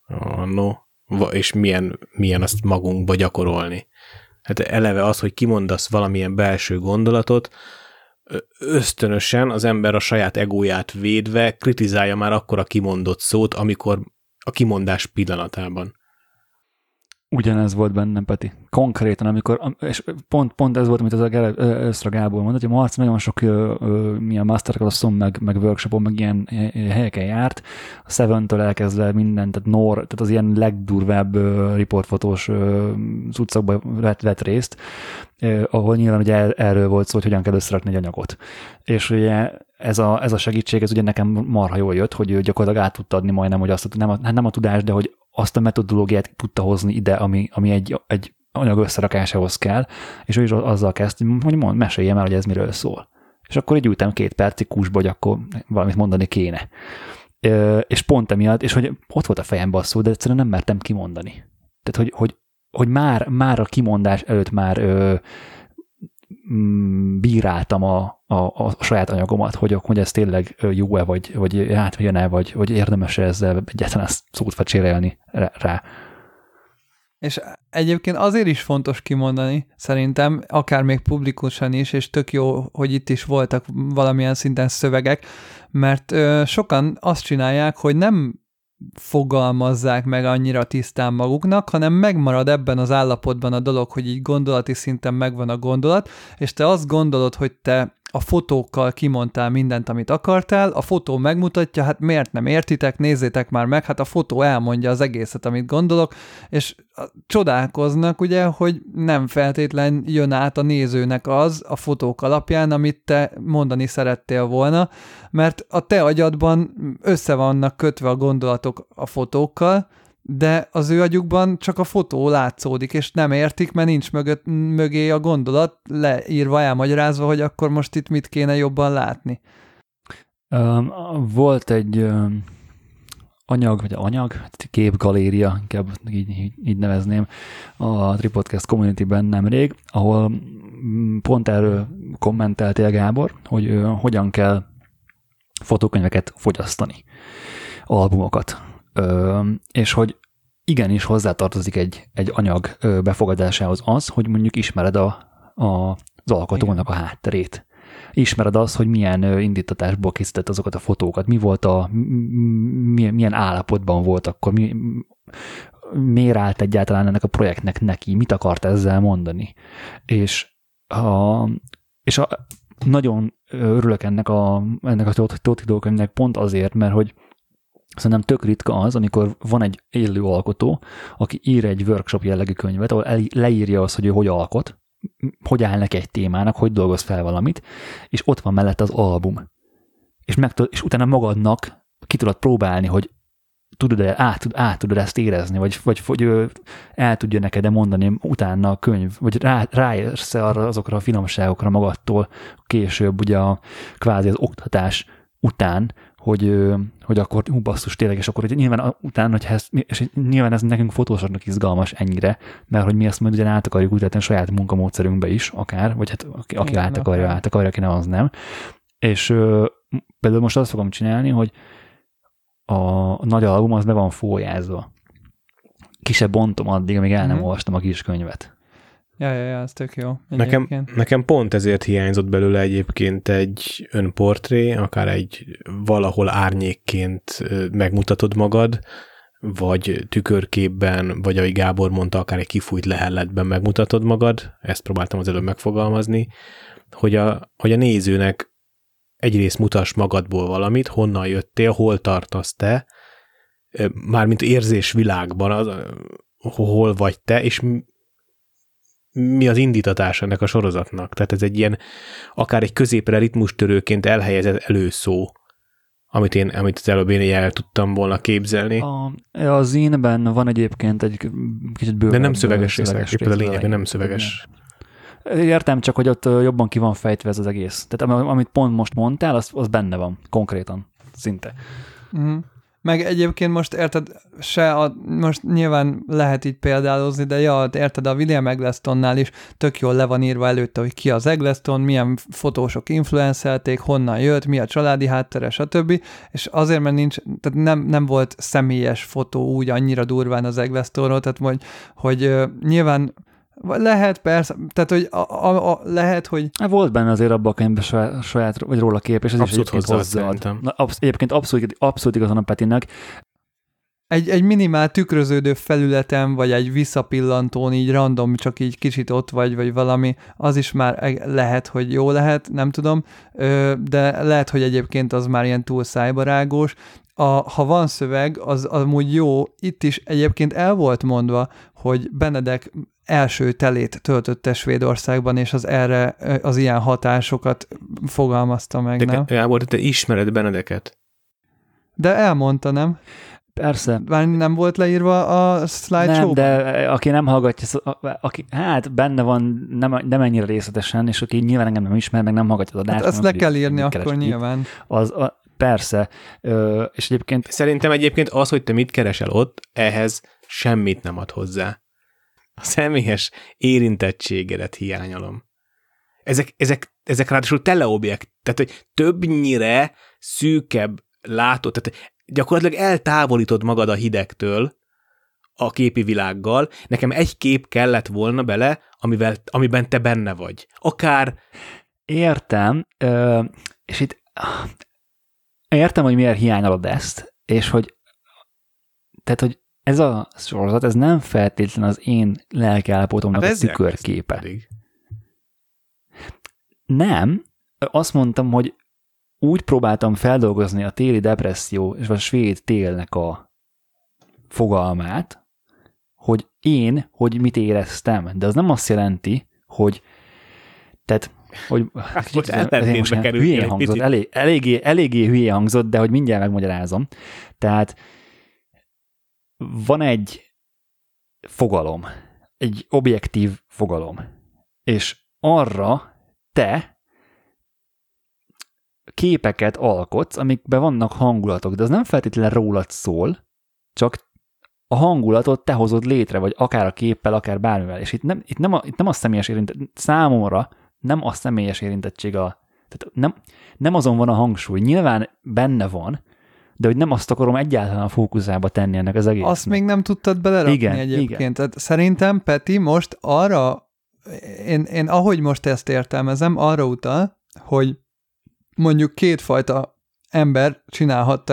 és milyen azt magunkba gyakorolni. Hát eleve az, hogy kimondasz valamilyen belső gondolatot, ösztönösen az ember a saját egóját védve kritizálja már akkor a kimondott szót, amikor a kimondás pillanatában. Ugyanez volt bennem, Peti. Konkrétan, amikor, és pont ez volt, amit az Ösztra Gábor mondott, hogy Marci nagyon sok milyen masterclasson, meg workshopon, meg ilyen helyeken járt, a Seven-től elkezdve minden, tehát az ilyen legdurvább riportfotós cuccokba vett részt, ahol nyilván ugye erről volt szó, hogy hogyan kell összerakni egy anyagot. És ugye ez a segítség, ez ugye nekem marha jól jött, hogy gyakorlatilag át tudta adni majdnem, hogy azt nem a tudás, de hogy azt a metodológiát tudta hozni ide, ami egy anyag összerakásához kell, és ő is azzal kezd, hogy meséljem el, hogy ez miről szól. És akkor így ültem 2 percig kúsba, hogy akkor valamit mondani kéne. És pont emiatt, és hogy ott volt a fejemben a szó, de egyszerűen nem mertem kimondani. Tehát, hogy már a kimondás előtt már bíráltam a saját anyagomat, hogy ez tényleg jó-e, vagy átjön-e, vagy érdemes-e ezzel egyáltalán szót fecsérelni rá. És egyébként azért is fontos kimondani, szerintem, akár még publikusan is, és tök jó, hogy itt is voltak valamilyen szinten szövegek, mert sokan azt csinálják, hogy nem fogalmazzák meg annyira tisztán maguknak, hanem megmarad ebben az állapotban a dolog, hogy így gondolati szinten megvan a gondolat, és te azt gondolod, hogy te a fotókkal kimondtál mindent, amit akartál, a fotó megmutatja, hát miért nem értitek, nézzétek már meg, hát a fotó elmondja az egészet, amit gondolok, és csodálkoznak, ugye, hogy nem feltétlen jön át a nézőnek az a fotók alapján, amit te mondani szerettél volna, mert a te agyadban össze vannak kötve a gondolatok a fotókkal, de az ő agyukban csak a fotó látszódik, és nem értik, mert nincs mögé a gondolat leírva, elmagyarázva, hogy akkor most itt mit kéne jobban látni. Volt egy képgaléria, inkább így nevezném, a Tripodcast Community-ben nemrég, ahol pont erről kommenteltél, Gábor, hogy hogyan kell fotókönyveket fogyasztani, albumokat. És hogy igenis hozzátartozik egy anyag befogadásához az, hogy mondjuk ismered az alkotónak a hátterét. Ismered azt, hogy milyen indítatásból készített azokat a fotókat, mi volt milyen állapotban volt akkor, miért állt egyáltalán ennek a projektnek neki, mit akart ezzel mondani. És nagyon örülök ennek a Tóth-könyvnek pont azért, mert hogy szerintem tök ritka az, amikor van egy élő alkotó, aki ír egy workshop jellegű könyvet, ahol leírja azt, hogy ő hogy alkot, hogy áll neki egy témának, hogy dolgoz fel valamit, és ott van mellett az album. És utána magadnak ki tudod próbálni, hogy tudod-e, át tudod ezt érezni, vagy hogy el tudja neked mondani utána a könyv, vagy ráérsz azokra a finomságokra magadtól később, ugye kvázi az oktatás után, hogy akkor basszus tényleg, és akkor hogy nyilván utána, és nyilván ez nekünk fotósoknak izgalmas ennyire, mert hogy mi ezt majd ugyan át akarjuk ültetni a saját munkamódszerünkbe is, akár, vagy hát aki át akarja, aki nem, az nem. És például most azt fogom csinálni, hogy a nagy album az be van fóliázva. Ki se bontom addig, amíg el nem olvastam a kis könyvet. Ja, ez tök jó. Nekem pont ezért hiányzott belőle egyébként egy önportré, akár egy valahol árnyékként megmutatod magad, vagy tükörképben, vagy ahogy Gábor mondta, akár egy kifújt lehelletben megmutatod magad, ezt próbáltam az előbb megfogalmazni, hogy a nézőnek egyrészt mutass magadból valamit, honnan jöttél, hol tartasz te, mármint érzésvilágban, hol vagy te, és mi az indítatás ennek a sorozatnak. Tehát ez egy ilyen, akár egy középre ritmustörőként elhelyezett előszó, amit az előbb én el tudtam volna képzelni. A zínben van egyébként egy kicsit bővebb. De nem szöveges részek, éppen a lényeg, nem szöveges. Értem, csak hogy ott jobban ki van fejtve ez az egész. Tehát amit pont most mondtál, az benne van, konkrétan, szinte. Mm. Meg egyébként most érted, most nyilván lehet így példálozni, de érted, a William Egglestonnál is tök jól le van írva előtte, hogy ki az Eggleston, milyen fotósok influencelték, honnan jött, mi a családi háttere, stb. És azért, mert tehát nem volt személyes fotó úgy annyira durván az Egglestonról, tehát hogy nyilván lehet, persze, tehát hogy lehet, hogy... Volt benne azért abban a könyvben saját, vagy róla kép, és ez abszolút is hozzáad. Egyébként abszolút igazán a Petinek. Egy minimál tükröződő felületen, vagy egy visszapillantón így random, csak így kicsit ott vagy valami, az is már lehet, hogy jó lehet, nem tudom, de lehet, hogy egyébként az már ilyen túl szájbarágós. Ha van szöveg, az amúgy jó. Itt is egyébként el volt mondva, hogy Benedek első telét töltötte Svédországban, és az ilyen hatásokat fogalmazta meg, nem? Gábor, te ismered Benedeket? De elmondta, nem? Persze. Már nem volt leírva a slideshow-ban? Nem, de aki nem hallgatja, hát benne van, nem ennyire részletesen, és aki nyilván engem nem ismer, meg nem hallgatja az adást. Hát ezt le kell írni akkor nyilván. Persze. És egyébként... Szerintem egyébként az, hogy te mit keresel ott, ehhez semmit nem ad hozzá. A személyes érintettségedet hiányolom. Ezek ráadásul teleobjekt, tehát hogy többnyire szűkebb látod, tehát gyakorlatilag eltávolítod magad a hidegtől a képi világgal. Nekem egy kép kellett volna bele, amiben te benne vagy. Akár... Értem, és itt értem, hogy miért hiányolod ezt, és hogy tehát, hogy ez a sorozat, ez nem feltétlen az én lelkiállapotomnak a tükörképe. Nem, azt mondtam, hogy úgy próbáltam feldolgozni a téli depresszió és a svéd télnek a fogalmát, hogy mit éreztem. De az nem azt jelenti, hogy most ellentétbe kerül. Hülyén hangzott, eléggé hülyén hangzott, de hogy mindjárt megmagyarázom. Tehát van egy fogalom, egy objektív fogalom, és arra te képeket alkotsz, amikben vannak hangulatok, de az nem feltétlenül rólad szól, csak a hangulatot te hozod létre, vagy akár a képpel, akár bármivel. És itt nem a személyes érintettség, számomra nem a személyes érintettség tehát nem azon van a hangsúly. Nyilván benne van, de hogy nem azt akarom egyáltalán a fókuszába tenni ennek az egésznek. Azt még nem tudtad belerakni egyébként. Igen. Tehát szerintem Peti most arra, én ahogy most ezt értelmezem, arra utal, hogy mondjuk kétfajta ember csinálhatta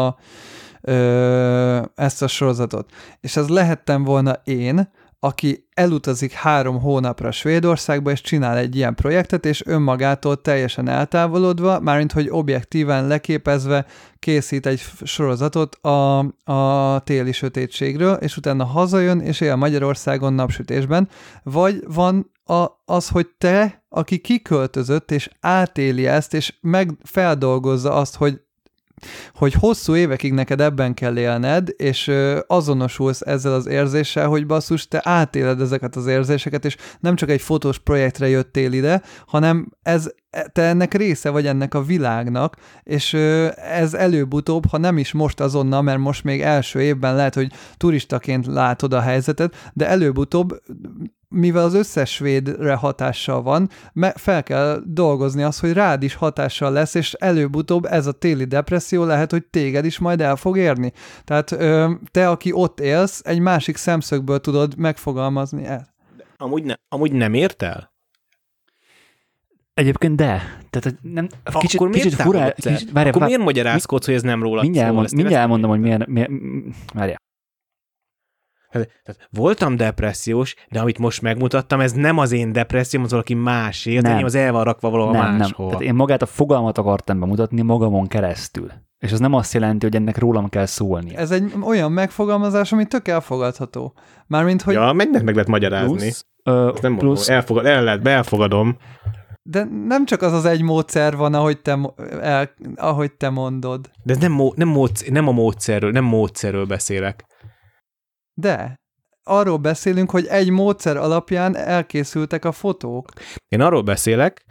ezt a sorozatot. És ez lehettem volna én, aki elutazik 3 hónapra Svédországba, és csinál egy ilyen projektet, és önmagától teljesen eltávolodva, mármint hogy objektíven leképezve készít egy sorozatot a téli sötétségről, és utána hazajön, és él Magyarországon napsütésben. Vagy van az, hogy te, aki kiköltözött, és átéli ezt, és feldolgozza azt, hogy hosszú évekig neked ebben kell élned, és azonosulsz ezzel az érzéssel, hogy basszus, te átéled ezeket az érzéseket, és nem csak egy fotós projektre jöttél ide, hanem te ennek része vagy ennek a világnak, és ez előbb-utóbb, ha nem is most azonnal, mert most még első évben lehet, hogy turistaként látod a helyzetet, de előbb-utóbb, mivel az összes svédre hatással van, fel kell dolgozni azt, hogy rád is hatással lesz, és előbb-utóbb ez a téli depresszió lehet, hogy téged is majd el fog érni. Tehát te, aki ott élsz, egy másik szemszögből tudod megfogalmazni ezt. Amúgy nem ért el? Egyébként de. Tehát nem, kicsit furá. Akkor miért magyarázkodsz, hogy ez nem róla szól? Mindjárt elmondom, hogy miért. Várjál. Tehát voltam depressziós, de amit most megmutattam, ez nem az én depresszióm, az valaki másért, enyém az el van rakva valahol máshol. Tehát én magát a fogalmat akartam bemutatni magamon keresztül. És az nem azt jelenti, hogy ennek rólam kell szólni. Ez egy olyan megfogalmazás, ami tök elfogadható. Mármint, hogy... Ja, meg lehet magyarázni. Plusz, elfogadom. De nem csak az egy módszer van, ahogy te mondod. De ez nem a módszerről, nem módszerről beszélek. De arról beszélünk, hogy egy módszer alapján elkészültek a fotók. Én arról beszélek,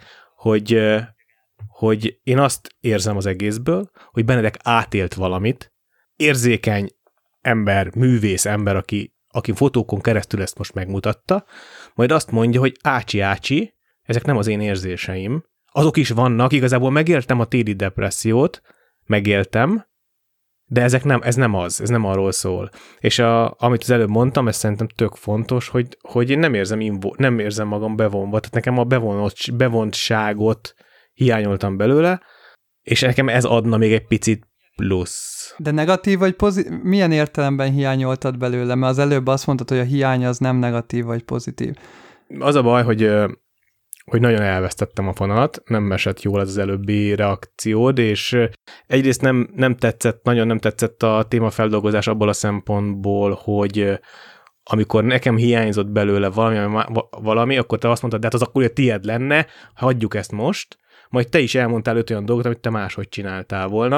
hogy én azt érzem az egészből, hogy Benedek átélt valamit, érzékeny ember, művész ember, aki fotókon keresztül ezt most megmutatta, majd azt mondja, hogy ácsi, ezek nem az én érzéseim. Azok is vannak, igazából megéltem a téli depressziót, de ez nem arról szól. És amit az előbb mondtam, ez szerintem tök fontos, hogy én nem érzem magam bevonva, tehát nekem a bevontságot hiányoltam belőle, és nekem ez adna még egy picit plusz. De negatív vagy pozitív? Milyen értelemben hiányoltad belőle? Mert az előbb azt mondtad, hogy a hiány az nem negatív vagy pozitív. Az a baj, hogy nagyon elvesztettem a fonalat, nem esett jól az előbbi reakciód, és egyrészt nagyon nem tetszett a témafeldolgozás abból a szempontból, hogy amikor nekem hiányzott belőle valami, akkor te azt mondtad, de hát az akkor tiéd lenne, hagyjuk ezt most, majd te is elmondtál 5 olyan dolgot, amit te máshogy csináltál volna,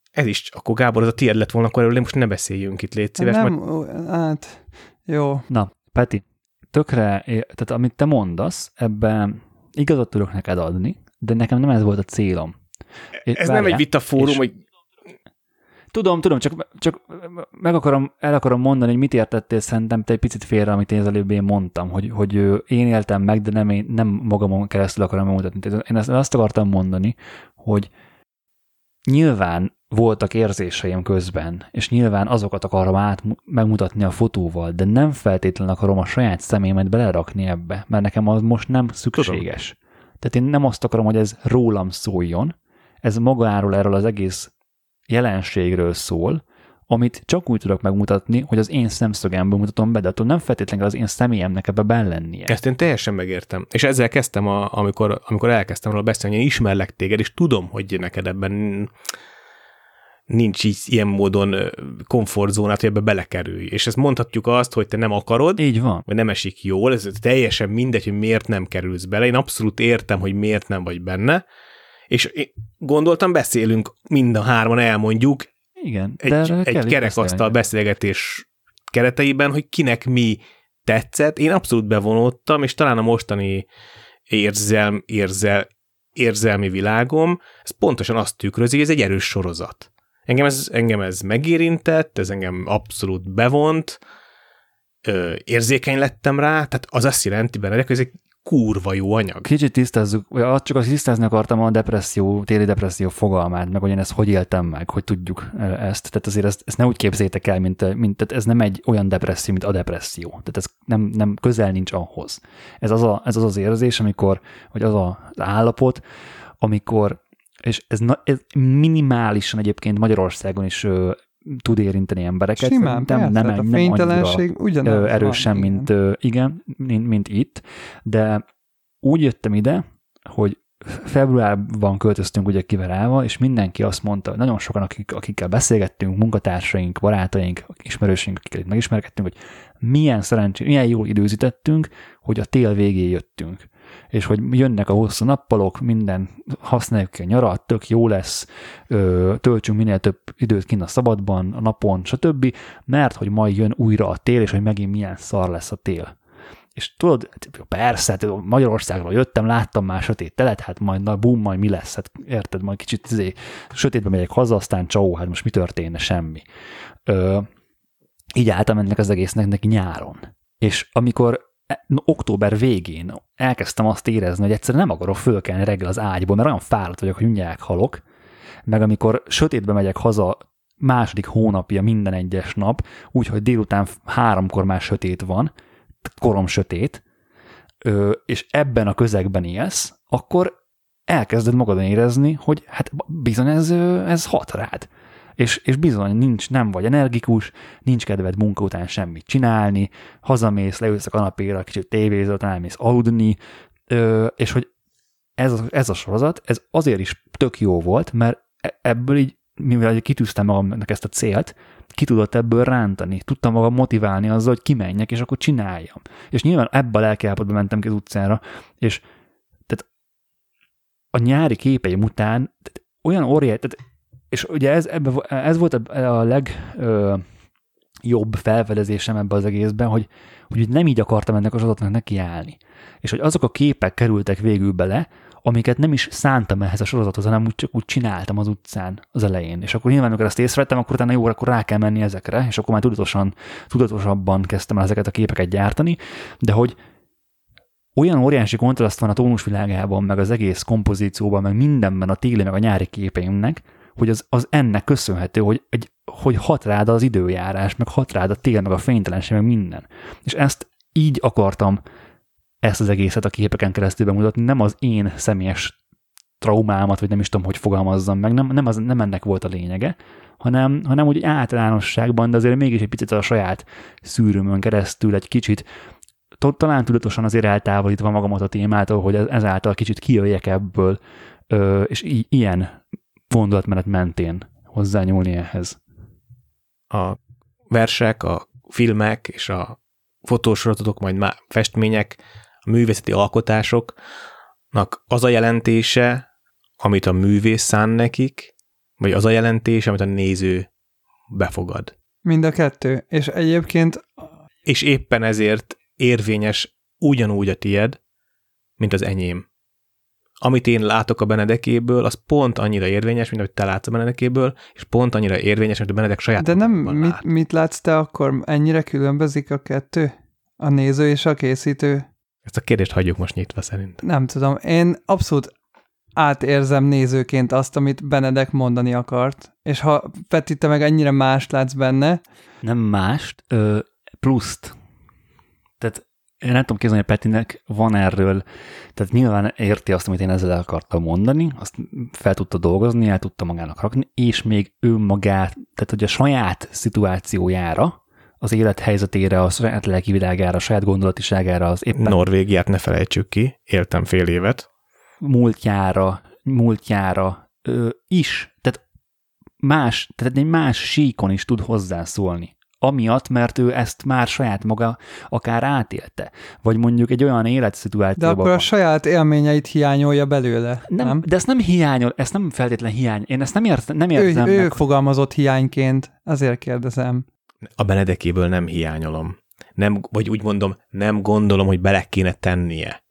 Ez is, akkor Gábor, az a tiéd lett volna, akkor erről most ne beszéljünk itt, légy szíves. Nem, hát jó. Na, Peti, tehát amit te mondasz, ebben igazat tudok neked adni, de nekem nem ez volt a célom. Ez nem egy vitafórum, hogy... Tudom, csak el akarom mondani, hogy mit értettél szerintem te egy picit félre, amit én az előbb mondtam, hogy én éltem meg, de nem magamon keresztül akarom megmutatni. Én azt akartam mondani, hogy nyilván voltak érzéseim közben, és nyilván azokat akarom megmutatni a fotóval, de nem feltétlenül akarom a saját személyemet belerakni ebbe, mert nekem az most nem szükséges. Tudom. Tehát én nem azt akarom, hogy ez rólam szóljon, ez magáról erről az egész jelenségről szól, amit csak úgy tudok megmutatni, hogy az én szemszögemből mutatom be, de attól nem feltétlenül az én személyemnek ebbe benlennie. Ezt én teljesen megértem. És ezzel kezdtem, amikor elkezdtem róla beszélni, hogy én ismerlek téged, és tudom, hogy neked ebben nincs így ilyen módon komfortzónát, hogy ebbe belekerülj. És ezt mondhatjuk azt, hogy te nem akarod, így van, vagy nem esik jól, ez teljesen mindegy, hogy miért nem kerülsz bele. Én abszolút értem, hogy miért nem vagy benne, és én gondoltam, beszélünk mind a hárman, elmondjuk, igen, egy kerekasztal beszélgetés kereteiben, hogy kinek mi tetszett. Én abszolút bevonódtam, és talán a mostani érzelmi világom, ez pontosan azt tükrözi, hogy ez egy erős sorozat. Engem ez megérintett, ez engem abszolút bevont, érzékeny lettem rá, tehát az azt jelenti benne, hogy ez egy kurva jó anyag. Kicsit tisztázzuk, csak azt tisztázni akartam a téli depresszió fogalmát, meg hogy én ezt hogy éltem meg, hogy tudjuk ezt. Tehát azért ezt ne úgy képzétek el, mint tehát ez nem egy olyan depresszió, mint a depresszió. Tehát ez nem közel nincs ahhoz. Ez az érzés, amikor, vagy az az állapot, amikor, és ez minimálisan egyébként Magyarországon is tud érinteni embereket. Simán, nem a fénytelenség ugyanaz erősen, mint itt, de úgy jöttem ide, hogy februárban költöztünk ugye Kiverával, és mindenki azt mondta, nagyon sokan, akikkel beszélgettünk, munkatársaink, barátaink, ismerőseink, akikkel itt megismerkedtünk, hogy milyen jól időzítettünk, hogy a tél végén jöttünk. És hogy jönnek a hosszú nappalok, minden használjuk ki a nyarat, tök jó lesz, töltsünk minél több időt kint a szabadban, a napon, stb., mert hogy majd jön újra a tél, és hogy megint milyen szar lesz a tél. És tudod, persze, Magyarországról jöttem, láttam már sötét telet, hát majd mi lesz, hát érted, majd kicsit sötétbe megyek haza, aztán csau, hát most mi történne, semmi. Így álltam ennek az egésznek neki nyáron. És amikor október végén elkezdtem azt érezni, hogy egyszerűen nem akarok fölkelni reggel az ágyból, mert olyan fáradt vagyok, hogy mindjárt halok, meg amikor sötétbe megyek haza második hónapja minden egyes nap, úgyhogy délután 3-kor már sötét van, korom sötét, és ebben a közegben élsz, akkor elkezded magadon érezni, hogy hát bizony ez hat rád. És bizony nem vagy energikus, nincs kedved munka után semmit csinálni, hazamész, leülsz a kanapéra, kicsit tévézel, utána elmész aludni, és hogy ez a sorozat, ez azért is tök jó volt, mert ebből így, mivel kitűztem magamnak ezt a célt, ki tudott ebből rántani, tudtam magam motiválni azzal, hogy kimenjek, és akkor csináljam. És nyilván ebben a lelkiállapotban mentem ki az utcára, és tehát a nyári képeim után olyan óriási, és ugye ez volt a legjobb felfedezésem ebbe az egészben, hogy nem így akartam ennek a sorozatnak nekiállni. És hogy azok a képek kerültek végül bele, amiket nem is szántam ehhez a sorozathoz, hanem csak úgy csináltam az utcán az elején. És akkor nyilván, amikor ezt észrevettem, akkor utána jó, akkor rá kell menni ezekre, és akkor már tudatosabban kezdtem el ezeket a képeket gyártani, de hogy olyan óriási kontraszt van a tónusvilágában, meg az egész kompozícióban, meg mindenben a téli, meg a nyári képeimnek, hogy az ennek köszönhető, hogy hat rád az időjárás, meg hat rád a tél, meg a fénytelenség, meg minden. És ezt így akartam ezt az egészet a képeken keresztül bemutatni, nem az én személyes traumámat, vagy nem is tudom, hogy fogalmazzam meg, nem ennek volt a lényege, hanem úgy általánosságban, de azért mégis egy picit a saját szűrőmön keresztül egy kicsit, talán tudatosan azért eltávolítva magamat a témától, hogy ezáltal kicsit kijöjjek ebből, és ilyen gondolatmenet mentén hozzányúlni ehhez. A versek, a filmek és a fotósorozatok, majd már festmények, a művészeti alkotásoknak az a jelentése, amit a művész szán nekik, Vagy az a jelentés, amit a néző befogad. Mind a kettő. És egyébként... És éppen ezért érvényes ugyanúgy a tied, mint az enyém. Amit én látok a Benedekéből, az pont annyira érvényes, mint amit te látsz a Benedekéből, és pont annyira érvényes, mint a Benedek saját. De nem, mit látsz te akkor? Ennyire különbözik a kettő? A néző és a készítő? Ezt a kérdést hagyjuk most nyitva szerintem. Nem tudom. Én abszolút átérzem nézőként azt, amit Benedek mondani akart. És ha Peti, te meg ennyire mást látsz benne... Nem mást, pluszt. Tehát én nem tudom képzelni, hogy Petinek van erről, tehát nyilván érti azt, amit én ezzel el akartam mondani, azt fel tudta dolgozni, el tudta magának rakni, és még önmagát, tehát hogy a saját szituációjára, az élethelyzetére, a saját lelkivilágára, a saját gondolatiságára, az éppen... Norvégiát ne felejtsük ki, éltem fél évet. Múltjára is, tehát egy más síkon is tud hozzászólni. Amiatt, mert ő ezt már saját maga akár átélte. Vagy mondjuk egy olyan életszituációban. De akkor a saját élményeit hiányolja belőle, nem? De ezt nem hiányol, ezt nem feltétlen hiány. Én ezt nem érzem. Ő fogalmazott hiányként, azért kérdezem. A Benedekéből nem hiányolom. Nem, vagy úgy mondom, nem gondolom, hogy bele kéne tennie.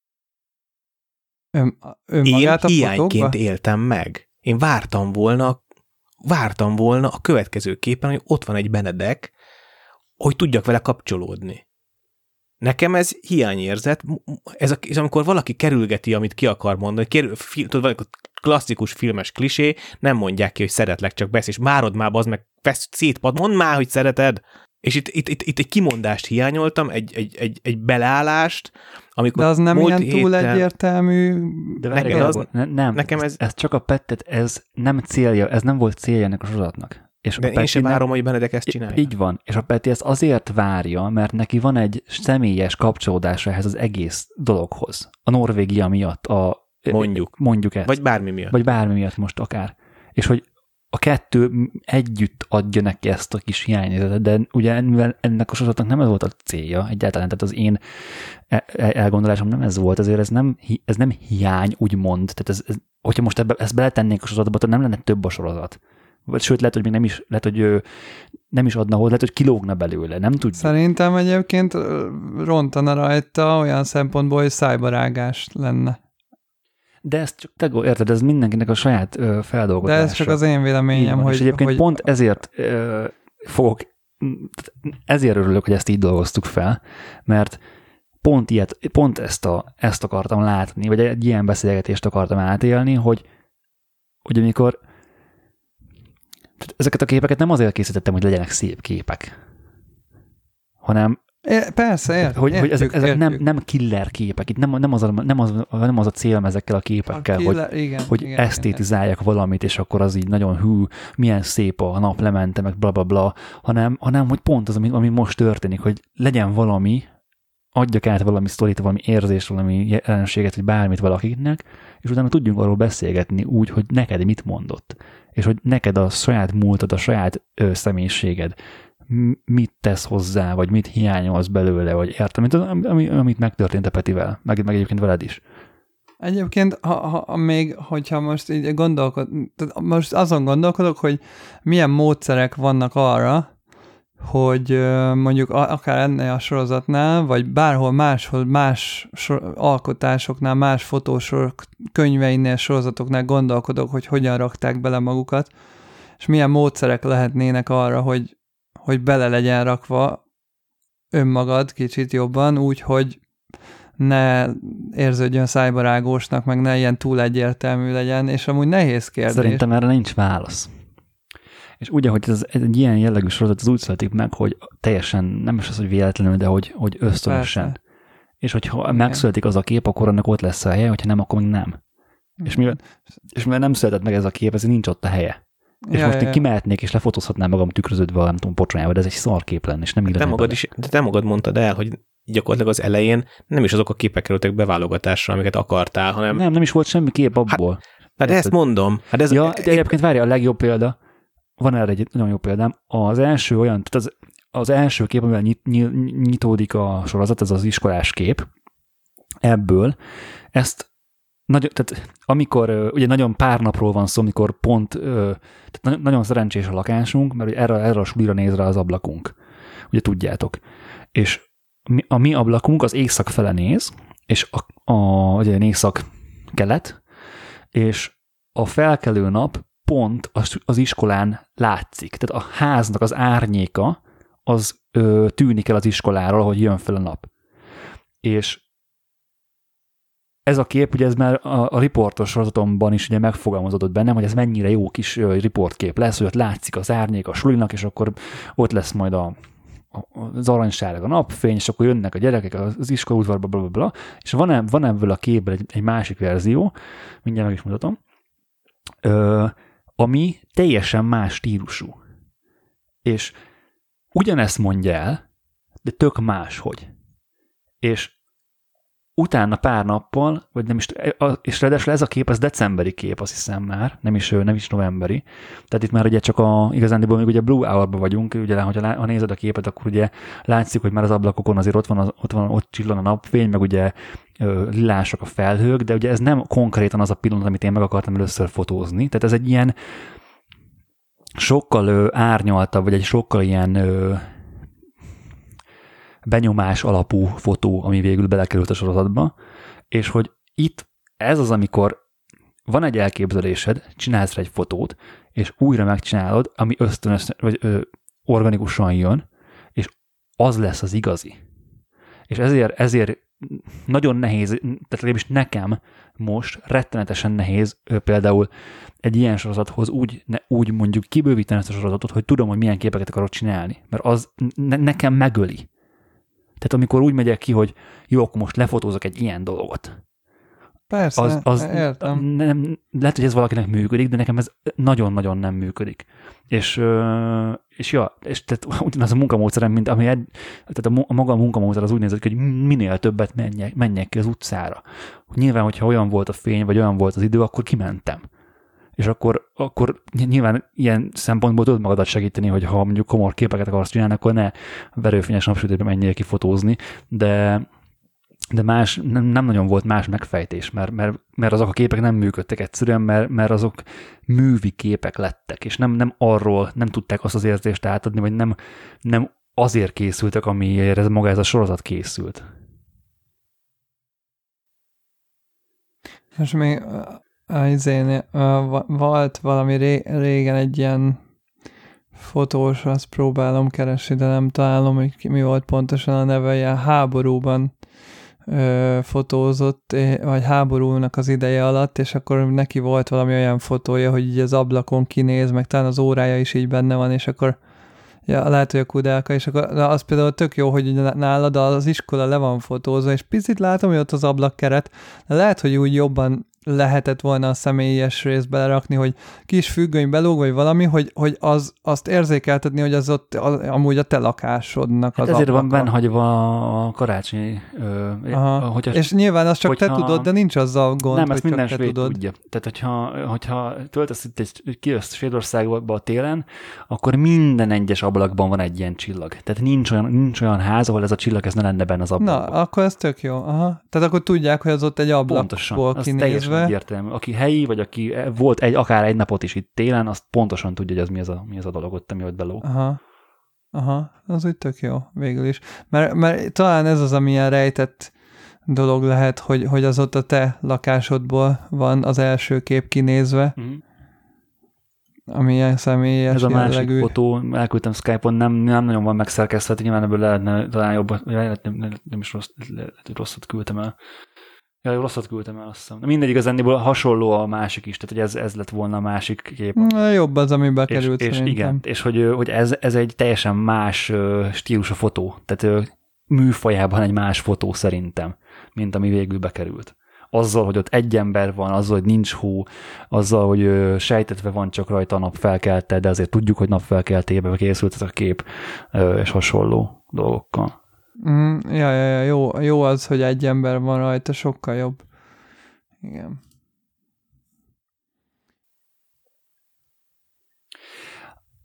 Én hiányként éltem meg. Én vártam volna a következő képen, hogy ott van egy Benedek, hogy tudjak vele kapcsolódni. Nekem ez hiányérzet, ez amikor valaki kerülgeti, amit ki akar mondani, tudod, klasszikus filmes klisé, nem mondják ki, hogy szeretlek, csak beszélsz, márod már, az meg szétpad, mondd már, hogy szereted. És itt egy kimondást hiányoltam, egy beleállást, amikor... De az nem ilyen túl egyértelmű... De nekem ez csak a Pettet, ez nem célja, ez nem volt célja ennek a sorozatnak. És de én sem várom, hogy Benedek ezt csinálja. Így van, és a Peti ezt azért várja, mert neki van egy személyes kapcsolódása ehhez az egész dologhoz. A Norvégia miatt, mondjuk ezt. Vagy bármi miatt. Vagy bármi miatt most akár. És hogy a kettő együtt adja neki ezt a kis hiányérzetet, de ugye mivel ennek a sorozatnak nem ez volt a célja egyáltalán, tehát az én elgondolásom nem ez volt, ezért ez nem hiány, úgymond. Tehát hogyha most ezt beletennénk a sorozatba, akkor nem lenne több a sorozat. Vagy sőt, lehet, hogy még nem is adna hozzá, lehet, hogy kilógna belőle, nem tudjuk. Szerintem egyébként rontana rajta olyan szempontból, hogy szájbarágás lenne. De ezt csak te érted, ez mindenkinek a saját feldolgozása. De ez csak az én véleményem, hogy... És egyébként pont ezért ezért örülök, hogy ezt így dolgoztuk fel, mert pont ezt akartam látni, vagy egy ilyen beszélgetést akartam átélni, hogy amikor ezeket a képeket nem azért készítettem, hogy legyenek szép képek, hanem persze, értjük. Hogy ezek nem killer képek. Itt nem az a célom ezekkel a képekkel, hogy esztétizálják valamit, és akkor az így nagyon milyen szép a nap lemente, meg bla bla bla, hanem hogy pont az, ami most történik, hogy legyen valami, adjak át valami sztorit, valami érzést, valami jelenséget, vagy bármit valakinek, és utána tudjunk arról beszélgetni úgy, hogy neked mit mondott, és hogy neked a saját múltad, a saját személyiséged mit tesz hozzá, vagy mit hiányolsz belőle, vagy értem, amit megtörtént a Petivel, meg egyébként veled is. Egyébként, hogyha most így most azon gondolkodok, hogy milyen módszerek vannak arra, hogy mondjuk akár ennél a sorozatnál, vagy bárhol máshol, más alkotásoknál, más fotósok könyveinél, sorozatoknál gondolkodok, hogy hogyan rakták bele magukat, és milyen módszerek lehetnének arra, hogy bele legyen rakva önmagad kicsit jobban, úgy, hogy ne érződjön szájbarágósnak, meg ne ilyen túl egyértelmű legyen, és amúgy nehéz kérdés. Szerintem erre nincs válasz. És ugye, hogy ez egy ilyen jellegű sorozat, az úgy születik meg, hogy teljesen, nem is az, hogy véletlenül, de hogy ösztönösen. Persze. És hogyha megszületik az a kép, akkor annak ott lesz a helye, hogyha nem, akkor még nem. És mivel nem született meg ez a kép, ezért nincs ott a helye. És most én kimehetnék, és lefotózhatnám magam tükröződve, nem tudom, pocsolyába, de ez egy szarkép lenne, és nem illene. De te magad mondtad el, hogy gyakorlatilag az elején nem is azok a képek kerültek beválogatásra, amiket akartál, hanem... Nem is volt semmi kép abból. Hát ezt mondom. De egyébként várja, a legjobb példa, van erre egy nagyon jó példám, az első olyan, tehát az első kép, amivel nyitódik a sorozat, ez az iskolás kép, ebből ezt tehát amikor ugye nagyon pár napról van szó, amikor pont tehát nagyon szerencsés a lakásunk, mert ugye erre a sulira néz rá az ablakunk. Ugye tudjátok. És a mi ablakunk az észak fele néz, és ugye észak-kelet, és a felkelő nap pont az iskolán látszik. Tehát a háznak az árnyéka az tűnik el az iskoláról, ahogy jön fel a nap. És ez a kép, ugye ez már a riportos sorozatomban is ugye megfogalmazódott bennem, hogy ez mennyire jó kis riportkép lesz, hogy ott látszik az árnyék a sulinak, és akkor ott lesz majd az aranysárga napfény, és akkor jönnek a gyerekek az iskolaudvarba, blablabla, és van ebből a képből egy másik verzió, mindjárt meg is mutatom, ami teljesen más stílusú. És ugyanezt mondja el, de tök máshogy. És utána pár nappal, vagy nem is, és ráadásul ez a kép, az decemberi kép, azt hiszem már, nem is novemberi. Tehát itt már ugye csak igazándiból még ugye Blue Hour-ban vagyunk, ugye, ha nézed a képet, akkor ugye látszik, hogy már az ablakokon azért ott csillan a napfény, meg ugye lilások a felhők, de ugye ez nem konkrétan az a pillanat, amit én meg akartam először fotózni. Tehát ez egy ilyen sokkal árnyaltabb, vagy egy sokkal ilyen benyomás alapú fotó, ami végül belekerült a sorozatba, és hogy itt ez az, amikor van egy elképzelésed, csinálsz rá egy fotót, és újra megcsinálod, ami ösztönös, vagy organikusan jön, és az lesz az igazi. És ezért nagyon nehéz, tehát legalábbis nekem most rettenetesen nehéz például egy ilyen sorozathoz úgy mondjuk kibővíteni ezt a sorozatot, hogy tudom, hogy milyen képeket akarok csinálni, mert az nekem megöli. Tehát amikor úgy megyek ki, hogy jó, akkor most lefotózok egy ilyen dolgot. Persze, értem. Lehet, hogy ez valakinek működik, de nekem ez nagyon-nagyon nem működik. És tehát ugyanaz a munkamódszerem, mint tehát a maga a munkamódszer az úgy nézett ki, hogy minél többet menjek ki az utcára. Nyilván, hogyha olyan volt a fény, vagy olyan volt az idő, akkor kimentem. És akkor nyilván ilyen szempontból tudod magadat segíteni, hogy ha mondjuk komor képeket akarsz csinálni, akkor ne verőfényes napsütésben menjél ki fotózni, de más, nem nagyon volt más megfejtés, mert azok a képek nem működtek egyszerűen, mert azok művi képek lettek, és nem arról nem tudták azt az érzést átadni, vagy nem azért készültek, amiért ez a sorozat készült. Most még volt valami régen egy ilyen fotós, azt próbálom keresni, de nem találom, hogy mi volt pontosan a neve, ilyen háborúban fotózott, vagy háborúnak az ideje alatt, és akkor neki volt valami olyan fotója, hogy így az ablakon kinéz, meg talán az órája is így benne van, és akkor lehet, hogy a Kudelka, és akkor az például tök jó, hogy nálad az iskola le van fotózva, és picit látom, hogy ott az ablakkeret, de lehet, hogy úgy jobban lehetett volna a személyes részt belerakni, hogy kis függöny belóg, vagy valami, hogy azt érzékeltetni, hogy az ott amúgy a te lakásodnak az ezért ablaka. van bennhagyva a karácsonyi... és nyilván azt csak te tudod, de nincs azzal gond, nem, hogy ezt minden csak te tudod. tudja. Tehát, hogyha töltesz itt kijössz Svédországba télen, akkor minden egyes ablakban van egy ilyen csillag. Tehát nincs olyan ház, ahol ez a csillag ez ne lenne benne az ablakban. Na, akkor ez tök jó. Aha. Tehát akkor tudják, hogy az ott egy ablakból kinézve. Egyértelmű. Aki helyi, vagy aki volt akár egy napot is itt télen, azt pontosan tudja, hogy az mi az a dolog ott, ami ott belóg. Aha, az úgy tök jó, végül is. Mert talán ez az, amilyen rejtett dolog lehet, hogy az ott a te lakásodból van az első kép kinézve, ami ilyen személyes ez a jellegű. másik fotó, elküldtem Skype-on, nem nagyon van megszerkeszthető, nyilván ebből lehetne talán jobban, nem is rosszat küldtem el. Ja, rosszat küldtem el, azt hiszem. Mindegy, igazándiból hasonló a másik is, tehát hogy ez lett volna a másik kép. Jobb az, ami bekerült és igen, és hogy ez egy teljesen más stílusú fotó, tehát műfajában egy más fotó szerintem, mint ami végül bekerült. Azzal, hogy ott egy ember van, azzal, hogy nincs hó, azzal, hogy sejtetve van csak rajta a napfelkelte, de azért tudjuk, hogy napfelkeltébe készült ez a kép, és hasonló dolgokkal. Jó az, hogy egy ember van rajta, sokkal jobb. Igen.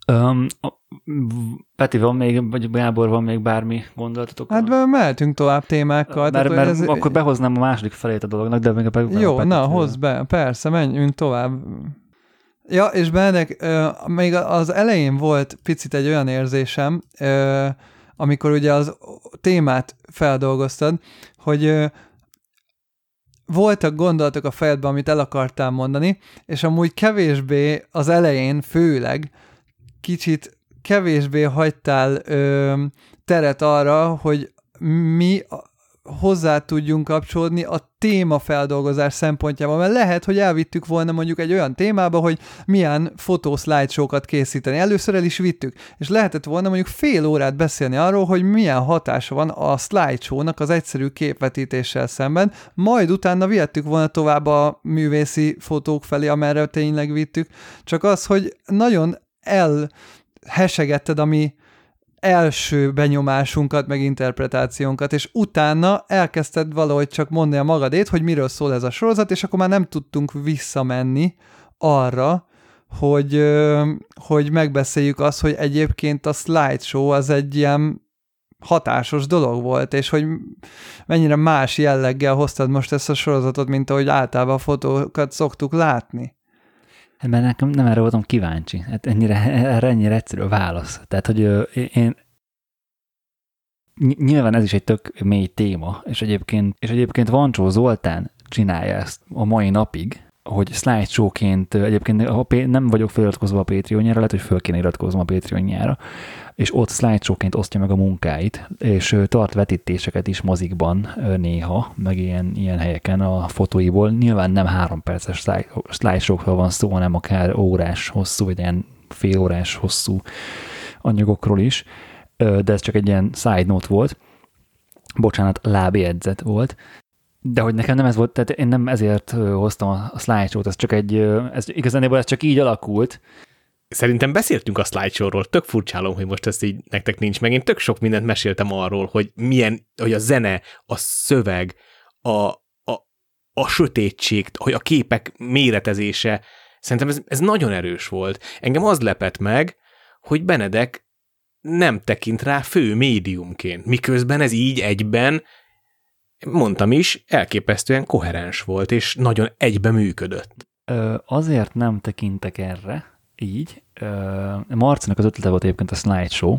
Peti, van még, vagy Gábor, van még bármi gondolatotok? Hát mehetünk tovább témákkal. Mert akkor behoznám a második felét a dolognak, de még Jó, na, hozz be, persze, menjünk tovább. Ja, és Benedek, még az elején volt picit egy olyan érzésem, amikor ugye az témát feldolgoztad, hogy voltak gondolatok a fejedben, amit el akartál mondani, és amúgy kevésbé az elején főleg kicsit kevésbé hagytál teret arra, hogy mi hozzá tudjunk kapcsolódni a témafeldolgozás szempontjában, mert lehet, hogy elvittük volna mondjuk egy olyan témába, hogy milyen fotószlájdshow-kat készíteni. Először el is vittük, és lehetett volna mondjuk fél órát beszélni arról, hogy milyen hatása van a slideshow-nak az egyszerű képvetítéssel szemben, majd utána vihettük volna tovább a művészi fotók felé, amerre tényleg vittük, csak az, hogy nagyon elhesegetted a mi első benyomásunkat, meg interpretációnkat, és utána elkezdted valahogy csak mondani a magadét, hogy miről szól ez a sorozat, és akkor már nem tudtunk visszamenni arra, hogy megbeszéljük azt, hogy egyébként a slideshow az egy ilyen hatásos dolog volt, és hogy mennyire más jelleggel hoztad most ezt a sorozatot, mint ahogy általában a fotókat szoktuk látni. Mert nekem nem erre voltam kíváncsi. Hát ennyire egyszerű a válasz. Tehát, hogy én nyilván ez is egy tök mély téma, és egyébként Vancsó Zoltán csinálja ezt a mai napig, hogy slideshow-ként egyébként nem vagyok feliratkozva a Patreonjára, lehet, hogy föl kéne iratkoznom a Patreonjára, és ott slideshow-ként osztja meg a munkáit, és tart vetítéseket is mozikban néha, meg ilyen helyeken a fotóiból. Nyilván nem 3 perces slideshow-król van szó, hanem akár órás hosszú, vagy ilyen fél órás hosszú anyagokról is, de ez csak egy ilyen side note volt. Bocsánat, lábjegyzet volt. De hogy nekem nem ez volt, tehát én nem ezért hoztam a slideshow-t, ez csak így alakult. Szerintem beszéltünk a slideshow-ról, tök furcsálom, hogy most ez így nektek nincs meg. Én tök sok mindent meséltem arról, hogy hogy a zene, a szöveg, a sötétség, hogy a képek méretezése, szerintem ez nagyon erős volt. Engem az lepett meg, hogy Benedek nem tekint rá fő médiumként, miközben ez így egyben, mondtam is, elképesztően koherens volt, és nagyon egybe működött. Azért nem tekintek erre, így. Marcinak az ötlete volt egyébként a slideshow,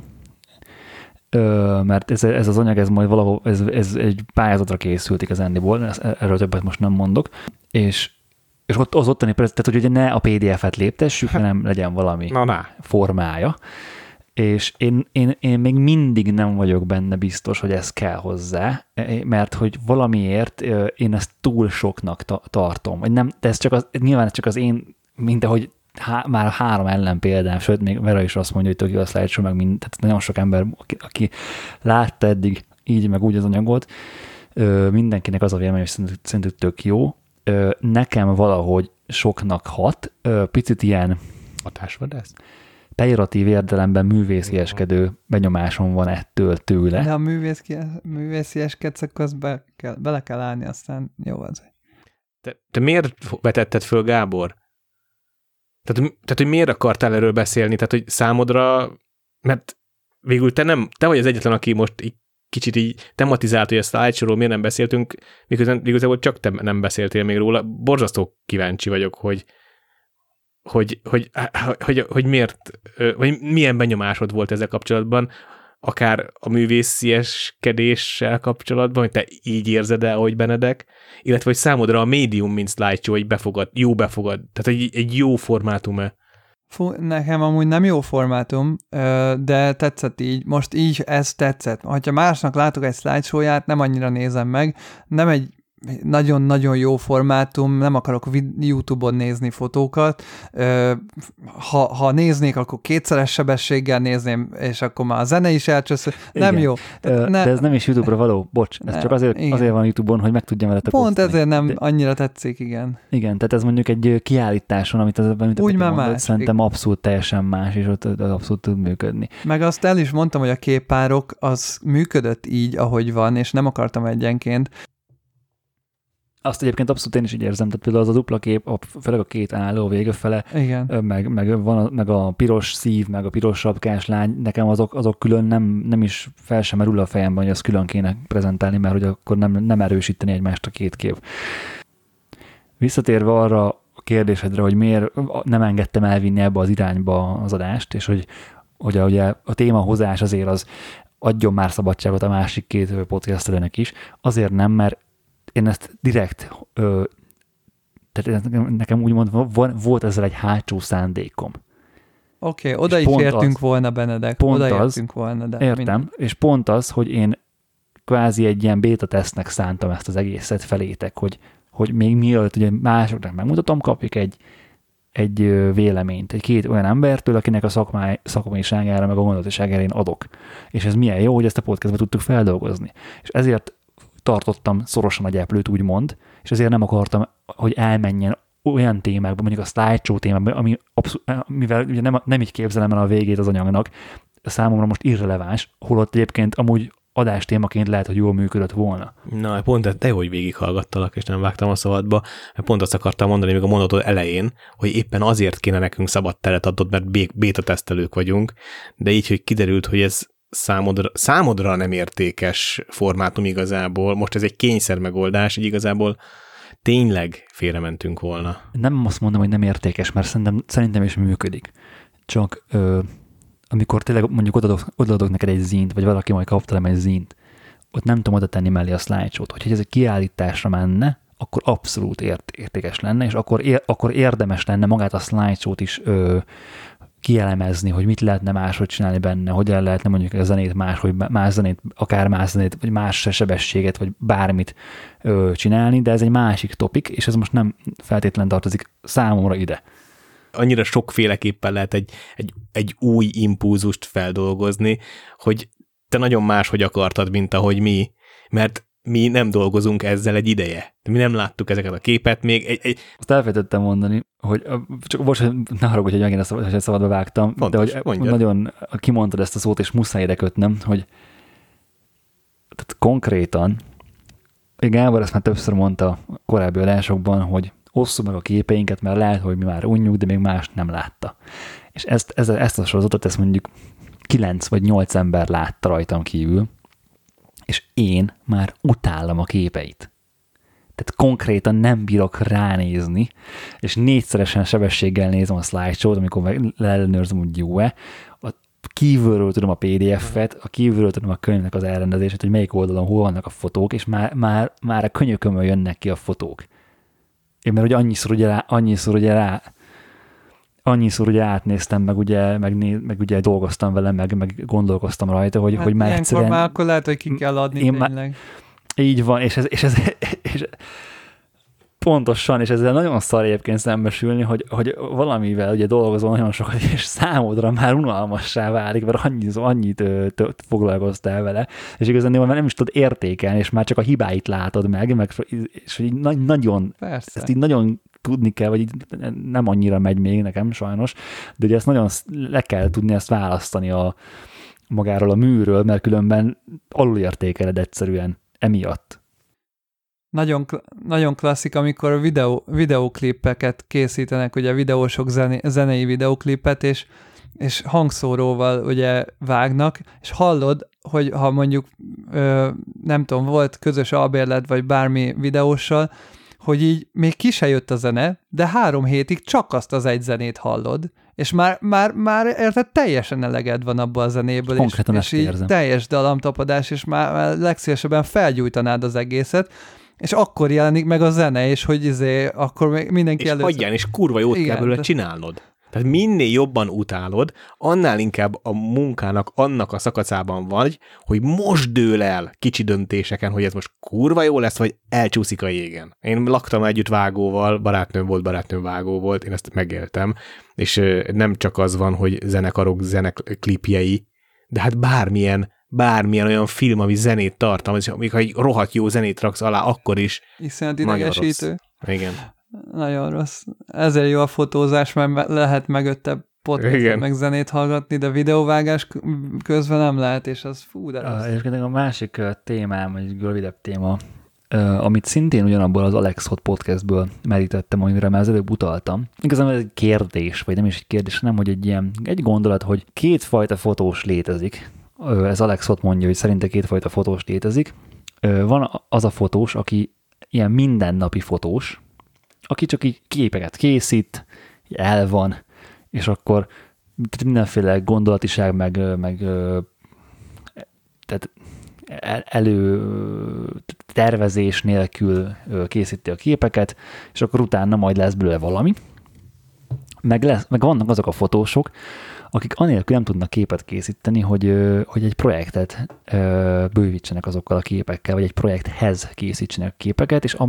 mert ez az anyag, ez majd valahol, ez egy pályázatra készült igazándiból, erről többet most nem mondok, és ott az ottani, tehát hogy ugye ne a PDF-et léptessük, hanem legyen valami formája, és én még mindig nem vagyok benne biztos, hogy ez kell hozzá, mert hogy valamiért én ezt túl soknak tartom, vagy nem, de nyilván ez csak az én, mint ahogy már 3 ellenpéldám, sőt, még Vera is azt mondja, hogy tök jó a slideshow, meg tehát nagyon sok ember, aki látta eddig így, meg úgy az anyagot, mindenkinek az a vélemény, hogy szerintük tök jó. Nekem valahogy soknak hat, picit ilyen hatásvadász? Pejoratív értelemben művészieskedő benyomásom van ettől tőle. De a művészieskedsz, akkor azt bele kell állni, aztán jó az. Te miért vetetted föl, Gábor? Tehát, hogy miért akartál erről beszélni? Tehát, hogy számodra, mert végül te vagy az egyetlen, aki most így kicsit így tematizált, hogy a slideshow-ról miért nem beszéltünk, miközben igazából csak te nem beszéltél még róla. Borzasztó kíváncsi vagyok, hogy miért, vagy milyen benyomásod volt ezzel kapcsolatban, akár a művészieskedéssel kapcsolatban, hogy te így érzed el, ahogy Benedek, illetve hogy számodra a médium, mint slideshow, hogy befogad, tehát egy jó formátum-e? Nekem amúgy nem jó formátum, de tetszett így. Most így ez tetszett. Ha másnak látok egy slideshow-ját, nem annyira nézem meg, nem egy nagyon-nagyon jó formátum, nem akarok YouTube-on nézni fotókat. Ha néznék, akkor 2-szeres sebességgel nézném, és akkor már a zene is elcsöszül. Nem jó. De ez nem is YouTube-ra való, bocs. Ez csak azért van YouTube-on, hogy meg tudjam vele te pont ezért nem annyira tetszik, igen. Igen, tehát ez mondjuk egy kiállításon, amit úgy már mondod, szerintem abszolút teljesen más, és ott abszolút tud működni. Meg azt el is mondtam, hogy a képpárok az működött így, ahogy van, és nem akartam egyenként. Azt egyébként abszolút én is így érzem, tehát például az a dupla kép, főleg a két álló vége fele, Igen. meg a piros szív, meg a piros sapkás lány, nekem azok külön nem is fel sem merül a fejemben, hogy azt külön kéne prezentálni, mert hogy akkor nem erősíteni egymást a két kép. Visszatérve arra a kérdésedre, hogy miért nem engedtem elvinni ebbe az irányba az adást, és hogy ugye a témahozás azért az adjon már szabadságot a másik két podcasternek is, azért nem, mert én ezt direkt, tehát nekem úgymond volt ezzel egy hátsó szándékom. Oké, oda is értünk volna, Benedek, oda értünk volna. De értem, és pont az, hogy én kvázi egy ilyen beta tesztnek szántam ezt az egészet felétek, hogy még mielőtt ugye másoknak megmutatom, kapjuk egy véleményt, két olyan embertől, akinek a szakmaiságára, meg a gondolatiságára én adok. És ez milyen jó, hogy ezt a podcastban tudtuk feldolgozni. És ezért tartottam szorosan a gyeplőt, úgymond, és ezért nem akartam, hogy elmenjen olyan témákba, mondjuk a slideshow témákba, mivel ugye nem így képzelem el a végét az anyagnak, számomra most irreleváns, holott egyébként amúgy adástémaként lehet, hogy jól működött volna. Na, pont de hogy végighallgattalak, és nem vágtam a szabadba, pont azt akartam mondani még a mondatod elején, hogy éppen azért kéne nekünk szabad teret adott, mert béta tesztelők vagyunk, de így, hogy kiderült, hogy ez számodra nem értékes formátum igazából, most ez egy kényszer megoldás, így igazából tényleg félrementünk volna. Nem azt mondom, hogy nem értékes, mert szerintem is működik. Csak amikor tényleg mondjuk odaadok neked egy zínt, vagy valaki majd kap tőlem egy zínt, ott nem tudom oda tenni mellé a slideshow-t. Hogyha ez egy kiállításra menne, akkor abszolút értékes lenne, és akkor érdemes lenne magát a slideshow-t is kielemezni, hogy mit lehetne máshogy csinálni benne, hogyan lehetne mondjuk a zenét más zenét, vagy más sebességet, vagy bármit csinálni, de ez egy másik topik, és ez most nem feltétlen tartozik számomra ide. Annyira sokféleképpen lehet egy új impulzust feldolgozni, hogy te nagyon máshogy akartad, mint ahogy mi, mert mi nem dolgozunk ezzel egy ideje. Mi nem láttuk ezeket a képet még. Azt elfelejtettem mondani, hogy csak most ne haragudj, hogy megint ezt szabadba vágtam, fontos, de hogy mondjad. Nagyon kimondtad ezt a szót, és muszáj ide kötnem, hogy tehát konkrétan, Gábor ezt már többször mondta a korábbi adásokban, hogy osszuk meg a képeinket, mert lehet, hogy mi már unjuk, de még más nem látta. És ezt a sorozatot, ezt mondjuk 9 vagy 8 ember látta rajtam kívül, és én már utálom a képeit. Tehát konkrétan nem bírok ránézni, és 4-szeresen sebességgel nézem a slideshow-t, amikor leellenőrzöm, hogy jó-e. Kívülről tudom a PDF-et, a kívülről tudom a könyvnek az elrendezését, hogy melyik oldalon hol vannak a fotók, és már a könyökömön jönnek ki a fotók. Én mert hogy annyiszor ugye átnéztem, meg ugye dolgoztam vele, meg gondolkoztam rajta, hogy már egyszerűen... Már akkor lehet, hogy ki kell adni tényleg. Így van, és pontosan, és ezzel nagyon szar egyébként szembesülni, hogy valamivel ugye dolgozol nagyon sokat, és számodra már unalmassá válik, mert annyit foglalkoztál vele, és igazán már nem is tudod értékelni, és már csak a hibáit látod meg és így nagyon, Persze. Ezt így nagyon tudni kell, vagy így nem annyira megy még nekem sajnos, de ugye ezt nagyon le kell tudni ezt választani magáról a műről, mert különben alulértékeled egyszerűen emiatt. Nagyon klasszik, amikor videóklipeket készítenek, ugye videósok zenei videóklipet, és hangszóróval ugye vágnak, és hallod, hogy ha mondjuk nem tudom, volt közös albérlet, vagy bármi videóssal, hogy így még ki se jött a zene, de 3 hétig csak azt az egy zenét hallod, és már érted, teljesen eleged van abban a zenéből, és így érzem. Teljes dalamtapadás, és már legszívesebben felgyújtanád az egészet, és akkor jelenik meg a zene, és hogy akkor mindenki és hagyján, és kurva jót kell belőle csinálnod. Tehát minél jobban utálod, annál inkább a munkának annak a szakaszában vagy, hogy most dől el kicsi döntéseken, hogy ez most kurva jó lesz, vagy elcsúszik a jégen. Én laktam együtt vágóval, barátnőm vágó volt, én ezt megéltem, és nem csak az van, hogy zenekarok, zeneklipjei, de hát bármilyen olyan film, ami zenét tartalmaz, és amikor egy rohadt jó zenét raksz alá, akkor is iszonyat idegesítő. Igen. Nagyon rossz. Ezért jó a fotózás, mert lehet mögötte podcastot meg zenét hallgatni, de videóvágás közben nem lehet, és az fú, de rossz. Egyébként a másik témám, egy rövidebb téma, amit szintén ugyanabból az Alex Hot podcastből merítettem, amire már az előbb utaltam. Igazán ez egy kérdés, vagy nem is egy kérdés, hanem hogy egy gondolat, hogy kétfajta fotós létezik. Ez Alex Hot mondja, hogy szerinte kétfajta fotós létezik. Van az a fotós, aki ilyen mindennapi fotós, aki csak így képeket készít, el van, és akkor mindenféle gondolatiság, meg tehát tervezés nélkül készíti a képeket, és akkor utána majd lesz belőle valami. Meg vannak azok a fotósok, akik anélkül nem tudnak képet készíteni, hogy egy projektet bővítsenek azokkal a képekkel, vagy egy projekthez készítsenek képeket, és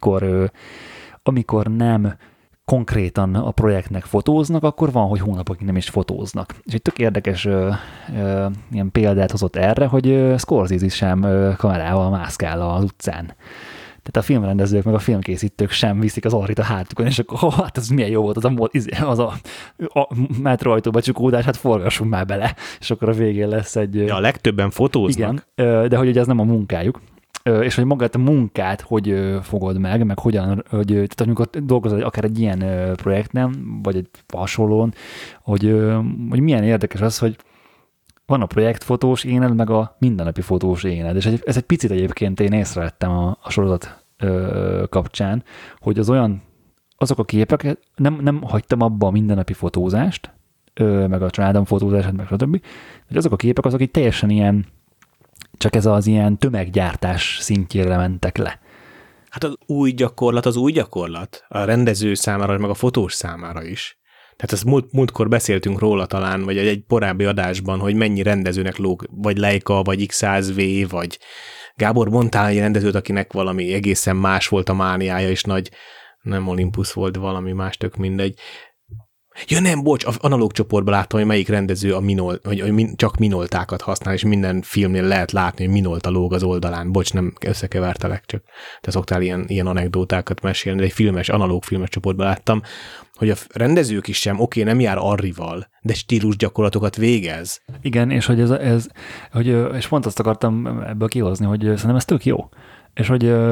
amikor nem konkrétan a projektnek fotóznak, akkor van, hogy hónapokig nem is fotóznak. És egy tök érdekes ilyen példát hozott erre, hogy Scorsese sem kamerával mászkál az utcán. Tehát a filmrendezők meg a filmkészítők sem viszik az arrit a hátukon, és akkor hát ez milyen jó volt, az a metroajtóba csukódás, hát forgassunk már bele, és akkor a végén lesz egy... Ja, a legtöbben fotóznak. Igen, de hogy ez nem a munkájuk. És hogy magát a munkát hogy fogod meg hogyan, tehát amikor dolgozol akár egy ilyen projektben, vagy egy hasonlón, hogy milyen érdekes az, hogy van a projektfotós éned, meg a mindennapi fotós éned, és ez egy picit egyébként én észrevettem a sorozat kapcsán, hogy azok a képek, nem hagytam abba a mindennapi fotózást, meg a családom fotózását, meg stb., hogy azok a képek azok így teljesen ilyen, csak ez az ilyen tömeggyártás szintjére mentek le. Hát az új gyakorlat. A rendező számára, meg a fotós számára is. Tehát ezt múltkor beszéltünk róla talán, vagy egy korábbi adásban, hogy mennyi rendezőnek lóg, vagy Leica, vagy X100V, vagy Gábor, mondtál egy rendezőt, akinek valami egészen más volt a mániája, és nem Olympus volt, valami más, tök mindegy. Ja nem, bocs, analóg csoportban láttam, hogy melyik rendező csak minoltákat használ, és minden filmnél lehet látni, hogy minolta lóg az oldalán. Bocs, nem összekevertelek, csak te szoktál ilyen anekdótákat mesélni, de egy analóg filmes csoportban láttam, hogy a rendezők is sem, nem jár arrival, de stílus gyakorlatokat végez. Igen, és hogy és pont azt akartam ebből kihozni, hogy szerintem ez tök jó. És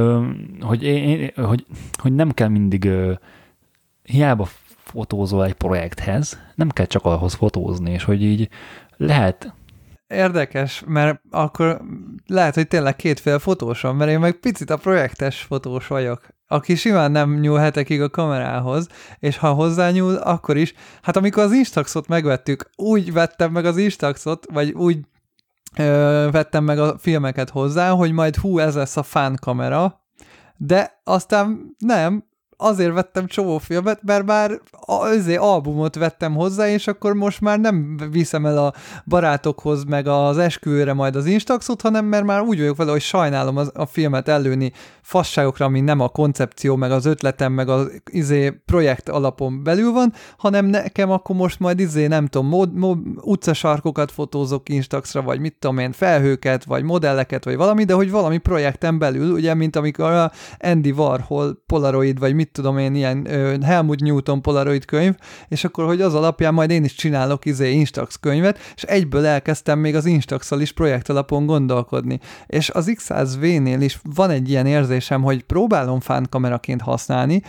hogy nem kell mindig hiába fotózol egy projekthez, nem kell csak ahhoz fotózni, és hogy így lehet... Érdekes, mert akkor lehet, hogy tényleg kétféle fotós van, mert én meg picit a projektes fotós vagyok, aki simán nem nyúl hetekig a kamerához, és ha hozzányúl, akkor is. Hát amikor az Instaxot megvettük, úgy vettem meg az Instaxot, vagy úgy vettem meg a filmeket hozzá, hogy majd ez lesz a fan kamera, de aztán nem, azért vettem csomó filmet, mert már albumot vettem hozzá, és akkor most már nem viszem el a barátokhoz, meg az esküvőre majd az Instaxot, hanem mert már úgy vagyok vele, hogy sajnálom a filmet ellőni fasságokra, ami nem a koncepció, meg az ötletem, meg az projekt alapon belül van, hanem nekem akkor most majd nem tudom, utcasarkokat fotózok Instaxra, vagy mit tudom én, felhőket, vagy modelleket, vagy valami, de hogy valami projekten belül, ugye, mint amikor a Andy Warhol Polaroid, vagy mit tudom én, ilyen Helmut Newton Polaroid könyv, és akkor, hogy az alapján majd én is csinálok Instax könyvet, és egyből elkezdtem még az Instax-szal is projekt alapon gondolkodni. És az X100V-nél is van egy ilyen érzésem, hogy próbálom fánkameraként használni,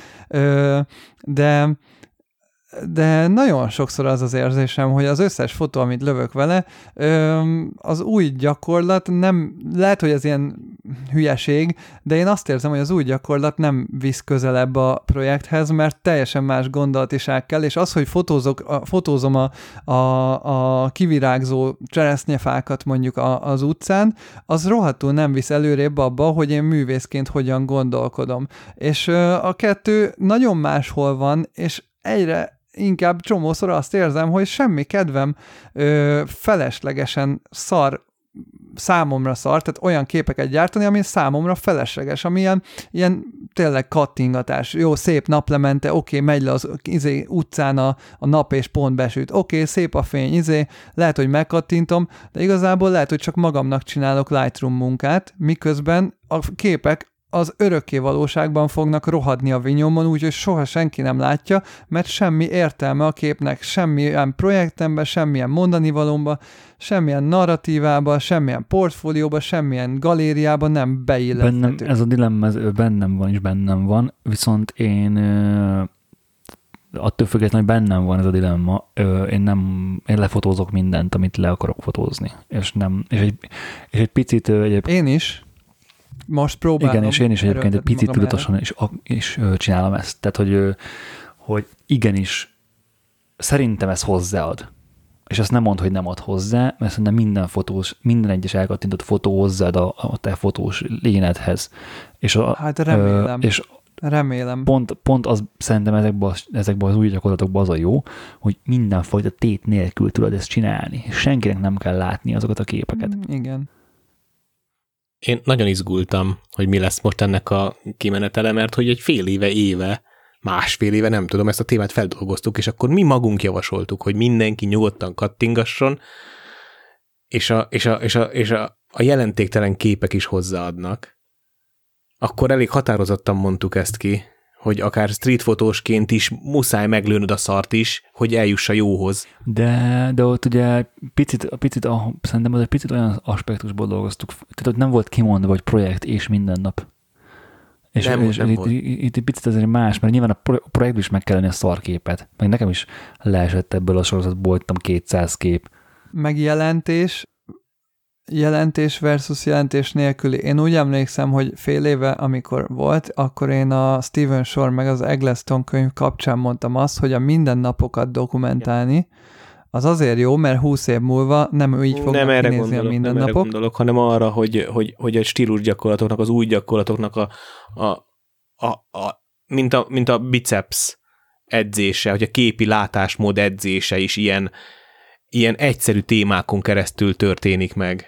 de nagyon sokszor az érzésem, hogy az összes fotó, amit lövök vele, az új gyakorlat nem, lehet, hogy ez ilyen hülyeség, de én azt érzem, hogy az új gyakorlat nem visz közelebb a projekthez, mert teljesen más gondolatiság kell, és az, hogy fotózom a kivirágzó cseresznyefákat mondjuk az utcán, az rohadtul nem visz előrébb abba, hogy én művészként hogyan gondolkodom. És a kettő nagyon máshol van, és egyre inkább csomószor azt érzem, hogy semmi kedvem feleslegesen számomra szar, tehát olyan képeket gyártani, ami számomra felesleges, ami ilyen tényleg kattingatás. Jó, szép naplemente, megy le az utcán a nap és pont besüt. Szép a fény, lehet, hogy megkattintom, de igazából lehet, hogy csak magamnak csinálok Lightroom munkát, miközben a képek az örökké valóságban fognak rohadni a vinyomon, úgyhogy soha senki nem látja, mert semmi értelme a képnek, semmilyen projektemben, semmilyen mondanivalomba, semmilyen narratívába, semmilyen portfólióba, semmilyen galériába nem beillethető. Bennem, ez a dilemma ez bennem van, viszont én attól függetlenül, hogy bennem van ez a dilemma, én lefotózok mindent, amit le akarok fotózni. És egy picit... Én is. Most próbálom. Igen, és én is egyébként egy picit tudatosan is csinálom ezt. Tehát, hogy igenis szerintem ez hozzáad. És azt nem mondd, hogy nem ad hozzá, mert szerintem minden egyes elkattintott fotó hozzáad a te fotós lényedhez. És hát remélem. Remélem. Pont az szerintem ezekben az új gyakorlatokban az a jó, hogy mindenfajta tét nélkül tudod ezt csinálni. És senkinek nem kell látni azokat a képeket. Igen. Én nagyon izgultam, hogy mi lesz most ennek a kimenetele, mert hogy egy másfél éve, nem tudom, ezt a témát feldolgoztuk, és akkor mi magunk javasoltuk, hogy mindenki nyugodtan kattingasson, és a jelentéktelen képek is hozzáadnak. Akkor elég határozottan mondtuk ezt ki, hogy akár streetfotósként is muszáj meglőnöd a szart is, hogy eljuss a jóhoz. De ott ugye szerintem az egy picit olyan aspektusból dolgoztuk. Tehát ott nem volt kimondva, hogy projekt és minden nap. És itt egy picit azért más, mert nyilván a projektből is meg kell lenni a szarképet. Meg nekem is leesett ebből a sorozatból, 200 kép. Meg jelentés versus jelentés nélküli. Én úgy emlékszem, hogy fél éve, amikor volt, akkor én a Stephen Shore meg az Eggleston könyv kapcsán mondtam azt, hogy a mindennapokat dokumentálni, az azért jó, mert 20 év múlva nem így fognak kinézni a mindennapok. Nem erre gondolok, hanem arra, hogy a stílus gyakorlatoknak, az új gyakorlatoknak mint a biceps edzése, hogy a képi látásmód edzése is ilyen egyszerű témákon keresztül történik meg.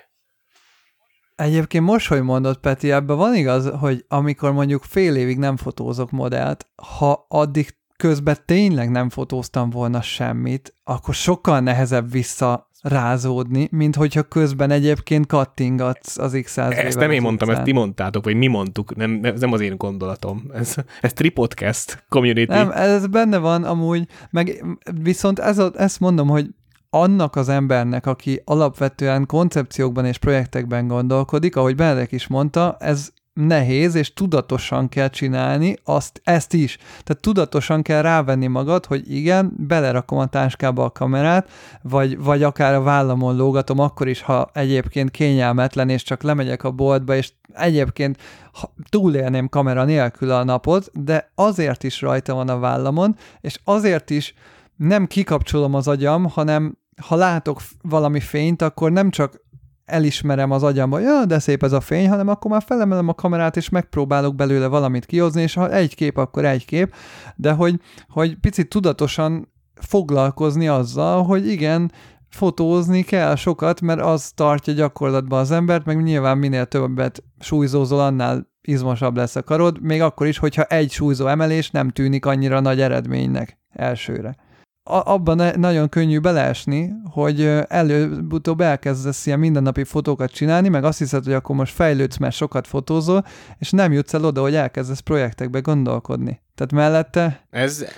Egyébként most, hogy mondod, Peti, ebben van igaz, hogy amikor mondjuk fél évig nem fotózok modellt, ha addig közben tényleg nem fotóztam volna semmit, akkor sokkal nehezebb visszarázódni, mint hogyha közben egyébként kattingatsz az X100-ével. Ezt nem én mondtam, ezt ti mondtátok, vagy mi mondtuk, ez nem az én gondolatom. Ez Tripodcast community. Nem, ez benne van amúgy, meg viszont ezt mondom, hogy annak az embernek, aki alapvetően koncepciókban és projektekben gondolkodik, ahogy Benedek is mondta, ez nehéz, és tudatosan kell csinálni ezt is. Tehát tudatosan kell rávenni magad, hogy igen, belerakom a táskába a kamerát, vagy akár a vállamon lógatom, akkor is, ha egyébként kényelmetlen, és csak lemegyek a boltba, és egyébként túlélném kamera nélkül a napot, de azért is rajta van a vállamon, és azért is nem kikapcsolom az agyam, hanem ha látok valami fényt, akkor nem csak elismerem az agyamba, ja, de szép ez a fény, hanem akkor már felemelem a kamerát, és megpróbálok belőle valamit kihozni, és ha egy kép, akkor egy kép, de hogy picit tudatosan foglalkozni azzal, hogy igen, fotózni kell sokat, mert az tartja gyakorlatban az embert, meg nyilván minél többet súlyzózol, annál izmosabb lesz a karod, még akkor is, hogyha egy súlyzó emelés nem tűnik annyira nagy eredménynek elsőre. Abban nagyon könnyű beleesni, hogy előbb-utóbb elkezdesz ilyen mindennapi fotókat csinálni, meg azt hiszed, hogy akkor most fejlődsz, mert sokat fotózol, és nem jutsz el oda, hogy elkezdesz projektekbe gondolkodni. Tehát mellette...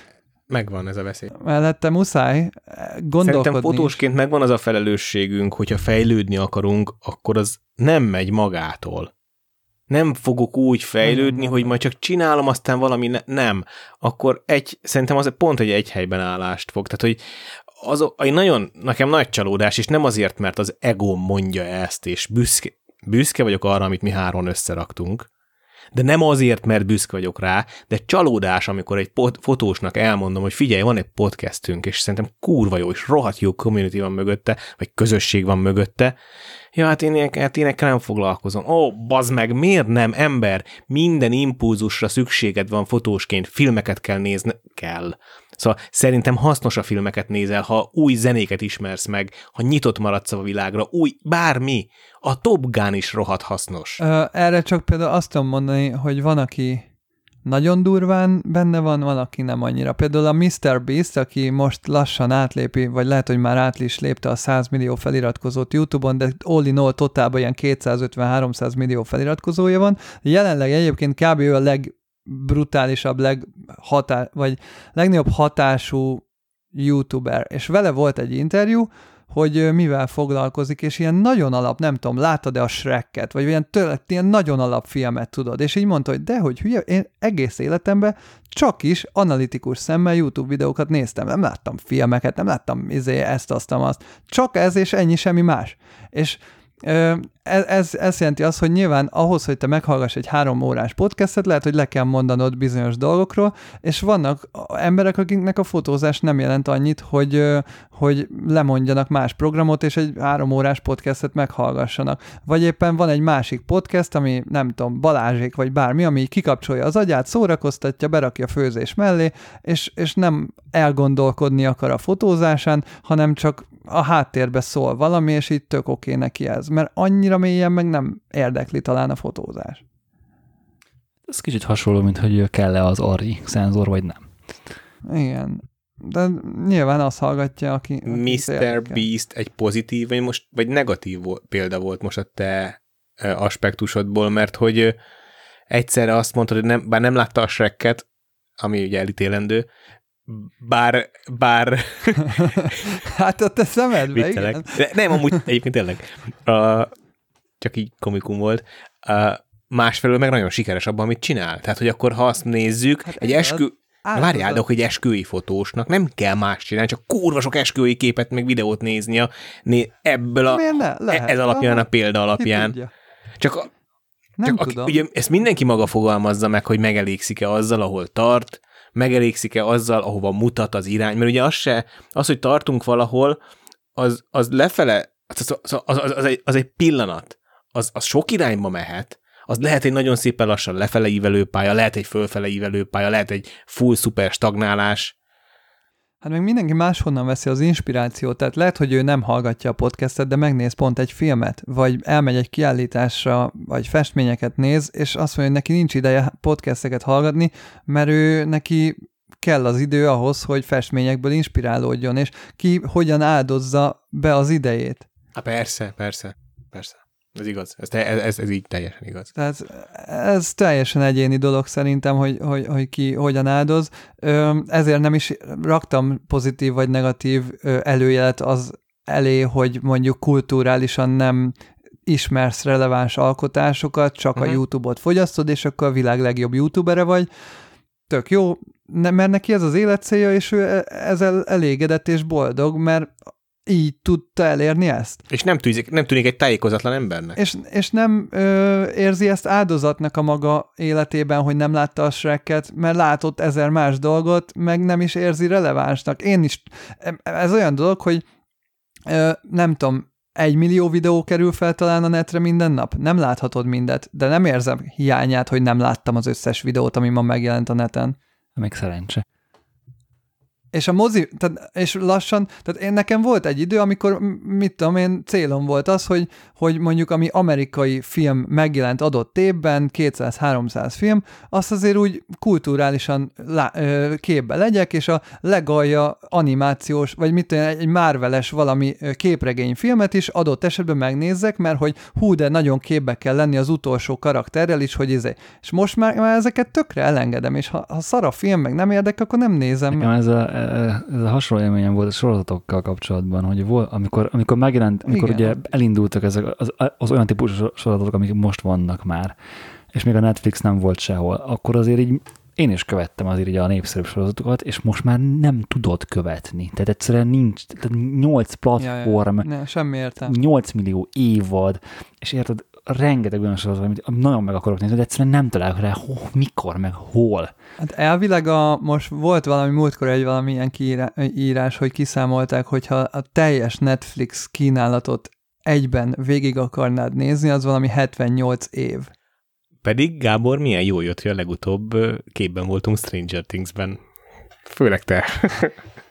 Megvan ez a veszély. Mellette muszáj gondolkodni. Szerintem fotósként megvan az a felelősségünk, hogyha fejlődni akarunk, akkor az nem megy magától. Nem fogok úgy fejlődni, hogy majd csak csinálom, aztán valami nem. Akkor szerintem az pont egy helyben állást fog. Tehát, hogy nekem nagy csalódás, és nem azért, mert az egóm mondja ezt, és büszke vagyok arra, amit mi hárman összeraktunk, de nem azért, mert büszke vagyok rá, de csalódás, amikor egy fotósnak elmondom, hogy figyelj, van egy podcastünk, és szerintem kurva jó, és rohadt jó community van mögötte, vagy közösség van mögötte. Ja, hát én nem foglalkozom. Bazd meg, miért nem, ember? Minden impulzusra szükséged van fotósként, filmeket kell nézni, kell. Szóval szerintem hasznos a filmeket nézel, ha új zenéket ismersz meg, ha nyitott maradsz a világra, bármi. A Top Gun is rohadt hasznos. Erre csak például azt tudom mondani, hogy van, akinek nagyon durván benne van aki nem annyira. Például a Mr. Beast, aki most lassan átlépi, vagy lehet, hogy már át is lépte a 100 millió feliratkozót YouTube-on, de all in all totálban ilyen 250-300 millió feliratkozója van. Jelenleg egyébként kb. Ő a legbrutálisabb, vagy legnagyobb hatású YouTuber, és vele volt egy interjú, hogy mivel foglalkozik, és ilyen nagyon alap, nem tudom, láttad-e a Shrek-et, vagy ilyen nagyon alap filmet tudod, és így mondta, hogy dehogy hülye, én egész életemben csak is analitikus szemmel YouTube videókat néztem, nem láttam filmeket, nem láttam ezt, azt, csak ez és ennyi, semmi más. És ez jelenti azt, hogy nyilván ahhoz, hogy te meghallgass egy 3 órás podcastet, lehet, hogy le kell mondanod bizonyos dolgokról, és vannak emberek, akiknek a fotózás nem jelent annyit, hogy lemondjanak más programot, és egy 3 órás podcastet meghallgassanak. Vagy éppen van egy másik podcast, ami nem tudom, Balázsék, vagy bármi, ami kikapcsolja az agyát, szórakoztatja, berakja főzés mellé, és nem elgondolkodni akar a fotózásán, hanem csak a háttérbe szól valami, és így tök oké neki ez. Mert annyira mélyen meg nem érdekli talán a fotózás. Ez kicsit hasonló, mint hogy kell-e az ARRI szenzor, vagy nem. Igen. De nyilván azt hallgatja, aki Mr. Beast egy pozitív, vagy negatív példa volt most a te aspektusodból, mert hogy egyszerre azt mondtad, hogy bár nem látta a Shrek-et, ami ugye elítélendő, bár... Hát ott a szemedbe, igen. Nem, amúgy egyébként tényleg. Csak így komikum volt. Másfelől meg nagyon sikeres abban, amit csinál. Tehát, hogy akkor ha azt nézzük, hát egy várjál, de egy esküvői fotósnak nem kell más csinálni, csak kurva sok esküvői képet, meg videót néznia ebből ez alapján, a példa alapján. Csak ugye ezt mindenki maga fogalmazza meg, hogy megelégszik-e azzal, ahol tart, megelégszik-e azzal, ahova mutat az irány, mert ugye az, hogy tartunk valahol, az lefele, az egy pillanat, az sok irányba mehet, az lehet egy nagyon szépen lassan lefele ívelő pálya, lehet egy fölfele ívelő pálya, lehet egy full szuper stagnálás. Hát meg mindenki máshonnan veszi az inspirációt, tehát lehet, hogy ő nem hallgatja a podcastet, de megnéz pont egy filmet, vagy elmegy egy kiállításra, vagy festményeket néz, és azt mondja, hogy neki nincs ideje podcasteket hallgatni, mert neki kell az idő ahhoz, hogy festményekből inspirálódjon, és ki hogyan áldozza be az idejét. Hát persze. Ez igaz. Ez így teljesen igaz. Tehát ez teljesen egyéni dolog szerintem, hogy ki hogyan áldoz. Ezért nem is raktam pozitív vagy negatív előjelet az elé, hogy mondjuk kulturálisan nem ismersz releváns alkotásokat, csak a YouTube-ot fogyasztod, és akkor a világ legjobb YouTubere vagy. Tök jó, mert neki ez az életcélja, és ő ezzel elégedett és boldog, mert így tudta elérni ezt. És nem tűnik egy tájékozatlan embernek. És nem érzi ezt áldozatnak a maga életében, hogy nem látta a Shrek-et, mert látott 1000 más dolgot, meg nem is érzi relevánsnak. Én is, ez olyan dolog, hogy nem tudom, 1 millió videó kerül fel talán a netre minden nap. Nem láthatod mindet, de nem érzem hiányát, hogy nem láttam az összes videót, ami ma megjelent a neten. Még szerencse. És a mozi, és lassan, tehát nekem volt egy idő, amikor, mit tudom én, célom volt az, hogy mondjuk ami amerikai film megjelent adott évben, 200-300 film, azt azért úgy kulturálisan képbe legyek, és a legalja animációs, vagy mit tudom, egy Marvel-es valami képregényfilmet is adott esetben megnézzek, mert hogy de nagyon képbe kell lenni az utolsó karakterrel is, hogy és most már ezeket tökre elengedem, és ha szar a film meg nem érdekel, akkor nem nézem. Nekem ez a hasonló élményem volt a sorozatokkal kapcsolatban, hogy amikor megjelent, amikor ugye elindultak ezek az olyan típusú sorozatok, amik most vannak már, és még a Netflix nem volt sehol, akkor azért így én is követtem azért így a népszerűbb sorozatokat, és most már nem tudod követni. Tehát egyszerűen nincs, tehát 8 platform, semmi értelme. 8 millió évad, és érted, rengeteg olyan sorozat, amit nagyon meg akarok nézni, de egyszerűen nem találok rá, mikor, meg hol. Hát elvileg most volt valami múltkor egy valamilyen írás, hogy kiszámolták, hogyha a teljes Netflix kínálatot egyben végig akarnád nézni, az valami 78 év. Pedig, Gábor, milyen jól jött, hogy a legutóbb képben voltunk Stranger Things-ben. Főleg te.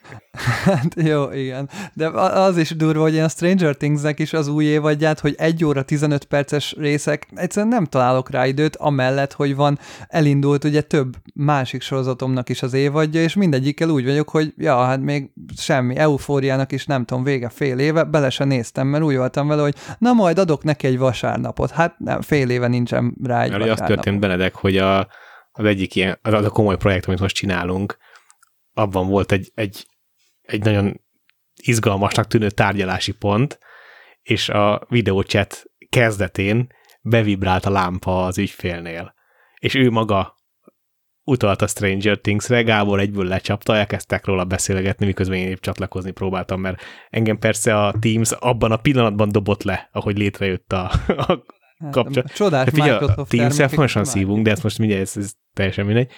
Hát jó, igen. De az is durva, hogy én a Stranger Things-nek is az új évadját, hogy 1 óra 15 perces részek, egyszerűen nem találok rá időt, amellett, hogy elindult ugye több másik sorozatomnak is az évadja, és mindegyikkel úgy vagyok, hogy ja, hát még semmi, Eufóriának is nem tudom, vége fél éve, bele se néztem, mert úgy voltam vele, hogy na majd adok neki egy vasárnapot. Hát nem, fél éve nincsen rá egy vasárnapot. Az történt, Benedek, hogy az egyik ilyen, az a komoly projekt, amit most csinálunk, abban volt egy nagyon izgalmasnak tűnő tárgyalási pont, és a videóchat kezdetén bevibrált a lámpa az ügyfélnél. És ő maga utalt a Stranger Things-re, Gábor egyből lecsapta, elkezdtek róla beszélgetni, miközben én épp csatlakozni próbáltam, mert engem persze a Teams abban a pillanatban dobott le, ahogy létrejött a kapcsolat. Csodás Microsoft a Teams-el fontosan szívunk, de ezt most mindjárt ez teljesen mindegy.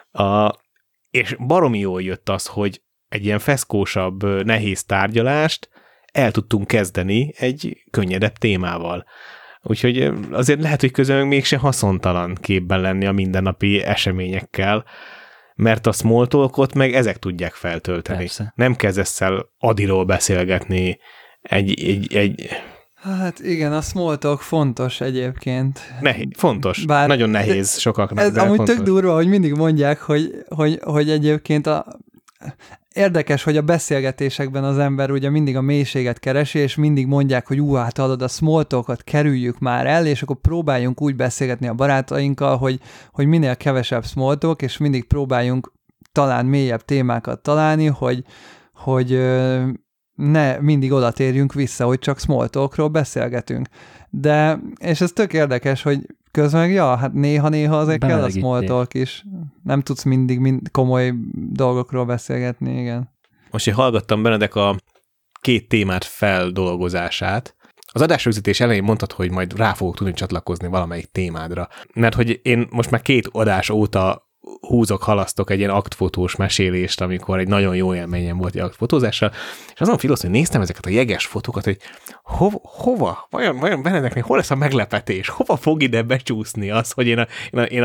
És baromi jól jött az, hogy egy ilyen feszkósabb, nehéz tárgyalást el tudtunk kezdeni egy könnyedebb témával. Úgyhogy azért lehet, hogy közben mégse haszontalan képben lenni a mindennapi eseményekkel, mert a small talkot meg ezek tudják feltölteni. Persze. Nem kezdesz el Adiról beszélgetni egy Hát igen, a small talk fontos egyébként. Fontos. Nagyon nehéz sokaknak. Ez amúgy fontos. tök durva, hogy mindig mondják, hogy egyébként érdekes, hogy a beszélgetésekben az ember ugye mindig a mélységet keresi, és mindig mondják, hogy hát hallod, a small talkot kerüljük már el, és akkor próbáljunk úgy beszélgetni a barátainkkal, hogy minél kevesebb small talk, és mindig próbáljunk talán mélyebb témákat találni, hogy ne mindig oda térjünk vissza, hogy csak small talkról beszélgetünk. És ez tök érdekes, hogy közben meg, hát néha azért kell a small talk is. Nem tudsz mindig komoly dolgokról beszélgetni, igen. Most én hallgattam Benedek a 2 témát feldolgozását. Az adásrögzítés elején mondtad, hogy majd rá fogok tudni csatlakozni valamelyik témádra. Mert hogy én most már 2 adás óta halasztok egy ilyen aktfotós mesélést, amikor egy nagyon jó élményem volt egy aktfotózással, és azon filoztam, hogy néztem ezeket a jeges fotókat, hogy hova? Vajon Benedeknél hol lesz a meglepetés? Hova fog ide becsúszni az, hogy én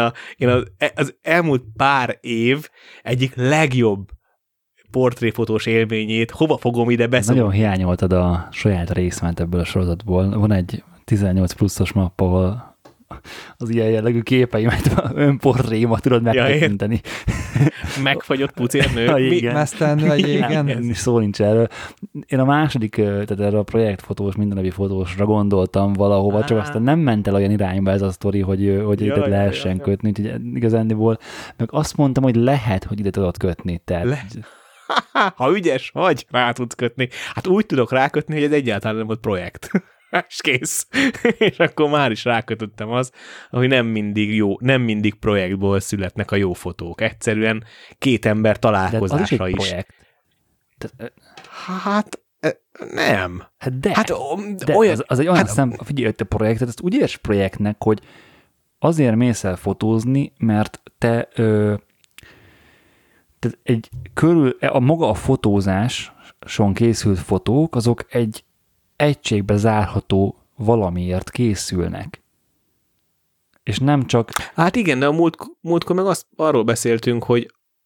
az elmúlt pár év egyik legjobb portréfotós élményét hova fogom ide beszélni? Nagyon hiányoltad a saját részmet ebből a sorozatból. Van egy 18 pluszos mapp, ahol az ilyen jellegű képeimet, önportrémat tudod megtekinteni. Megfagyott pucérnő. Mesztelnő egy égen. Szó nincs erről. Én a második, tehát erre a projektfotós, mindennapi fotósra gondoltam valahova, csak aztán nem ment el olyan irányba ez a sztori, hogy ide lehessen kötni. Úgyhogy igazándiból meg azt mondtam, hogy lehet, hogy ide tudod kötni. Ha ügyes vagy, rá tudsz kötni. Hát úgy tudok rákötni, hogy ez egyáltalán nem volt projekt. És kész. És akkor már is rákötöttem hogy nem mindig projektból születnek a jó fotók. Egyszerűen 2 ember találkozása is. Projekt. Hát nem. De olyan, az egy olyan figyelj, te projektet, ezt úgy érts projektnek, hogy azért mész el fotózni, mert te maga a fotózáson készült fotók, azok egy egységbe zárható valamiért készülnek. És nem csak... Hát igen, de a múltkor meg arról beszéltünk, hogy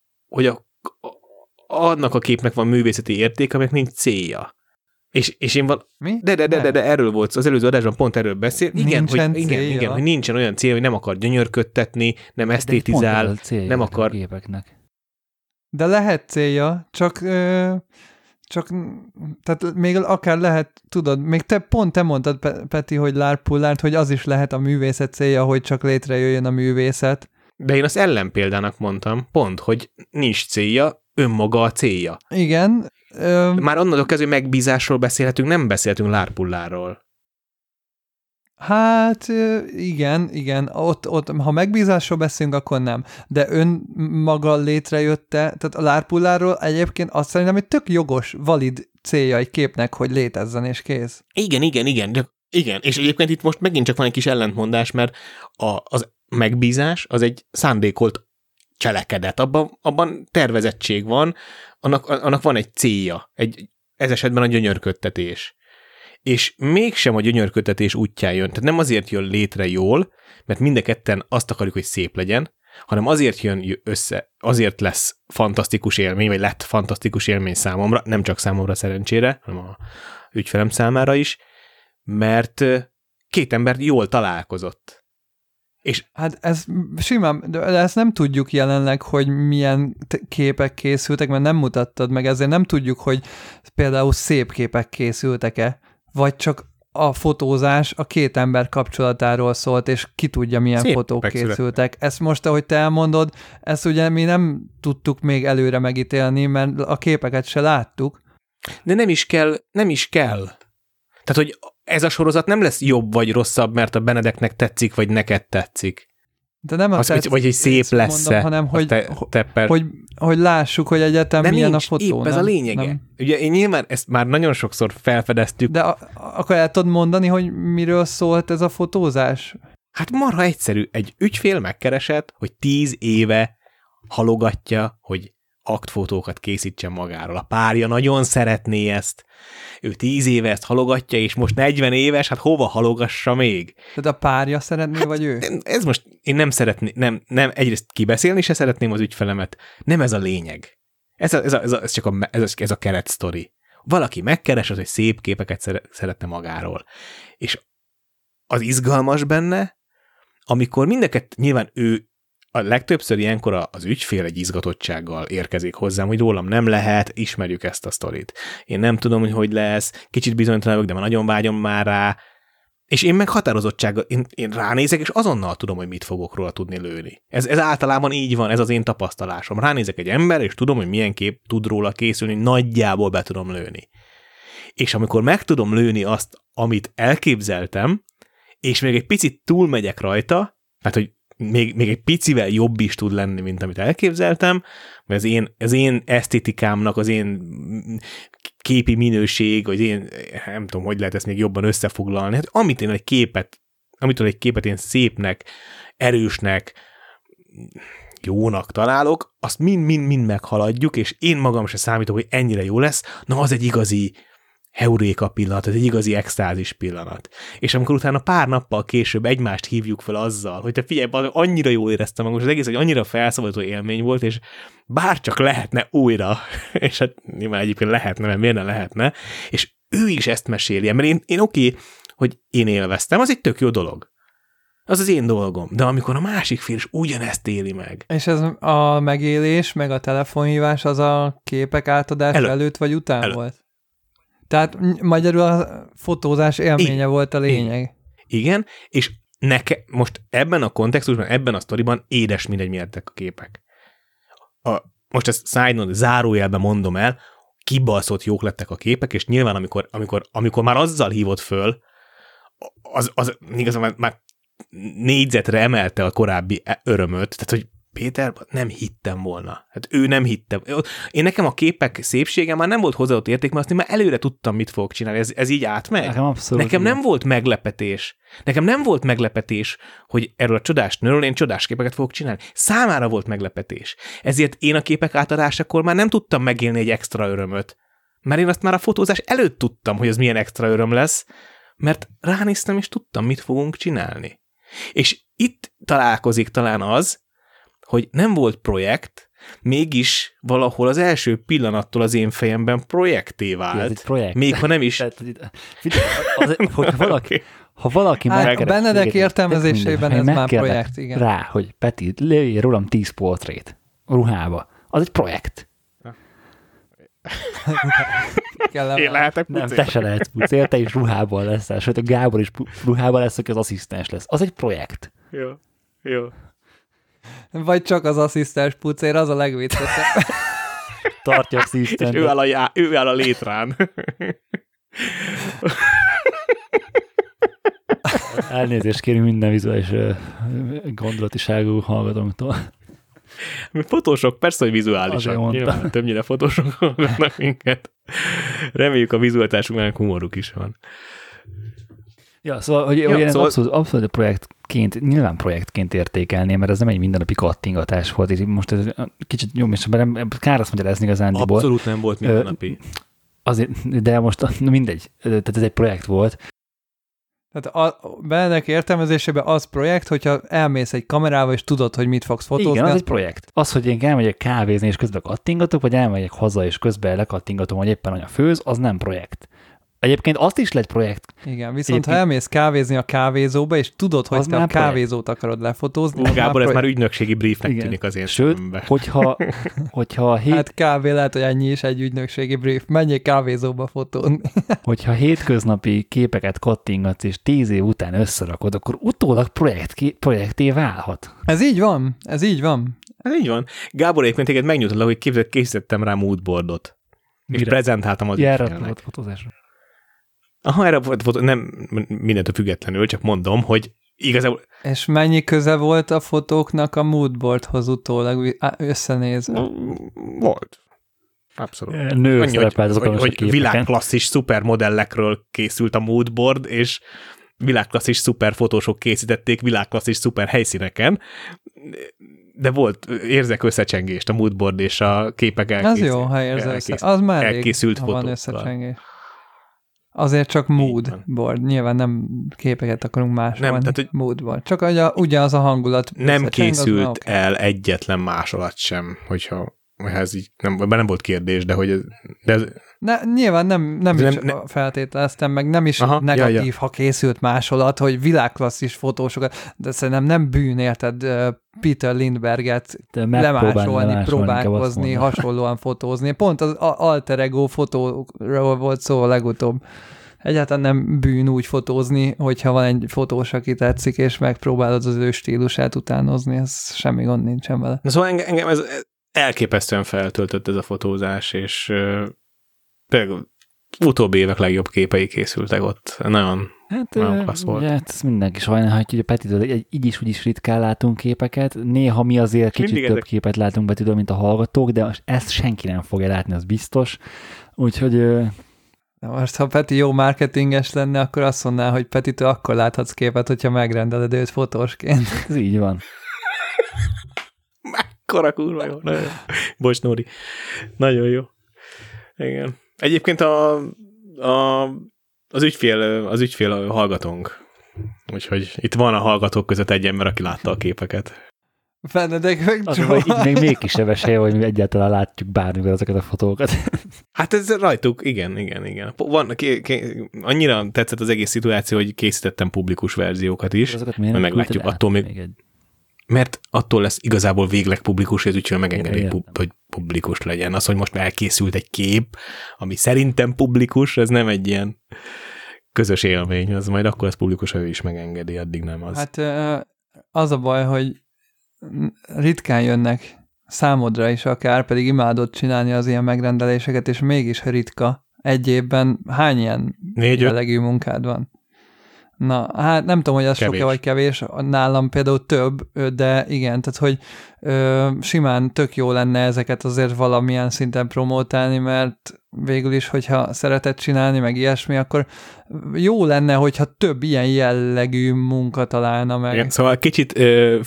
annak a képnek van művészeti érték, aminek nincs célja. És én Mi? De erről volt, az előző adásban pont erről beszél. Igen, hogy nincsen olyan cél, hogy nem akar gyönyörködtetni, nem esztétizál, nem akar... Képeknek. De lehet célja, csak tehát még akár lehet, tudod, még te mondtad, Peti, hogy lárpullárt, hogy az is lehet a művészet célja, hogy csak létrejöjjön a művészet. De én azt ellenpéldának mondtam, pont, hogy nincs célja, önmaga a célja. Igen. Már onnantól kezdve megbízásról beszélhetünk, nem beszélhetünk lárpulláról. Hát igen, ott ha megbízásról beszélünk, akkor nem. De önmaga létrejötte, tehát a lárpulláról egyébként azt szerintem egy tök jogos, valid célja egy képnek, hogy létezzen és kész. Igen, és egyébként itt most megint csak van egy kis ellentmondás, mert az megbízás az egy szándékolt cselekedet, abban tervezettség van, annak van egy célja, ez esetben a gyönyörködtetés. És mégsem a gyönyörködtetés útján jön. Tehát nem azért jön létre jól, mert mind a ketten azt akarjuk, hogy szép legyen, hanem azért jön össze, azért lesz fantasztikus élmény, vagy lett fantasztikus élmény számomra, nem csak számomra szerencsére, hanem a ügyfelem számára is, mert két ember jól találkozott. És hát ez simán, de ezt nem tudjuk jelenleg, hogy milyen képek készültek, mert nem mutattad meg, ezért nem tudjuk, hogy például szép képek készültek-e, vagy csak a fotózás a két ember kapcsolatáról szólt, és ki tudja, milyen szép fotók készültek. Ezt most, ahogy te elmondod, ezt ugye mi nem tudtuk még előre megítélni, mert a képeket se láttuk. De nem is kell. Tehát, hogy ez a sorozat nem lesz jobb vagy rosszabb, mert a Benedeknek tetszik, vagy neked tetszik. De nem vagy hogy szép lesz-e, hanem hogy lássuk, hogy egyetem milyen a fotó. Épp ez a lényege. Nem? Ugye én nyilván ezt már nagyon sokszor felfedeztük. De akkor el tudod mondani, hogy miről szólt ez a fotózás? Hát marha egyszerű. Egy ügyfél megkeresett, hogy 10 éve halogatja, hogy aktfotókat készítsen magáról. A párja nagyon szeretné ezt. Ő 10 éve ezt halogatja, és most 40 éves, hát hova halogassa még? Tehát a párja szeretné, vagy ő? Ez most, én nem szeretném, nem egyrészt kibeszélni se szeretném az ügyfelemet. Nem ez a lényeg. Ez csak ez a keretsztori. Valaki megkeres az, hogy szép képeket szeretne magáról. És az izgalmas benne, amikor mindeket nyilván ő a legtöbbször ilyenkor az ügyfél egy izgatottsággal érkezik hozzám, hogy rólam nem lehet, ismerjük ezt a sztorit. Én nem tudom, hogy lesz, kicsit bizonytalan vagyok, de már nagyon vágyom már rá, és én meg határozottsággal, én ránézek, és azonnal tudom, hogy mit fogok róla tudni lőni. Ez általában így van, ez az én tapasztalásom. Ránézek egy ember, és tudom, hogy milyen kép tud róla készülni, nagyjából be tudom lőni. És amikor meg tudom lőni azt, amit elképzeltem, és még egy picit túlmegyek rajta, mert hogy még egy picivel jobb is tud lenni, mint amit elképzeltem, mert az én esztétikámnak, az én képi minőség, vagy én nem tudom, hogy lehet ezt még jobban összefoglalni. Hát amitől egy képet én szépnek, erősnek, jónak találok, azt mind meghaladjuk, és én magam se számítok, hogy ennyire jó lesz, na az egy igazi heuréka pillanat, ez egy igazi extázis pillanat. És amikor utána pár nappal később egymást hívjuk fel azzal, hogy te figyelj, annyira jól éreztem magam, és az egész egy annyira felszabadító élmény volt, és bárcsak lehetne újra, és hát nyilván egyébként lehetne, mert miért ne lehetne, és ő is ezt meséli, mert én oké, hogy én élveztem, az egy tök jó dolog. Az az én dolgom. De amikor a másik fél is ugyanezt éli meg. És ez a megélés, meg a telefonhívás az a képek átadás előtt vagy után volt? Tehát magyarul a fotózás élménye volt a lényeg. Igen, és most ebben a kontextusban, ebben a sztoriban édes mindegy milyenek a képek. Most ezt side note, zárójelben mondom el, kibaszott jók lettek a képek, és nyilván amikor már azzal hívott föl, az igazán már négyzetre emelte a korábbi örömöt, tehát hogy Péter, nem hittem volna. Hát ő nem hittem. Én nekem a képek szépsége már nem volt hozzáadott érték, mert azt én már előre tudtam, mit fogok csinálni. Ez így átmegy. Nekem nem volt meglepetés. Nekem nem volt meglepetés, hogy erről a csodás nőről én csodás képeket fogok csinálni. Számára volt meglepetés. Ezért én a képek átadásakor már nem tudtam megélni egy extra örömöt. Mert én azt már a fotózás előtt tudtam, hogy ez milyen extra öröm lesz, mert ránéztem és tudtam, mit fogunk csinálni. És itt találkozik talán az, hogy nem volt projekt, mégis valahol az első pillanattól az én fejemben projekté vált. Ez egy projekt. Még ha nem is. Ha valaki a Benedek értelmezésében ez már projekt, igen. Rá, hogy Peti, lőjél rólam 10 portrét ruhába. Az egy projekt. Én lehetek pucér? Nem, te se lehetsz pucér, te is ruhában leszel, sőt a Gábor is ruhában lesz, aki az asszisztens lesz. Az egy projekt. Jó. Vagy csak az asszisztens pucér, az a legviccesebb. Tartja asszisztens. És ő áll a létrán. Elnézést kérünk minden vizuális gondolatiságú hallgatónktól. Fotósok persze, hogy vizuálisak. Nyilván többnyire fotósok hallgatnak minket. Reméljük a vizualitásunknak humoruk is van. Ja, szóval, hogy én abszolút projektként, nyilván projektként értékelném, mert ez nem egy mindennapi kattingatás volt. Így most ez kicsit jó, és kár azt magyarázni igazándiból. Abszolút nem volt mindennapi. Azért, de most mindegy. Tehát ez egy projekt volt. Tehát bennek értelmezésében az projekt, hogyha elmész egy kamerával, és tudod, hogy mit fogsz fotózni. Igen, az egy projekt. Az, hogy én elmegyek kávézni, és közben kattingatok, vagy elmegyek haza, és közben lekattingatom, hogy éppen anya főz, az nem projekt. Egyébként azt is lehet projekt. Igen, viszont ha elmész kávézni a kávézóba, és tudod, hogy te a kávézót akarod lefotózni. Gábor, ez már ügynökségi briefnek tűnik azért. Sőt, hogyha Hát kávé lehet, hogy ennyi is egy ügynökségi brief. Menjél kávézóba fotózni. Hogyha hétköznapi képeket kattingatsz, és 10 év után összerakod, akkor utólag projekté válhat. Ez így van. Ez így van. Gábor, egyébként téged megnyugtatlak, hogy készítettem rá moodboardot. És prezentáltam az ügyfélnek. Fotózásra. Aha, erre volt, nem mindentől függetlenül, csak mondom, hogy igazából... És mennyi köze volt a fotóknak a moodboardhoz utólag összenézve? Volt. Abszolút. Nő szerepelt azokon a hogy világklasszis szupermodellekről készült a moodboard, és világklasszis szuperfotósok készítették világklasszis szuper helyszíneken, de volt, érzek összecsengést a moodboard és a képek Az jó, ha érzek. Az már elkészült rég, ha van összecsengés. Azért csak moodboard. Nyilván nem képeket akarunk másolni. Nem, tehát, hogy moodboard. Csak ugyanaz a hangulat. Nem készült el egyetlen másolat sem, hogyha ez így, nem volt kérdés, de hogy ez... Nyilván nem is feltételeztem, meg nem is negatív, ha készült másolat, hogy világklasszis fotósokat, de szerintem nem bűn, érted, Peter Lindberghet lemásolni, próbálkozni, hasonlóan fotózni. Pont az alter ego fotóról volt szó a legutóbb. Egyáltalán nem bűn úgy fotózni, hogyha van egy fotós, aki tetszik, és megpróbálod az ő stílusát utánozni, ez semmi gond nincsen vele. Szóval engem ez elképesztően feltöltött ez a fotózás, és például utóbbi évek legjobb képei készültek ott. Nagyon klassz volt. Ugye, ezt mindenki sajnálhatja, hogy a Petitől így is úgy is ritkán látunk képeket. Néha mi azért kicsit több képet látunk Petitől, mint a hallgatók, de ezt senki nem fogja látni, az biztos. Úgyhogy... Most, ha Peti jó marketinges lenne, akkor azt mondaná, hogy Petitől akkor láthatsz képet, hogyha megrendeled őt fotósként. Ez így van. Mekkora kurva jó. Bocs, Nóri. Nagyon jó. Igen. Egyébként az ügyfél hallgatónk. Úgyhogy itt van a hallgatók között egy ember, aki látta a képeket. Benedek meg itt még mégis esélye, hogy mi egyáltalán látjuk bármikor ezeket a fotókat. Hát ez rajtuk, igen. Van, annyira tetszett az egész szituáció, hogy készítettem publikus verziókat is. Mert meglátjuk, attól még mert attól lesz igazából végleg publikus, és az ügyfél megengedi, hogy publikus legyen. Az, hogy most elkészült egy kép, ami szerintem publikus, ez nem egy ilyen közös élmény, az majd akkor ez publikus, ő is megengedi, addig nem az. Hát az a baj, hogy ritkán jönnek számodra is akár, pedig imádod csinálni az ilyen megrendeléseket, és mégis ritka. Egy évben hány ilyen jellegű munkád van? Na, hát nem tudom, hogy az sok-e vagy kevés, nálam például több, de igen, tehát hogy simán tök jó lenne ezeket azért valamilyen szinten promotálni, mert végül is, hogyha szereted csinálni, meg ilyesmi, akkor jó lenne, hogyha több ilyen jellegű munka találna meg. Igen, szóval kicsit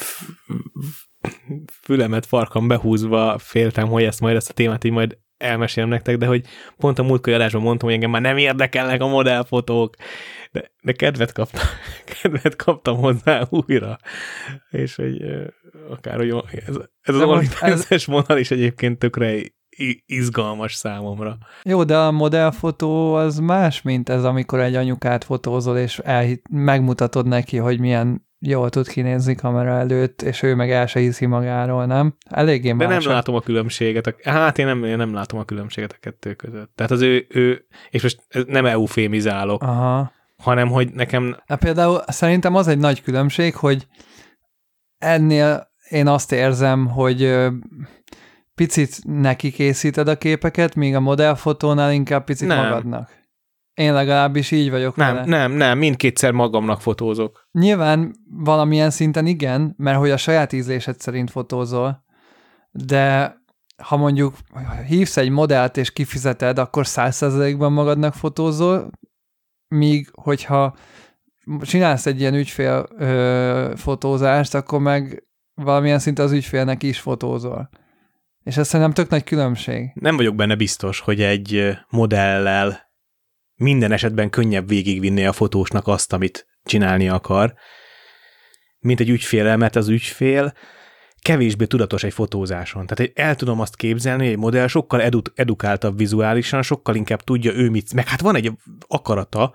fülemet farkam behúzva féltem, hogy ezt a témát így majd elmesélem nektek, de hogy pont a múltkori adásban mondtam, hogy engem már nem érdekelnek a modellfotók, de kedvet kaptam hozzá újra. És hogy akárhogy ez az OnlyFans-es vonal is egyébként tökre izgalmas számomra. Jó, de a modellfotó az más, mint ez, amikor egy anyukát fotózol, és megmutatod neki, hogy milyen jól tud kinézni kamera előtt, és ő meg el se hiszi magáról, nem? Eléggé más. De nem látom a különbséget. Hát én nem látom a különbséget a kettő között. Tehát az ő és most nem eufémizálok, hanem hogy nekem... Például szerintem az egy nagy különbség, hogy ennél én azt érzem, hogy picit neki készíted a képeket, míg a modellfotónál inkább picit magadnak. Én legalábbis így vagyok vele. Nem, mindkétszer magamnak fotózok. Nyilván valamilyen szinten igen, mert hogy a saját ízlésed szerint fotózol, de ha mondjuk hívsz egy modellt és kifizeted, akkor 100%-ban magadnak fotózol, míg hogyha csinálsz egy ilyen ügyfél fotózást, akkor meg valamilyen szinten az ügyfélnek is fotózol. És ez szerintem tök nagy különbség. Nem vagyok benne biztos, hogy egy modellel minden esetben könnyebb végigvinni a fotósnak azt, amit csinálni akar, mint egy ügyfélrel, mert az ügyfél kevésbé tudatos egy fotózáson. Tehát el tudom azt képzelni, hogy egy modell sokkal edukáltabb vizuálisan, sokkal inkább tudja ő mit, meg hát van egy akarata,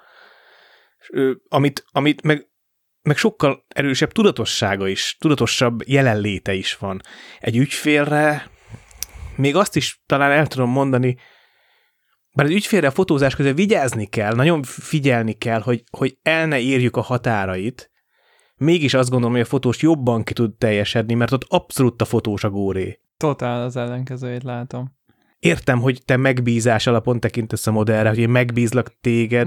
amit meg sokkal erősebb tudatossága is, tudatosabb jelenléte is van. Egy ügyfélre még azt is talán el tudom mondani, bár az ügyfélre a fotózás közben vigyázni kell, nagyon figyelni kell, hogy el ne érjük a határait, mégis azt gondolom, hogy a fotós jobban ki tud teljesedni, mert ott abszolút a fotós a góré. Totál az ellenkezőjét látom. Értem, hogy te megbízás alapon tekintesz a modellre, hogy én megbízlak téged.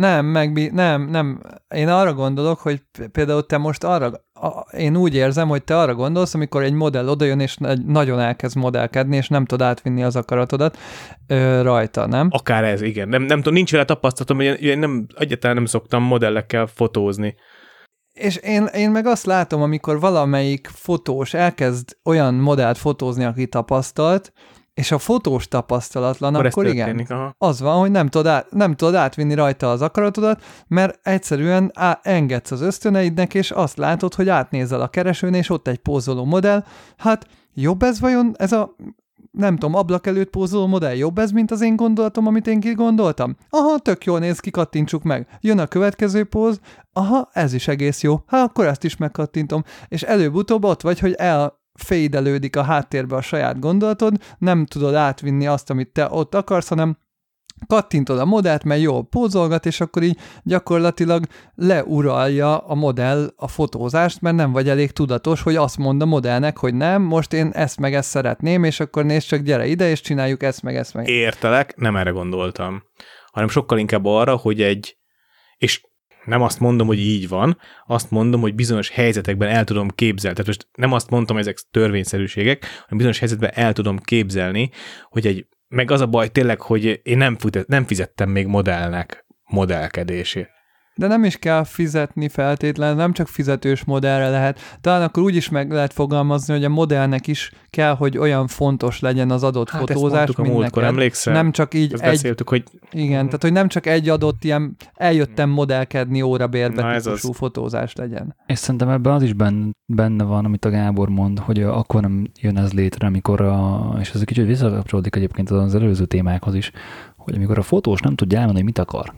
Nem. Én arra gondolok, hogy például te most én úgy érzem, hogy te arra gondolsz, amikor egy modell odajön, és nagyon elkezd modellkedni, és nem tud átvinni az akaratodat rajta, nem? Akár ez, igen. Nem tudom, nincs vele tapasztalatom, hogy én egyáltalán nem szoktam modellekkel fotózni. És én meg azt látom, amikor valamelyik fotós elkezd olyan modellt fotózni, aki tapasztalt, és a fotós tapasztalatlan, akkor igen, az van, hogy nem tudod átvinni rajta az akaratodat, mert egyszerűen engedsz az ösztöneidnek, és azt látod, hogy átnézel a keresőn, és ott egy pózoló modell. Hát jobb ez vajon, ez a nem tudom, ablak előtt pózoló modell jobb ez, mint az én gondolatom, amit én kigondoltam? Aha, tök jól néz ki, kattintsuk meg. Jön a következő póz, aha, ez is egész jó. Akkor ezt is megkattintom. És előbb-utóbb ott vagy, hogy elfédelődik a háttérbe a saját gondolatod, nem tudod átvinni azt, amit te ott akarsz, hanem kattintod a modellt, mert jól pózolgat, és akkor így gyakorlatilag leuralja a modell a fotózást, mert nem vagy elég tudatos, hogy azt mond a modellnek, hogy nem, most én ezt meg ezt szeretném, és akkor nézd csak, gyere ide, és csináljuk ezt meg ezt meg. Értelek, nem erre gondoltam, hanem sokkal inkább arra, hogy és nem azt mondom, hogy így van, azt mondom, hogy bizonyos helyzetekben el tudom képzelni. Tehát most nem azt mondtam, hogy ezek törvényszerűségek, hanem bizonyos helyzetben el tudom képzelni, hogy meg az a baj tényleg, hogy én nem fizettem még modellnek modellkedését. De nem is kell fizetni feltétlenül, nem csak fizetős modellre lehet. Talán akkor úgy is meg lehet fogalmazni, hogy a modellnek is kell, hogy olyan fontos legyen az adott fotózás, mint múltkor, neked. Emlékszel? Nem csak így beszéltük, hogy... Igen, tehát hogy nem csak egy adott ilyen eljöttem modellkedni órabérbe típusú fotózás legyen. És szerintem ebben az is benne van, amit a Gábor mond, hogy akkor nem jön ez létre, amikor és ez egy kicsit visszakapcsolódik egyébként az előző témákhoz is, hogy amikor a fotós nem tudja elmondani, hogy mit akar.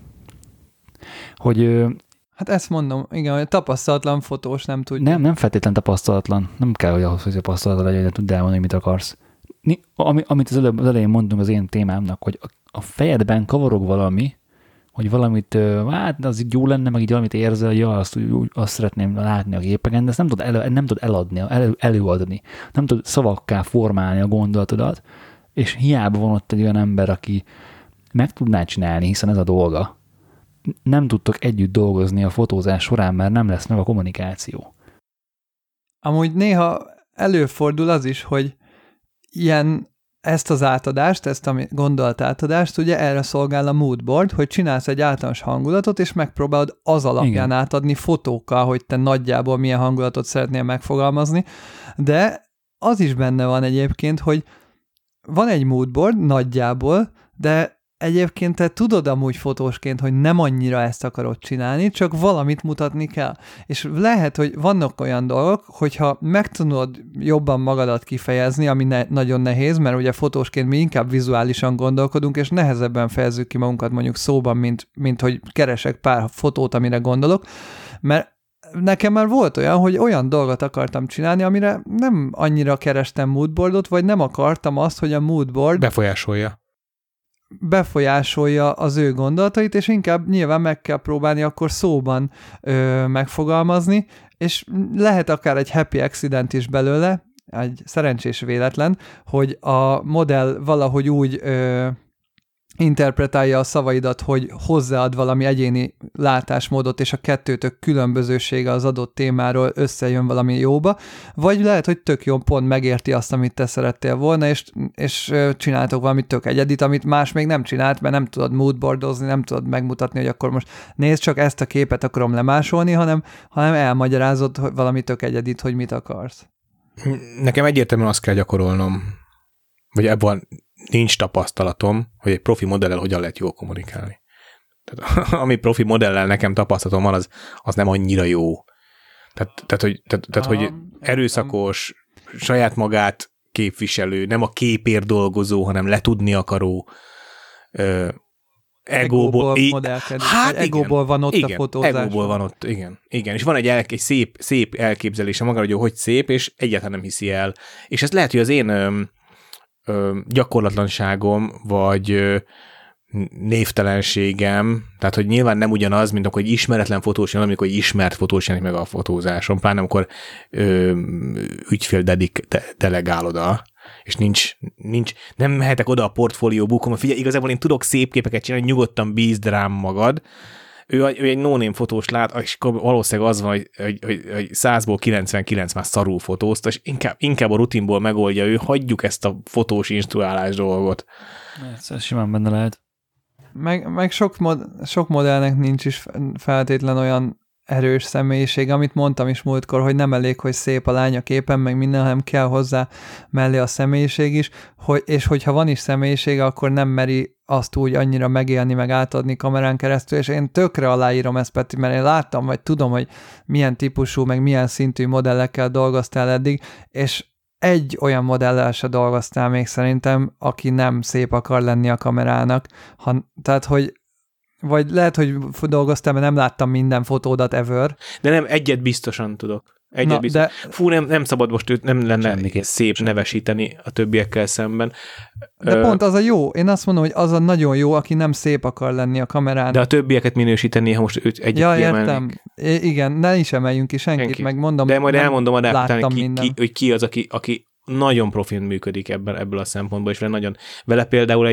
Hogy... Hát ezt mondom, igen, hogy tapasztalatlan fotós nem tudja. Nem feltétlen tapasztalatlan. Nem kell, hogy ahhoz, hogy tapasztalatlan legyen, hogy tudd elmondani, mit akarsz. Amit az elején mondtunk az én témámnak, hogy a fejedben kavarog valami, hogy valamit, hát az így jó lenne, meg így valamit érzel, ja, azt szeretném látni a gépeken, de ezt nem tud eladni, előadni. Nem tud szavakká formálni a gondolatodat, és hiába van ott egy olyan ember, aki meg tudná csinálni, hiszen ez a dolga. Nem tudtok együtt dolgozni a fotózás során, mert nem lesz meg a kommunikáció. Amúgy néha előfordul az is, hogy ezt az átadást, ezt a gondolatátadást, ugye erre szolgál a moodboard, hogy csinálsz egy általános hangulatot, és megpróbálod az alapján átadni fotókkal, hogy te nagyjából milyen hangulatot szeretnél megfogalmazni, de az is benne van egyébként, hogy van egy moodboard nagyjából, de egyébként te tudod amúgy fotósként, hogy nem annyira ezt akarod csinálni, csak valamit mutatni kell. És lehet, hogy vannak olyan dolgok, hogyha meg tudod jobban magadat kifejezni, ami nagyon nehéz, mert ugye fotósként mi inkább vizuálisan gondolkodunk, és nehezebben fejezzük ki magunkat mondjuk szóban, mint hogy keresek pár fotót, amire gondolok, mert nekem már volt olyan, hogy olyan dolgot akartam csinálni, amire nem annyira kerestem moodboardot, vagy nem akartam azt, hogy a moodboard befolyásolja az ő gondolatait, és inkább nyilván meg kell próbálni akkor szóban megfogalmazni, és lehet akár egy happy accident is belőle, egy szerencsés véletlen, hogy a modell valahogy úgy interpretálja a szavaidat, hogy hozzáad valami egyéni látásmódot, és a kettőtök különbözősége az adott témáról összejön valami jóba, vagy lehet, hogy tök jó pont megérti azt, amit te szerettél volna, és csináltok valami tök egyedit, amit más még nem csinált, mert nem tudod moodboardozni, nem tudod megmutatni, hogy akkor most nézd csak ezt a képet akarom lemásolni, hanem elmagyarázod valami tök egyedit, hogy mit akarsz. Nekem egyértelműen azt kell gyakorolnom, vagy ebben nincs tapasztalatom, hogy egy profi modellel hogyan lehet jól kommunikálni. Tehát, ami profi modellel nekem tapasztalatom van, az nem annyira jó. Tehát hogy erőszakos, saját magát képviselő, nem a képért dolgozó, hanem letudni akaró, egóból modellkedés. Hát egóból van ott a fotózás. Egóból van ott, igen. És van egy szép elképzelése maga, hogy szép, és egyáltalán nem hiszi el. És ez lehet, hogy az én gyakorlatlanságom, vagy névtelenségem, tehát hogy nyilván nem ugyanaz, mint akkor egy ismeretlen fotós jön, amikor egy ismert fotós jelenik meg a fotózáson, pláne amikor ügyfél delegál oda, és nem mehetek oda a portfólióbukom, figyelj, igazából én tudok szép képeket csinálni, nyugodtan bízd rám magad. Ő egy no-name fotós lát, és valószínűleg az van, hogy 100-ból 99 már szarul fotózta, és inkább a rutinból megoldja ő, hagyjuk ezt a fotós instruálás dolgot. Ez simán benne lehet. Meg sok modellnek nincs is feltétlen olyan erős személyiség, amit mondtam is múltkor, hogy nem elég, hogy szép a lány a képen, meg minden, hanem kell hozzá mellé a személyiség is, és hogyha van is személyisége, akkor nem meri azt úgy annyira megélni, meg átadni kamerán keresztül, és én tökre aláírom ezt, Peti, mert én láttam, vagy tudom, hogy milyen típusú, meg milyen szintű modellekkel dolgoztál eddig, és egy olyan modellel se dolgoztál még szerintem, aki nem szép akar lenni a kamerának. Tehát, hogy vagy lehet, hogy dolgoztál, mert nem láttam minden fotódat ever. De nem, egyet biztosan tudok. De... Fú, nem szabad most őt, nem lenne szép nevesíteni a többiekkel szemben. De pont az a jó. Én azt mondom, hogy az a nagyon jó, aki nem szép akar lenni a kamerán. De a többieket minősíteni, ha most őt egyet kiemelnék. Igen, ne is emeljünk ki senkit, meg mondom. De majd elmondom hogy ki az, aki nagyon profin működik ebből a szempontból, és vele például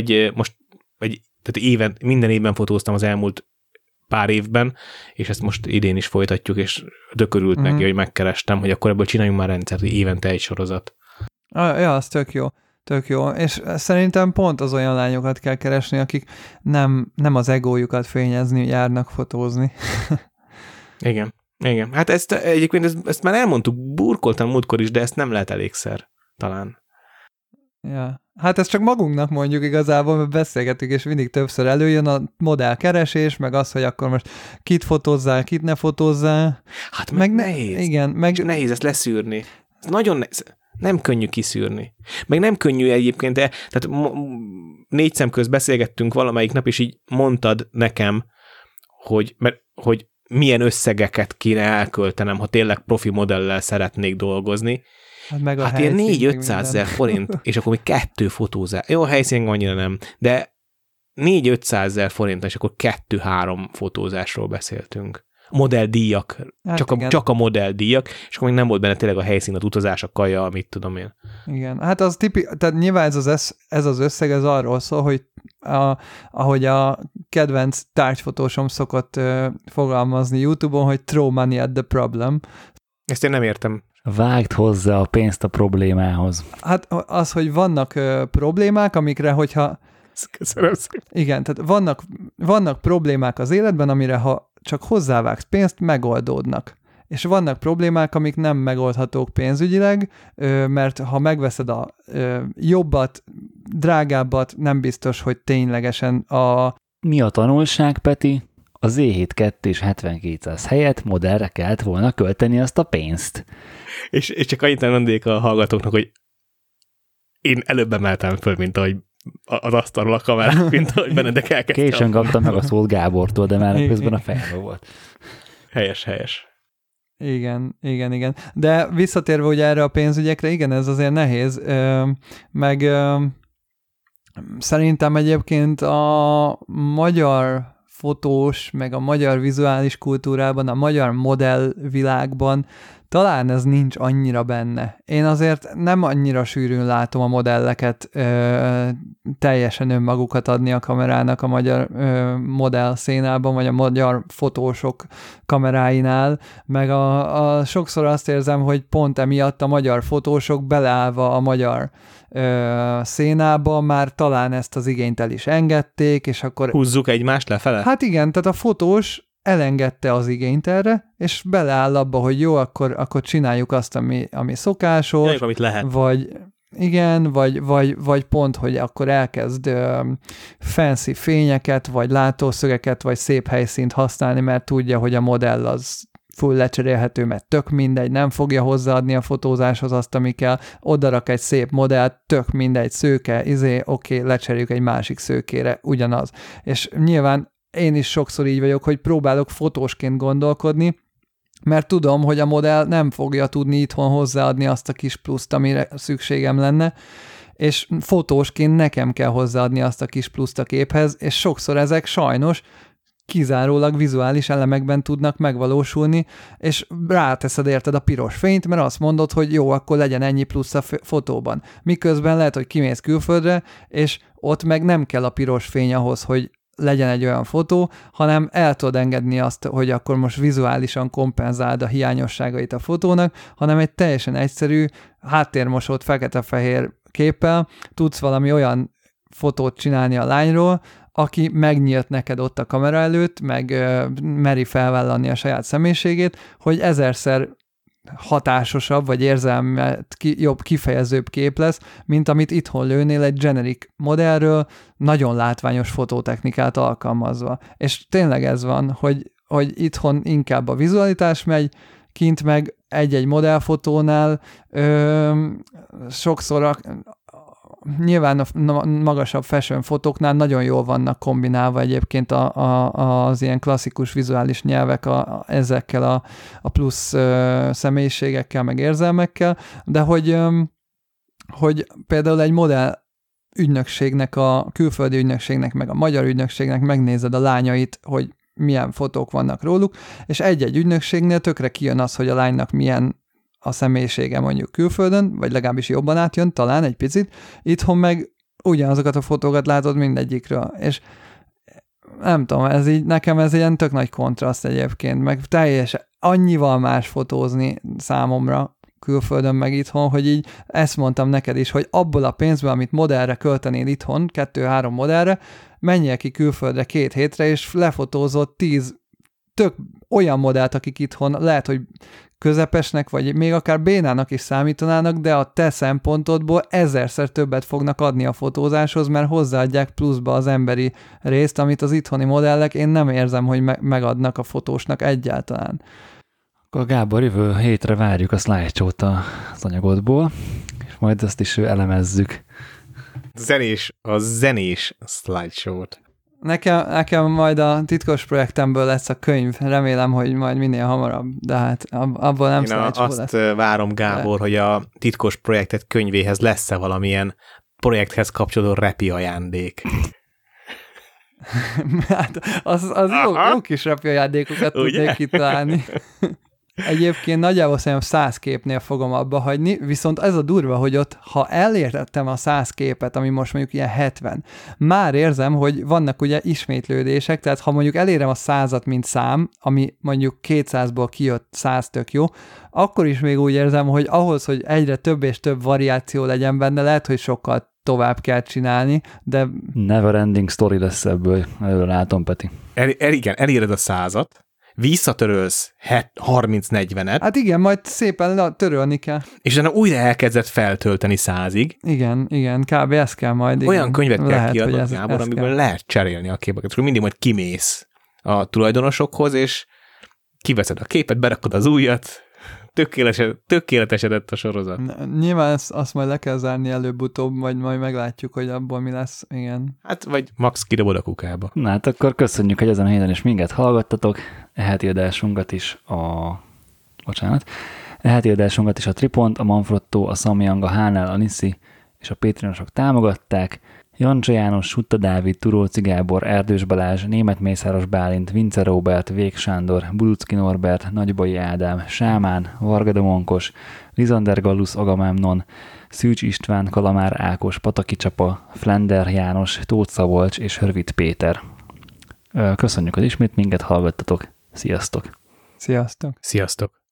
tehát minden évben fotóztam az elmúlt pár évben, és ezt most idén is folytatjuk, és dökörült neki, hogy megkerestem, hogy akkor ebből csináljunk már rendszert, hogy évente egy sorozat. Ja, az tök jó. Tök jó. És szerintem pont az olyan lányokat kell keresni, akik nem az egójukat fényezni járnak fotózni. Igen. Hát ezt már elmondtuk, burkoltam múltkor is, de ezt nem lehet elégszer talán. Ja. Hát ezt csak magunknak mondjuk igazából, mert beszélgetünk, és mindig többször előjön a modellkeresés, meg az, hogy akkor most kit fotózzál, kit ne fotózzál. Hát meg nehéz. Igen, meg nehéz ezt leszűrni. Ez nagyon nem könnyű kiszűrni. Meg nem könnyű egyébként, de tehát 4 szem közt beszélgettünk valamelyik nap, és így mondtad nekem, hogy milyen összegeket kéne elköltenem, ha tényleg profi modellel szeretnék dolgozni. Hát ilyen 4-500 forint, és akkor még 2 fotózás. Jó, a helyszínen annyira nem, de 4-500 forint, és akkor 2-3 fotózásról beszéltünk. Modelldíjak, hát csak a modelldíjak, és akkor még nem volt benne tényleg a helyszín, az utazás, a kaja, amit tudom én. Igen, hát az tehát nyilván ez az összeg, ez arról szól, hogy ahogy a kedvenc tárgyfotósom szokott fogalmazni YouTube-on, hogy throw money at the problem. Ezt én nem értem. Vágd hozzá a pénzt a problémához. Hát az, hogy vannak problémák, amikre, hogyha... Köszönöm szépen. Igen, tehát vannak problémák az életben, amire ha csak hozzávágsz pénzt, megoldódnak. És vannak problémák, amik nem megoldhatók pénzügyileg, mert ha megveszed a jobbat, drágábbat, nem biztos, hogy ténylegesen a... Mi a tanulság, Peti? Az Z7 és 7200 helyett modellre kellett volna költeni azt a pénzt. És csak annyit mondanék a hallgatóknak, hogy én előbb emeltem föl, mint ahogy az asztalról a kamerát, mint ahogy Benedek elkezdte. Későn kaptam meg a szót Gábortól, de már közben a fejemben volt. Helyes. Igen. De visszatérve ugye erre a pénzügyekre, igen, ez azért nehéz, meg szerintem egyébként a magyar fotós, meg a magyar vizuális kultúrában, a magyar modellvilágban talán ez nincs annyira benne. Én azért nem annyira sűrűn látom a modelleket teljesen önmagukat adni a kamerának a magyar modell szénában, vagy a magyar fotósok kameráinál, meg sokszor azt érzem, hogy pont emiatt a magyar fotósok beleállva a magyar szénába már talán ezt az igényt el is engedték, és akkor... Húzzuk egymást lefele? Hát igen, tehát a fotós elengedte az igényt erre, és beleáll abba, hogy jó, akkor csináljuk azt, ami szokásos. Csináljuk, amit lehet. Vagy igen, vagy pont, hogy akkor elkezd fancy fényeket, vagy látószögeket, vagy szép helyszínt használni, mert tudja, hogy a modell az full lecserélhető, mert tök mindegy, nem fogja hozzáadni a fotózáshoz azt, ami kell, odarak egy szép modellt, tök mindegy, szőke, oké, lecseréljük egy másik szőkére, ugyanaz. És nyilván én is sokszor így vagyok, hogy próbálok fotósként gondolkodni, mert tudom, hogy a modell nem fogja tudni itthon hozzáadni azt a kis pluszt, amire szükségem lenne, és fotósként nekem kell hozzáadni azt a kis pluszt a képhez, és sokszor ezek sajnos kizárólag vizuális elemekben tudnak megvalósulni, és ráteszed érted a piros fényt, mert azt mondod, hogy jó, akkor legyen ennyi plusz a fotóban. Miközben lehet, hogy kimész külföldre, és ott meg nem kell a piros fény ahhoz, hogy legyen egy olyan fotó, hanem el tudod engedni azt, hogy akkor most vizuálisan kompenzáld a hiányosságait a fotónak, hanem egy teljesen egyszerű, háttérmosott, fekete-fehér képpel tudsz valami olyan fotót csinálni a lányról, aki megnyílt neked ott a kamera előtt, meg meri felvállalni a saját személyiségét, hogy ezerszer hatásosabb, vagy érzelmet jobb, kifejezőbb kép lesz, mint amit itthon lőnél egy generic modellről, nagyon látványos fotótechnikát alkalmazva. És tényleg ez van, hogy itthon inkább a vizualitás megy, kint meg egy-egy modellfotónál sokszor nyilván a magasabb fashion fotóknál nagyon jól vannak kombinálva egyébként az ilyen klasszikus vizuális nyelvek ezekkel a plusz személyiségekkel, meg érzelmekkel, de hogy például egy modell ügynökségnek, a külföldi ügynökségnek, meg a magyar ügynökségnek megnézed a lányait, hogy milyen fotók vannak róluk, és egy-egy ügynökségnél tökre kijön az, hogy a lánynak milyen a személyisége mondjuk külföldön, vagy legalábbis jobban átjön, talán egy picit, itthon meg ugyanazokat a fotókat látod mindegyikről, és nem tudom, nekem ez ilyen tök nagy kontraszt egyébként, meg teljesen annyival más fotózni számomra külföldön meg itthon, hogy így ezt mondtam neked is, hogy abból a pénzből, amit modellre költenél itthon, 2-3 modellre, menjél ki külföldre 2 hétre, és lefotózott 10 tök olyan modellt, akik itthon lehet, hogy közepesnek, vagy még akár bénának is számítanának, de a te szempontodból 1000-szer többet fognak adni a fotózáshoz, mert hozzáadják pluszba az emberi részt, amit az itthoni modellek én nem érzem, hogy megadnak a fotósnak egyáltalán. Akkor Gábor, jövő hétre várjuk a slideshow-t az anyagodból, és majd ezt is elemezzük. A zenés slideshow-t. Nekem majd a titkos projektemből lesz a könyv. Remélem, hogy majd minél hamarabb, de hát abból nem slideshow lesz. Azt várom, Gábor, hogy a titkos projektet könyvéhez lesz-e valamilyen projekthez kapcsolódó repi ajándék. Hát az jó kis repi ajándékokat tudnék kitalálni. Egyébként nagyjából szerintem 100 képnél fogom abba hagyni, viszont ez a durva, hogy ott, ha elértettem a 100 képet, ami most mondjuk ilyen 70, már érzem, hogy vannak ugye ismétlődések, tehát ha mondjuk elérem a 100-at, mint szám, ami mondjuk 200-ból kijött 100 tök jó, akkor is még úgy érzem, hogy ahhoz, hogy egyre több és több variáció legyen benne, lehet, hogy sokkal tovább kell csinálni, de... Never ending story lesz ebből, előre látom, Peti. Igen, eléred a 100-at, visszatörölsz 30-40-et. Hát igen, majd szépen törölni kell. És utána újra elkezded feltölteni 100-ig. Igen, kb. Ez kell majd. Olyan igen. könyvet kell kiadnod, Gábor, amiből lehet cserélni a képeket. És akkor mindig majd kimész a tulajdonosokhoz, és kiveszed a képet, berakod az újat, tökéletesedett a sorozat. Nyilván azt majd le kell zárni előbb-utóbb, vagy majd meglátjuk, hogy abból mi lesz, igen. Hát, vagy max kidobod a kukába. Na hát akkor köszönjük, hogy ezen a héten is minket hallgattatok. Eheti adásunkat is a Tripont, a Manfrotto, a Samyang, a Hánál, a Niszi és a Patreonosok támogatták. Jancsa János, Sutta Dávid, Turóci Gábor, Erdős Balázs, Németh Mészáros Bálint, Vince Róbert, Vég Sándor, Bulucki Norbert, Nagybai Ádám, Sámán, Varga Domonkos, Lizander Gallus Agamemnon, Szűcs István, Kalamár Ákos, Pataki Csapa, Flender János, Tóth Szabolcs és Hörvit Péter. Köszönjük, hogy ismét minket hallgattatok. Sziasztok! Sziasztok! Sziasztok!